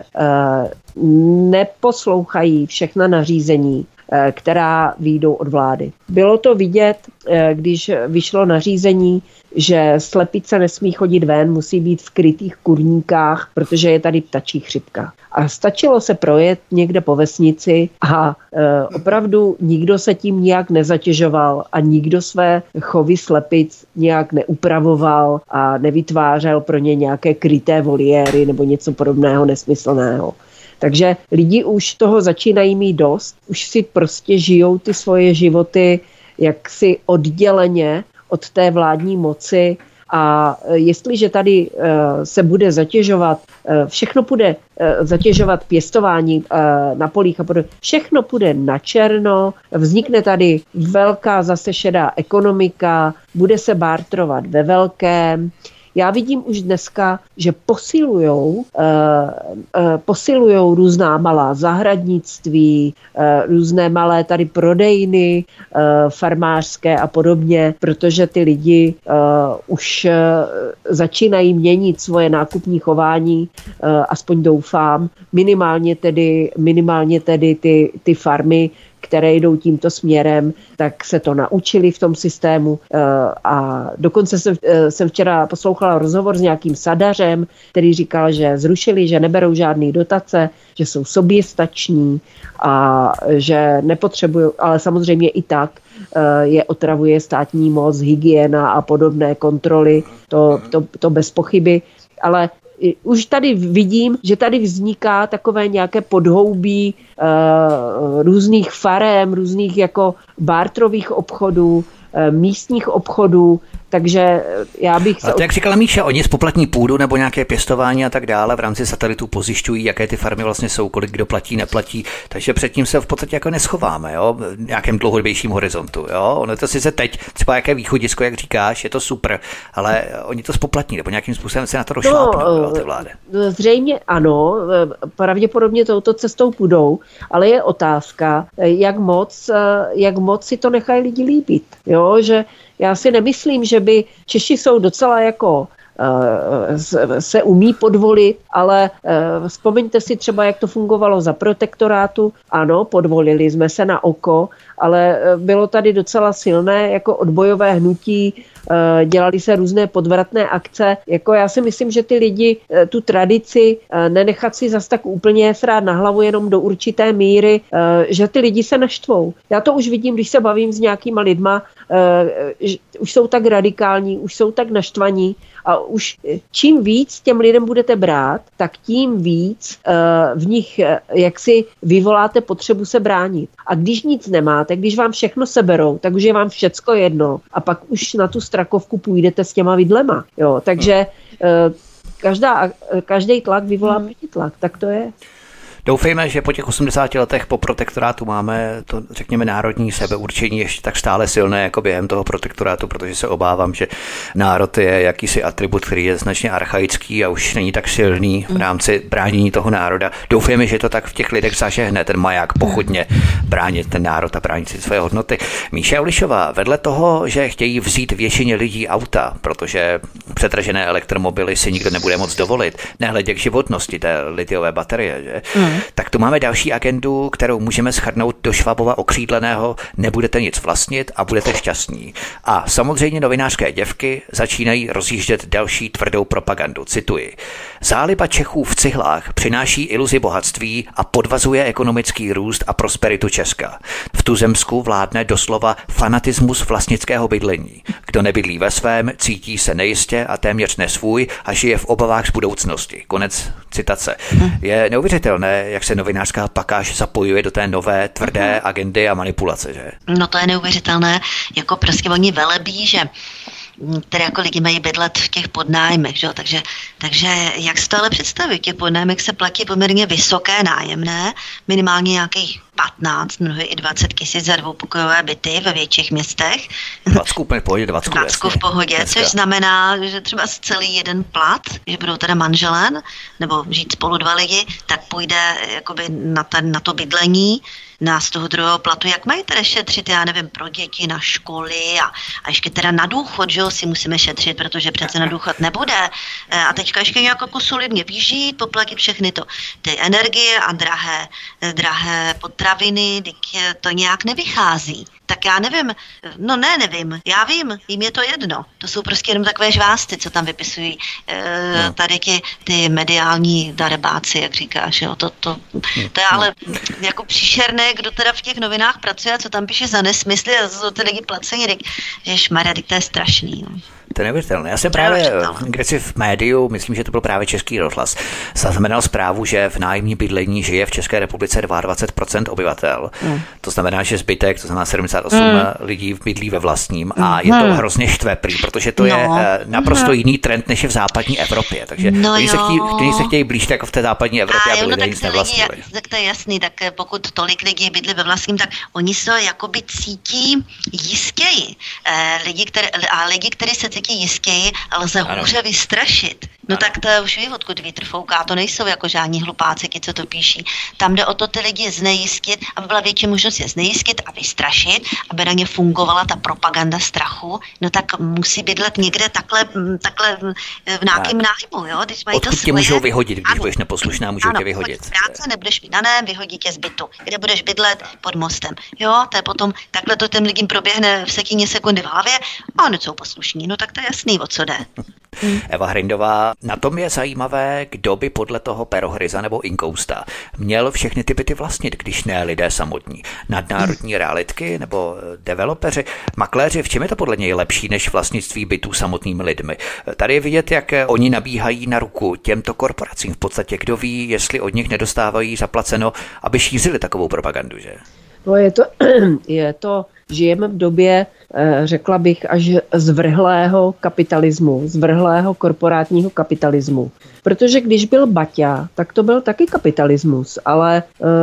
neposlouchají všechna nařízení, e, která vyjdou od vlády. Bylo to vidět, e, když vyšlo nařízení, že slepice nesmí chodit ven, musí být v krytých kurníkách, protože je tady ptačí chřipka. A stačilo se projet někde po vesnici a e, opravdu nikdo se tím nijak nezatěžoval a nikdo své chovy slepic nijak neupravoval a nevytvářel pro ně nějaké kryté voliéry nebo něco podobného nesmyslného. Takže lidi už toho začínají mít dost, už si prostě žijou ty svoje životy jaksi odděleně od té vládní moci a jestliže tady se bude zatěžovat, všechno bude zatěžovat pěstování na polích a podobně, všechno bude na černo, vznikne tady velká zase šedá ekonomika, bude se bartrovat ve velkém. Já vidím už dneska, že posilujou, uh, uh, posilujou různá malá zahradnictví, uh, různé malé tady prodejny uh, farmářské a podobně, protože ty lidi uh, už uh, začínají měnit svoje nákupní chování, uh, aspoň doufám, minimálně tedy, minimálně tedy ty, ty farmy, které jdou tímto směrem, tak se to naučili v tom systému a dokonce jsem, jsem včera poslouchala rozhovor s nějakým sadařem, který říkal, že zrušili, že neberou žádný dotace, že jsou soběstační a že nepotřebují, ale samozřejmě i tak je otravuje státní moc, hygiena a podobné kontroly, to, to, to bez pochyby, ale už tady vidím, že tady vzniká takové nějaké podhoubí uh, různých farem, různých jako bartrových obchodů, uh, místních obchodů, takže já bych... Ale to, jak říkala Míša, oni spoplatní půdu nebo nějaké pěstování a tak dále v rámci satelitů pozjišťují, jaké ty farmy vlastně jsou, kolik kdo platí, neplatí, takže předtím se v podstatě jako neschováme, jo, v nějakém dlouhodobějším horizontu, jo. Ono to sice teď, třeba jaké východisko, jak říkáš, je to super, ale oni to spoplatní, nebo nějakým způsobem se na to došlápnou, no, jo, ty vlády. Zřejmě ano, pravděpodobně touto cestou půjdou, ale je otázka, jak moc, jak moc si to nechají lidi líbit, jo, že já si nemyslím, že by Češi jsou docela jako se umí podvolit, ale vzpomeňte si třeba, jak to fungovalo za protektorátu. Ano, podvolili jsme se na oko, ale bylo tady docela silné jako odbojové hnutí, dělali se různé podvratné akce. Jako já si myslím, že ty lidi tu tradici nenechat si zas tak úplně srát na hlavu jenom do určité míry, že ty lidi se naštvou. Já to už vidím, když se bavím s nějakýma lidma, už jsou tak radikální, už jsou tak naštvaní a už čím víc těm lidem budete brát, tak tím víc v nich jaksi vyvoláte potřebu se bránit. A když nic nemáte, když vám všechno seberou, tak už je vám všecko jedno a pak už na tu strakovku půjdete s těma vidlema. Jo, takže každá, každý tlak vyvolá protitlak, tak to je. Doufejme, že po těch osmdesáti letech po protektorátu máme to, řekněme, národní sebeurčení ještě tak stále silné jako během toho protektorátu, protože se obávám, že národ je jakýsi atribut, který je značně archaický a už není tak silný v rámci bránění toho národa. Doufejme, že to tak v těch lidech zažehne, ten maják pochodně bránit ten národ a bránit si své hodnoty. Míša Ulišová, vedle toho, že chtějí vzít většině lidí auta, protože předražené elektromobily si nikdo nebude moc dovolit, nehledě k životnosti té lithiové baterie, že? Mm. Tak tu máme další agendu, kterou můžeme shrnout do Švabova okřídleného nebudete nic vlastnit a budete šťastní. A samozřejmě novinářské děvky začínají rozjíždět další tvrdou propagandu. Cituji. Záliba Čechů v cihlách přináší iluzi bohatství a podvazuje ekonomický růst a prosperitu Česka. V tuzemsku vládne doslova fanatismus vlastnického bydlení. Kdo nebydlí ve svém, cítí se nejistě a téměř nesvůj a žije v obavách z budoucnosti. Konec citace. Je neuvěřitelné, jak se novinářská pakáž zapojuje do té nové tvrdé agendy a manipulace, že? No to je neuvěřitelné, jako prostě oni velebí, že které jako lidi mají bydlet v těch podnájmech, že? Takže, takže jak si to ale představit, v těch podnájmech se platí poměrně vysoké nájemné, minimálně nějakých patnáct, mnohdy i dvacet tisíc za dvoupokojové byty ve větších městech. dvacet v pohodě, dvacet v pohodě, dneska. Což znamená, že třeba celý jeden plat, že budou teda manželen, nebo žít spolu dva lidi, tak půjde jakoby na, ta, na to bydlení. na z toho druhého platu, jak mají teda šetřit, já nevím, pro děti, na školy a, a ještě teda na důchod, že jo, si musíme šetřit, protože přece na důchod nebude. A teďka ještě nějak jako solidně vyžít, poplatit všechny to, ty energie a drahé, drahé potraviny, teď to nějak nevychází. Tak já nevím, no ne, nevím, já vím, jim je to jedno. To jsou prostě jenom takové žvásty, co tam vypisují e, tady ti, ty mediální darebáci, jak říkáš, jo, to, to, to je ale jako příšerné, kdo teda v těch novinách pracuje a co tam píše za nesmysly a jsou ty lidi placení, ježmarja, to je strašný, no. To je neuvěřitelné. Já jsem právě kdysi v médiu, myslím, že to byl právě Český rozhlas, zaznamenal zprávu, že v nájemní bydlení žije v České republice dvacet dva procent obyvatel. Mm. To znamená, že zbytek, to znamená sedmdesát osm mm. lidí bydlí ve vlastním a je to hrozně štve prý, protože to je no. naprosto jiný trend, než je v západní Evropě. Takže no oni se chtějí, chtějí se chtějí blíž jako v té západní Evropě, aby lidé nic nevlastnili. Tak to je jasný, tak pokud tolik lidí bydlí ve vlastním, tak oni se jakoby cítí jistěji. E, lidi, které, a lidi, kteří se cítí jistěji, lze hůře vystrašit. No ano. Tak to už ví, odkud vítr fouká. To nejsou jako žádní hlupáci, co to píší. Tam jde o to ty lidi znejistit, aby byla větší možnost je znejistit a vystrašit, aby na ně fungovala ta propaganda strachu. No tak musí bydlet někde takhle, takhle v nějakém nájmu, jo? Když mají odkud to tě svoje... můžou vyhodit, když ano. budeš neposlušná, můžou ano, tě vyhodit. Ano, práce, nebudeš mít dané, vyhodí tě z bytu. Kde budeš bydlet? Pod mostem. Jo, to je potom, takhle to těm lidem proběhne v sekině sekundy v hlavě a oni jsou poslušní. No tak to je jasný, o co jde. Eva Hrindová, na tom je zajímavé, kdo by podle toho Perohryza nebo Inkousta měl všechny ty byty vlastnit, když ne lidé samotní. Nadnárodní realitky nebo developeři, makléři, v čem je to podle něj lepší než vlastnictví bytů samotnými lidmi? Tady je vidět, jak oni nabíhají na ruku těmto korporacím. V podstatě kdo ví, jestli od nich nedostávají zaplaceno, aby šířili takovou propagandu, že? No je to, je to, žijeme v době, řekla bych, až zvrhlého kapitalismu, zvrhlého korporátního kapitalismu. Protože když byl Baťa, tak to byl taky kapitalismus, ale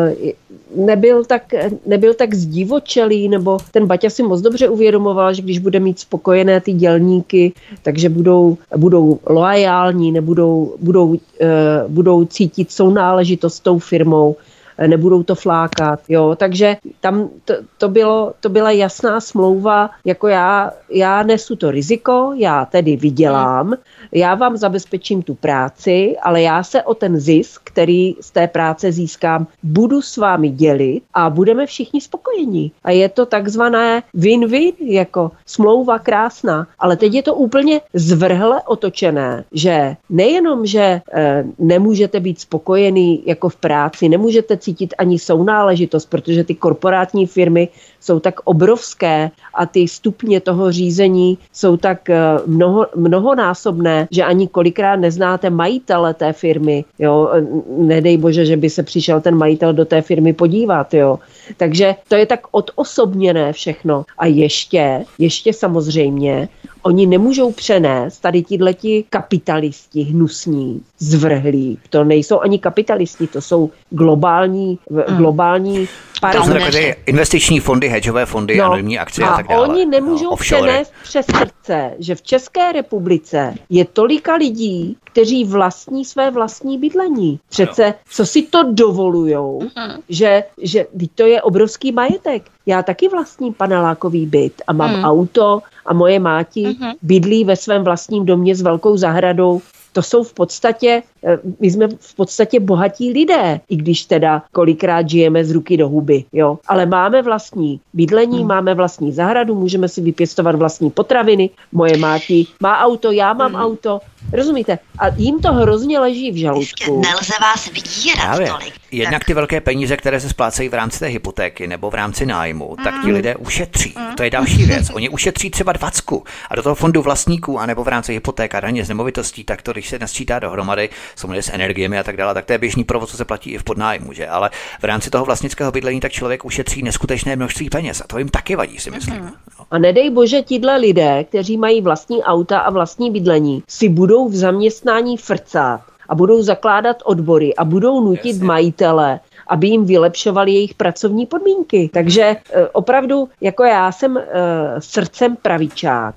nebyl tak, nebyl tak zdivočelý, nebo ten Baťa si moc dobře uvědomoval, že když bude mít spokojené ty dělníky, takže budou, budou loajální, nebudou, budou, budou cítit sounáležitost s tou firmou, nebudou to flákat, jo, takže tam to, to, bylo, to byla jasná smlouva, jako já, já nesu to riziko, já tedy vydělám, já vám zabezpečím tu práci, ale já se o ten zisk, který z té práce získám, budu s vámi dělit a budeme všichni spokojení. A je to takzvané win-win, jako smlouva krásná, ale teď je to úplně zvrhle otočené, že nejenom, že e, nemůžete být spokojený jako v práci, nemůžete cítit ani sounáležitost, protože ty korporátní firmy jsou tak obrovské a ty stupně toho řízení jsou tak mnoho, mnohonásobné, že ani kolikrát neznáte majitele té firmy. Jo? Nedej bože, že by se přišel ten majitel do té firmy podívat. Jo? Takže to je tak odosobněné všechno. A ještě, ještě samozřejmě, oni nemůžou přenést tady tihleti kapitalisti hnusní, zvrhlí. To nejsou ani kapitalisti, to jsou globální, mm. globální parametry. Investiční fondy, hedžové fondy, no, anonymní akcie a, a tak dále. Oni nemůžou no, přenést přes srdce, že v České republice je tolika lidí, kteří vlastní své vlastní bydlení. Přece, co si to dovolujou, mm. že, že to je obrovský majetek. Já taky vlastním panelákový byt a mám mm. auto a moje máti mm-hmm. bydlí ve svém vlastním domě s velkou zahradou. To jsou v podstatě, my jsme v podstatě bohatí lidé, i když teda kolikrát žijeme z ruky do huby, jo. Ale máme vlastní bydlení, hmm. máme vlastní zahradu, můžeme si vypěstovat vlastní potraviny, moje máti má auto, já mám hmm. auto, rozumíte? A jim to hrozně leží v žaludku. Nelze vás vydírat tolik. Jednak ty velké peníze, které se splácejí v rámci té hypotéky nebo v rámci nájmu, tak ti lidé ušetří. To je další věc. Oni ušetří třeba dvacku a do toho fondu vlastníků anebo v rámci hypotéka, daně z nemovitostí, tak to, když se nasčítá dohromady, samozřejmě s energiemi a tak dále, tak to je běžný provoz, co se platí i v podnájmu, že? Ale v rámci toho vlastnického bydlení tak člověk ušetří neskutečné množství peněz a to jim taky vadí, si myslím. No. A nedej bože, tihle lidé, kteří mají vlastní auta a vlastní bydlení, si budou v zaměstnání frcat a budou zakládat odbory a budou nutit Jasně. majitele, aby jim vylepšovali jejich pracovní podmínky. Takže opravdu, jako já jsem srdcem pravičák,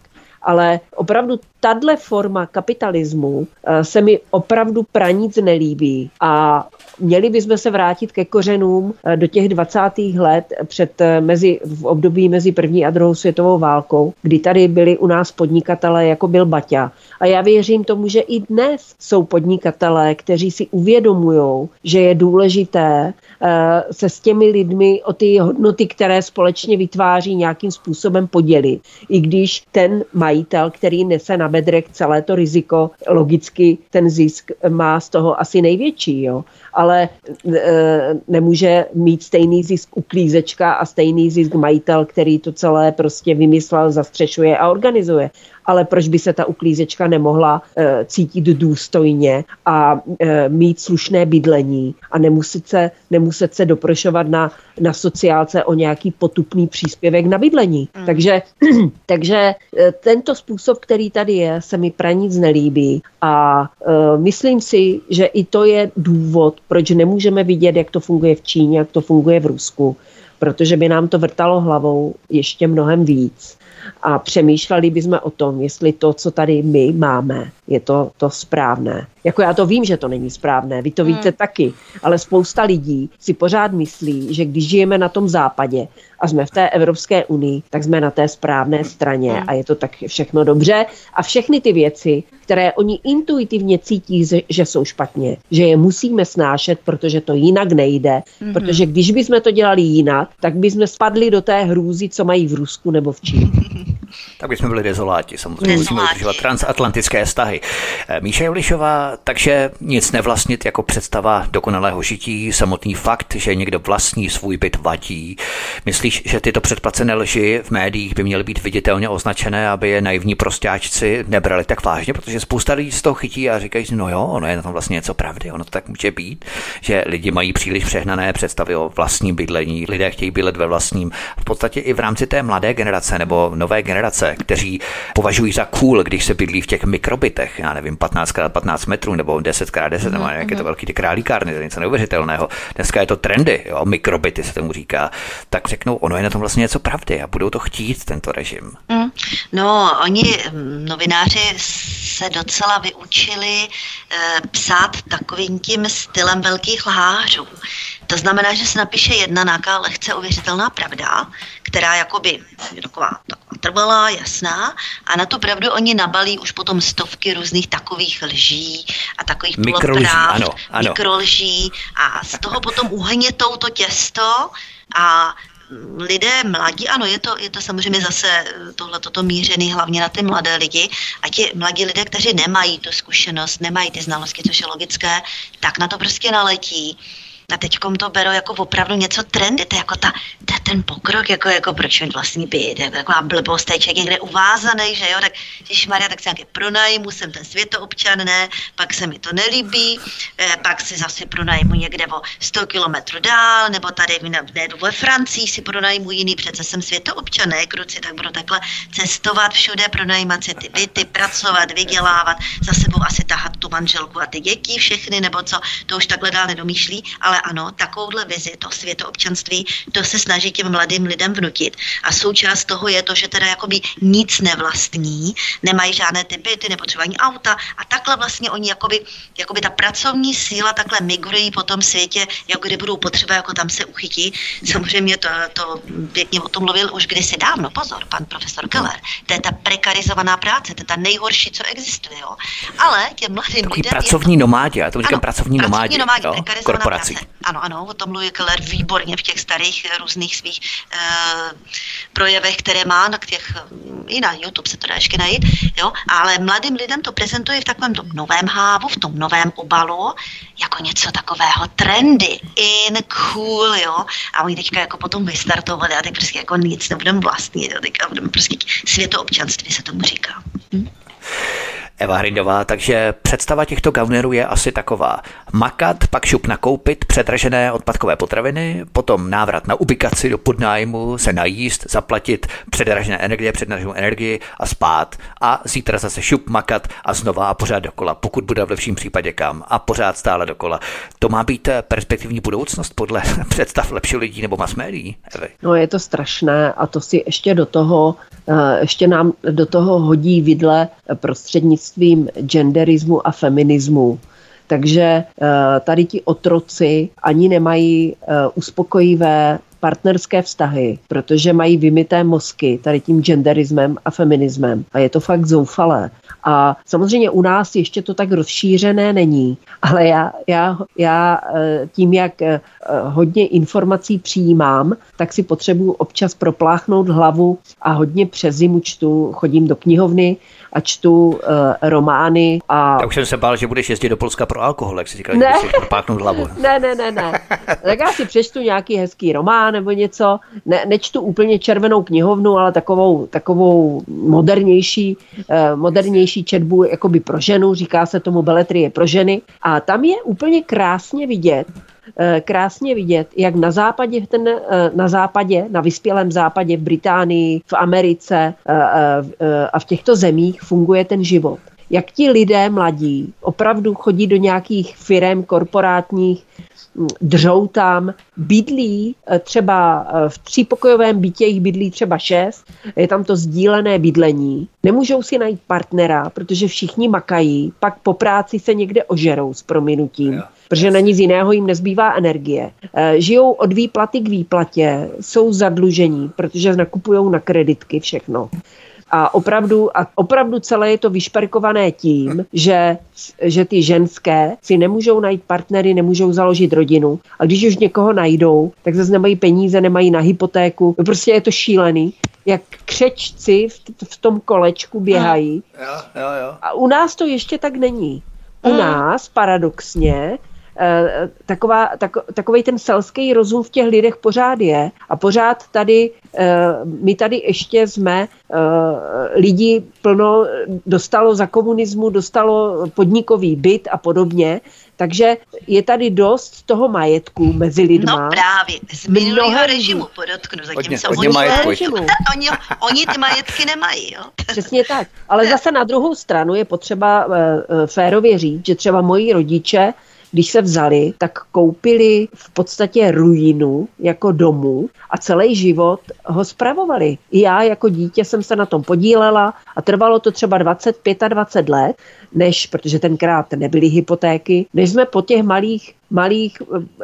Ale opravdu tahle forma kapitalismu se mi opravdu pranic nelíbí a měli bychom se vrátit ke kořenům do těch dvacátých let před mezi, v období mezi první a druhou světovou válkou, kdy tady byli u nás podnikatelé, jako byl Baťa. A já věřím tomu, že i dnes jsou podnikatelé, kteří si uvědomují, že je důležité se s těmi lidmi o ty hodnoty, které společně vytváří, nějakým způsobem podělit. I když ten majitel, který nese na bedrech celé to riziko, logicky ten zisk má z toho asi největší, jo. Ale e, nemůže mít stejný zisk uklízečka a stejný zisk majitel, který to celé prostě vymyslel, zastřešuje a organizuje. Ale proč by se ta uklízečka nemohla e, cítit důstojně a e, mít slušné bydlení a nemuset se, nemuset se doprošovat na, na sociálce o nějaký potupný příspěvek na bydlení. Mm. Takže, takže e, tento způsob, který tady je, se mi pranic nelíbí a e, myslím si, že i to je důvod, proč nemůžeme vidět, jak to funguje v Číně, jak to funguje v Rusku, protože by nám to vrtalo hlavou ještě mnohem víc. A přemýšleli bychom o tom, jestli to, co tady my máme, je to, to správné. Jako já to vím, že to není správné, vy to víte hmm. taky, ale spousta lidí si pořád myslí, že když žijeme na tom západě a jsme v té Evropské unii, tak jsme na té správné straně hmm. a je to tak všechno dobře a všechny ty věci, které oni intuitivně cítí, že jsou špatně, že je musíme snášet, protože to jinak nejde, hmm. protože když bychom to dělali jinak, tak bychom spadli do té hrůzy, co mají v Rusku nebo v Číně. Tak bychom byli dezoláti, samozřejmě musíme udržovat transatlantické vztahy. Míša Julišová, takže nic nevlastnit jako představa dokonalého žití, samotný fakt, že někdo vlastní svůj byt vadí. Myslíš, že tyto předplacené lži v médiích by měly být viditelně označené, aby je naivní prostáčci nebrali tak vážně, protože spousta lidí z toho chytí a říkají, no jo, ono je na tom vlastně něco pravdy, ono to tak může být, že lidi mají příliš přehnané představy o vlastním bydlení, lidé chtějí bydlet ve vlastním. V podstatě i v rámci té mladé generace nebo nové generace, kteří považují za cool, když se bydlí v těch mikrobytech, já nevím, patnáct krát patnáct metrů nebo deset krát deset, nebo jak je to velký ty králíkárny, to je něco neuvěřitelného. Dneska je to trendy, jo, mikrobyty se tomu říká. Tak řeknou, ono je na tom vlastně něco pravdy a budou to chtít, tento režim. Mm. No, oni novináři se docela vyučili e, psát takovým tím stylem velkých lhářů. To znamená, že se napíše jedna nějaká lehce uvěřitelná pravda, která jakoby je taková, taková trvalá, jasná, a na tu pravdu oni nabalí už potom stovky různých takových lží a takových polopravd, mikrolží a z toho potom uhnětou to těsto a lidé mladí, ano, je to, je to samozřejmě zase tohle toto mířený hlavně na ty mladé lidi a ti mladí lidé, kteří nemají tu zkušenost, nemají ty znalosti, což je logické, tak na to prostě naletí. A teďkom to berou jako opravdu něco trendy, to je jako ta, ta, ten pokrok, jako, jako proč mít vlastní byt, jako taková blbost, tady člověk někde uvázaný, že jo, tak ježišmarja, tak se nějaké pronajmu, jsem ten světoobčan, ne, pak se mi to nelíbí, eh, pak si zase pronajmu někde o sto kilometrů dál, nebo tady nejdu ve Francii si pronajmu jiný, přece jsem světoobčan, ne, kruci, tak budu takhle cestovat všude, pronajímat si ty byty, pracovat, vydělávat, za sebou asi tahat tu manželku a ty děti všechny, nebo co, to už takhle dál nedomýšlí, ale ano, takovouhle vizi, to světoobčanství, to se snaží těm mladým lidem vnutit. A součást toho je to, že teda jakoby nic nevlastní, nemají žádné ty byty, nepotřebují auta a takhle vlastně oni jakoby, jakoby ta pracovní síla takhle migrují po tom světě, jako kdy budou potřeba, jako tam se uchytí. Samozřejmě to, to pěkně o tom mluvil už kdysi dávno, pozor, pan profesor Keller. To je ta prekarizovaná práce, to je ta nejhorší, co existuje. Jo. Ale těm mladým takový lidem pracovní nomádi, já to říkám ano, pracovní nomádi, nomádi jo, korporací. Práce. Ano, ano, o tom mluví Keller výborně v těch starých různých svých e, projevech, které má, na těch, i na YouTube se to dá ještě najít, jo, ale mladým lidem to prezentuje v takovém tom novém hávu, v tom novém obalu, jako něco takového trendy, in, cool, jo, a oni teďka jako potom vystartovali a teď prostě jako nic nebudeme vlastnit, jo, teďka budeme prostě světoobčanství se tomu říká. Hm? Eva Hrindová, takže představa těchto gaunerů je asi taková. Makat, pak šup nakoupit předražené odpadkové potraviny, potom návrat na ubikaci do podnájmu, se najíst, zaplatit předražené energie, předraženou energii a spát. A zítra zase šup makat a znova a pořád dokola, pokud bude v lepším případě kam. A pořád stále dokola. To má být perspektivní budoucnost podle představ lepších lidí nebo mass médií, Evy? No je to strašné a to si ještě do toho, ještě nám do toho hodí vidle prostřednictvím genderismu a feminismu. Takže tady ti otroci ani nemají uspokojivé partnerské vztahy, protože mají vymyté mozky tady tím genderismem a feminismem. A je to fakt zoufalé. A samozřejmě u nás ještě to tak rozšířené není, ale já, já, já tím, jak hodně informací přijímám, tak si potřebuji občas propláchnout hlavu a hodně přes zimu čtu, chodím do knihovny a čtu uh, romány. A... Já už jsem se bál, že budeš jezdit do Polska pro alkohol, jak jsi říkal, že si propáknout hlavu. Ne, ne, ne, ne. Tak já si přečtu nějaký hezký román nebo něco. Ne, nečtu úplně červenou knihovnu, ale takovou, takovou modernější, uh, modernější četbu jakoby pro ženu, říká se tomu beletrie pro ženy. A tam je úplně krásně vidět, krásně vidět, jak na západě, ten, na západě, na vyspělém západě, v Británii, v Americe a v těchto zemích funguje ten život. Jak ti lidé mladí opravdu chodí do nějakých firem korporátních, držou tam, bydlí třeba v třípokojovém bytě, jich bydlí třeba šest, je tam to sdílené bydlení, nemůžou si najít partnera, protože všichni makají, pak po práci se někde ožerou s prominutím, protože na nic jiného jim nezbývá energie. Žijou od výplaty k výplatě, jsou zadlužení, protože nakupujou na kreditky všechno. A opravdu, a opravdu celé je to vyšperkované tím, že, že ty ženské si nemůžou najít partnery, nemůžou založit rodinu. A když už někoho najdou, tak zase nemají peníze, nemají na hypotéku. No prostě je to šílený. Jak křečci v, v tom kolečku běhají. Jo, jo, jo. A u nás to ještě tak není. U nás paradoxně Taková, tak, takovej ten selský rozum v těch lidech pořád je a pořád tady, my tady ještě jsme lidi plno dostalo za komunismu, dostalo podnikový byt a podobně, takže je tady dost toho majetku mezi lidma. No právě, z minulého režimu podotknu, zatímco oni, oni, oni ty majetky nemají. Jo? Přesně tak, ale zase na druhou stranu je potřeba férově říct, že třeba moji rodiče, když se vzali, tak koupili v podstatě ruinu jako domu a celý život ho spravovali. I já jako dítě jsem se na tom podílela a trvalo to třeba dvacet, dvacet pět let, než, protože tenkrát nebyly hypotéky, než jsme po těch malých malých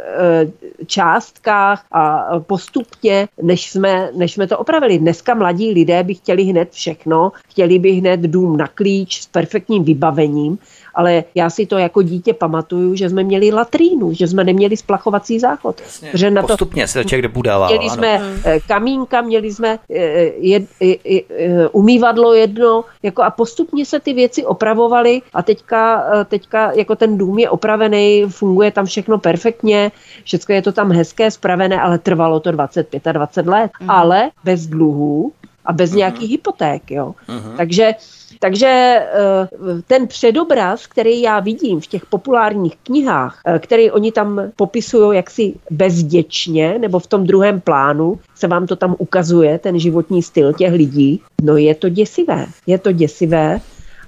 e, částkách a postupně, než jsme, než jsme to opravili. Dneska mladí lidé by chtěli hned všechno, chtěli by hned dům na klíč s perfektním vybavením, ale já si to jako dítě pamatuju, že jsme měli latrínu, že jsme neměli splachovací záchod. Jasně, na to, postupně se člověk budával. Měli ano. jsme kamínka, měli jsme jed, jed, jed, umývadlo jedno jako a postupně se ty věci opravovaly a teďka, teďka jako ten dům je opravený, funguje tam všechno perfektně, všechno je to tam hezké, spravené, ale trvalo to dvacet, dvacet pět let, mm. ale bez dluhů a bez mm. nějakých hypoték. Jo. Mm. Takže Takže ten předobraz, který já vidím v těch populárních knihách, který oni tam popisují jaksi bezděčně, nebo v tom druhém plánu, se vám to tam ukazuje, ten životní styl těch lidí, no je to děsivé. Je to děsivé.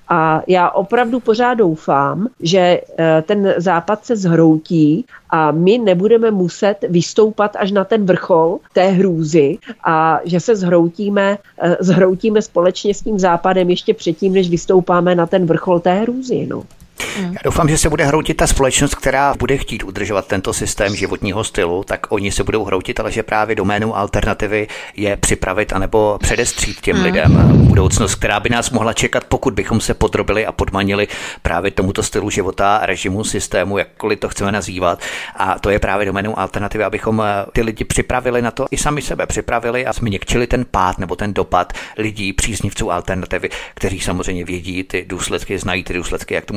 A já opravdu pořád doufám, že ten západ se zhroutí a my nebudeme muset vystoupat až na ten vrchol té hrůzy a že se zhroutíme, zhroutíme společně s tím západem ještě předtím, než vystoupáme na ten vrchol té hrůzy. No. Já doufám, že se bude hroutit ta společnost, která bude chtít udržovat tento systém životního stylu, tak oni se budou hroutit, ale že právě doménou alternativy je připravit anebo předestřít těm hmm. lidem budoucnost, která by nás mohla čekat, pokud bychom se podrobili a podmanili právě tomuto stylu života, režimu, systému, jakkoliv to chceme nazývat. A to je právě doménou alternativy, abychom ty lidi připravili na to, i sami sebe připravili a změkčili ten pád nebo ten dopad lidí, příznivců alternativy, kteří samozřejmě vědí ty důsledky, znají ty důsledky, jak to může pokračovat.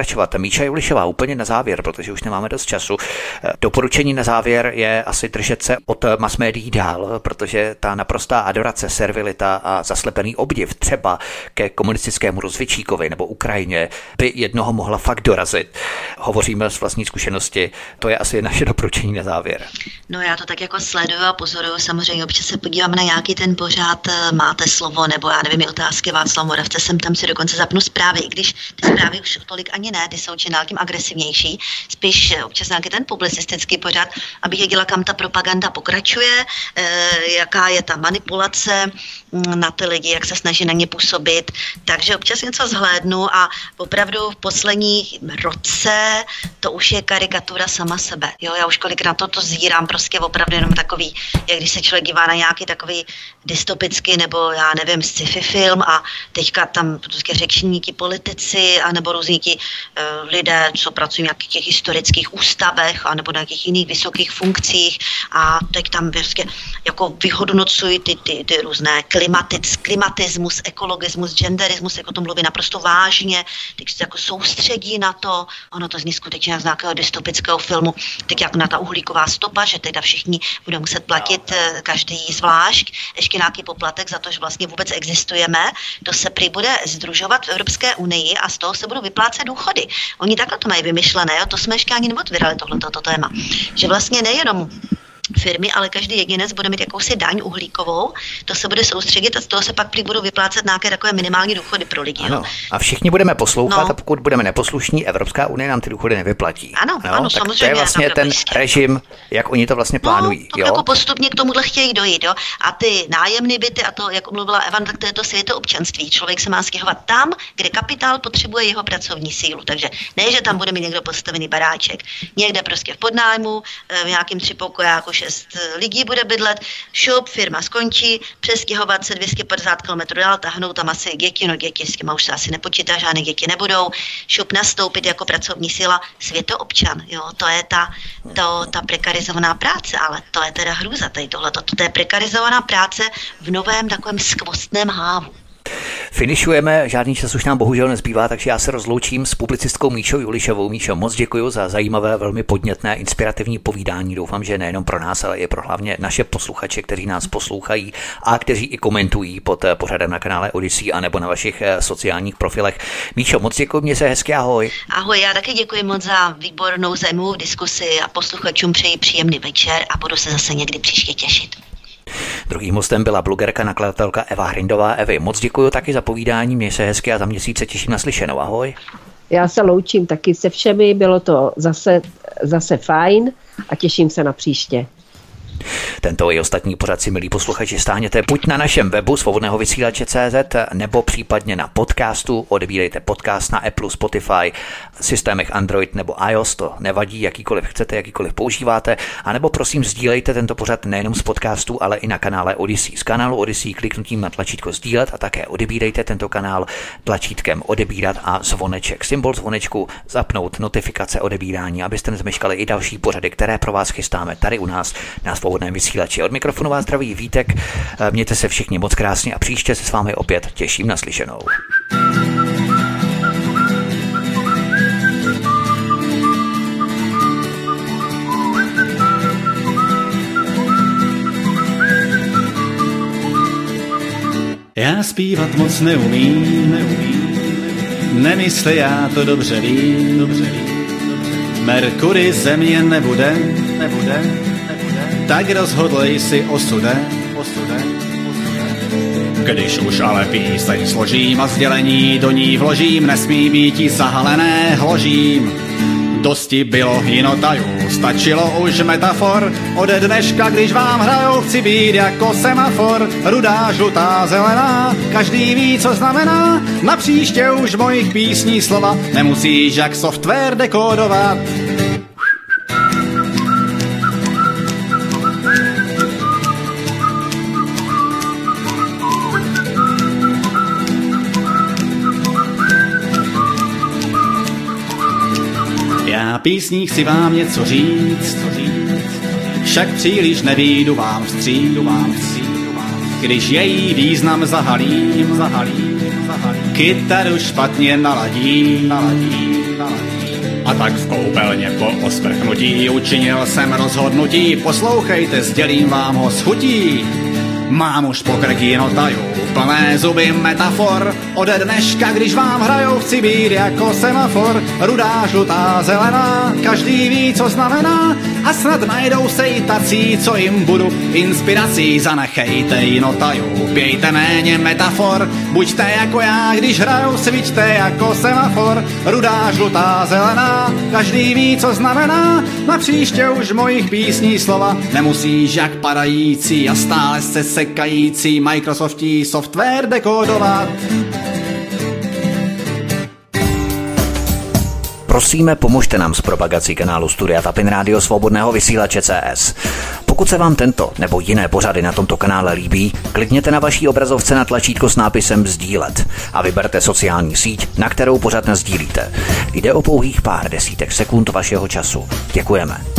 pokračovat. Míša Julišová, úplně na závěr, protože už nemáme dost času. Doporučení na závěr je asi držet se od mass médií dál, protože ta naprostá adorace, servilita a zaslepený obdiv třeba ke komunistickému rozvědčíkovi nebo Ukrajině by jednoho mohla fakt dorazit. Hovoříme z vlastní zkušenosti, to je asi naše doporučení na závěr. No já to tak jako sleduju a pozoruju, samozřejmě občas se podívám na nějaký ten pořád Máte slovo, nebo já nevím, otázky Václava Moravce, jsem tam si dokonce zapnu zprávy, i když ty zprávy už tolik ani ne, ty jsou čím dál tím agresivnější, spíš občas nějaký ten publicistický pořád, abych věděla, kam ta propaganda pokračuje, eh, jaká je ta manipulace na ty lidi, jak se snaží na ně působit, takže občas něco zhlédnu a opravdu v posledních roce to už je karikatura sama sebe. Jo, já už kolik na to to zírám, prostě opravdu jenom takový, jak když se člověk dívá na nějaký takový dystopický nebo já nevím, sci-fi film a teďka tam prostě řečníky politici a nebo různí ti uh, lidé, co pracují v nějakých těch historických ústavech a nebo na nějakých jiných vysokých funkcích a teď tam prostě jako vyhodnocují ty, ty, ty různé klimatic, klimatismus, ekologismus, genderismus, jako to mluví naprosto vážně, teď se jako soustředí na to, ono to zní skutečně z nějakého dystopického filmu, teď jako na ta uhlíková stopa, že teda všichni budou muset platit uh, každý zvlášť, ještě nějaký poplatek za to, že vlastně vůbec existujeme, to se prý bude sdružovat v Evropské unii a z toho se budou vyplácet důchody. Oni takhle to mají vymyšlené, jo? To jsme ještě ani neotvírali tohleto téma. Že vlastně nejenom firmy, ale každý jedinec bude mít jakousi daň uhlíkovou, to se bude soustředit a z toho se pak prý budou vyplácet nějaké takové minimální důchody pro lidi. Ano. A všichni budeme poslouchat no. A pokud budeme neposlušní, Evropská unie nám ty důchody nevyplatí. Ano, no, ano, tak samozřejmě. To je vlastně ten blízké režim, jak oni to vlastně plánují. No, tak jo? jako postupně k tomuhle chtějí dojít. Jo? A ty nájemné byty, a to, jak mluvila Evan, tak to je to světoobčanství. Člověk se má stěhovat tam, kde kapitál potřebuje jeho pracovní sílu. Takže ne, že tam bude mít někdo postavený baráček. Někde prostě v podnájmu, v nějakým třipokojáku šest lidí bude bydlet, šup, firma skončí, přestěhovat se dvě stě padesát kilometrů dál, tahnou tam asi děti, no děti s těma už se asi nepočítá, žádné děti nebudou, šup nastoupit jako pracovní síla, světoobčan, jo, to je ta, to, ta prekarizovaná práce, ale to je teda hrůza, tady tohleto, to je prekarizovaná práce v novém takovém skvostném hávu. Finišujeme, žádný čas už nám bohužel nezbývá, takže já se rozloučím s publicistkou Míšou Julišovou. Míšo, moc děkuji za zajímavé, velmi podnětné, inspirativní povídání. Doufám, že nejenom pro nás, ale i pro hlavně naše posluchače, kteří nás poslouchají a kteří i komentují pod pořadem na kanále Odyssey a nebo na vašich sociálních profilech. Míšo, moc děkuji, mě se hezky, ahoj. Ahoj, já taky děkuji moc za výbornou zajímavou diskusi a posluchačům přeji příjemný večer a budu se zase někdy příště těšit. Druhým hostem byla blogerka, nakladatelka Eva Hrindová. Evi, moc děkuji taky za povídání, měj se hezky a za měsíc se těším na slyšenou. Ahoj. Já se loučím taky se všemi, bylo to zase, zase fajn a těším se na příště. Tento i ostatní pořad si, milí posluchači, stáhněte buď na našem webu svobodného vysílače tečka cé zet nebo případně na podcastu. Odebírejte podcast na Apple, Spotify, systémech Android nebo iOS, to nevadí, jakýkoliv chcete, jakýkoliv používáte, a nebo prosím sdílejte tento pořad nejenom z podcastu, ale i na kanále Odyssey. Z kanálu Odyssey kliknutím na tlačítko sdílet a také odebírejte tento kanál tlačítkem odebírat a zvoneček. Symbol zvonečku zapnout, notifikace odebírání, abyste nezmeškali i další pořady, které pro vás chystáme tady u nás na svobodném vysílači. Od mikrofonu vás zdraví Vítek, mějte se všichni moc krásně a příště se s vámi opět těším na slyšenou. Já zpívat moc neumím, neumím, nemysli, já to dobře vím, dobře vím. Merkury země nebude, nebude, nebude, tak rozhodlej si osudem, osudem, osudem. Když už ale píseň složím a sdělení do ní vložím, nesmí být jí zahalené hložím. Dosti bylo jinotajů, stačilo už metafor. Ode dneška, když vám hrajou, chci být jako semafor. Rudá, žlutá, zelená, každý ví, co znamená. Na příště už mojich písní slova nemusíš jak software dekódovat. Já písní chci vám něco říct, však příliš nevídu vám vstříc, když její význam zahalím, zahalím, zahalím. Kytaru špatně naladím, naladím, naladím. tak v koupelně po osprchnutí učinil jsem rozhodnutí, poslouchejte, sdělím vám ho s chutí. Mám už pokrky notaju, plné zuby metafor, ode dneška, když vám hrajou, chci být jako semafor. Rudá, žlutá, zelená, každý ví, co znamená, a snad najdou se i tací, co jim budu inspirací. Zanechejte ji notaju, pějte méně metafor, buďte jako já, když hrajou, svičte jako semafor. Rudá, žlutá, zelená, každý ví, co znamená, na příště už mojich písní slova nemusíš jak padající a stále se sekající Microsoftí software dekodovat. Prosíme, pomožte nám s propagací kanálu Studia Tapin Rádio Svobodného vysílače C S. Pokud se vám tento nebo jiné pořady na tomto kanále líbí, klikněte na vaší obrazovce na tlačítko s nápisem sdílet a vyberte sociální síť, na kterou pořad nasdílíte. Jde o pouhých pár desítek sekund vašeho času. Děkujeme.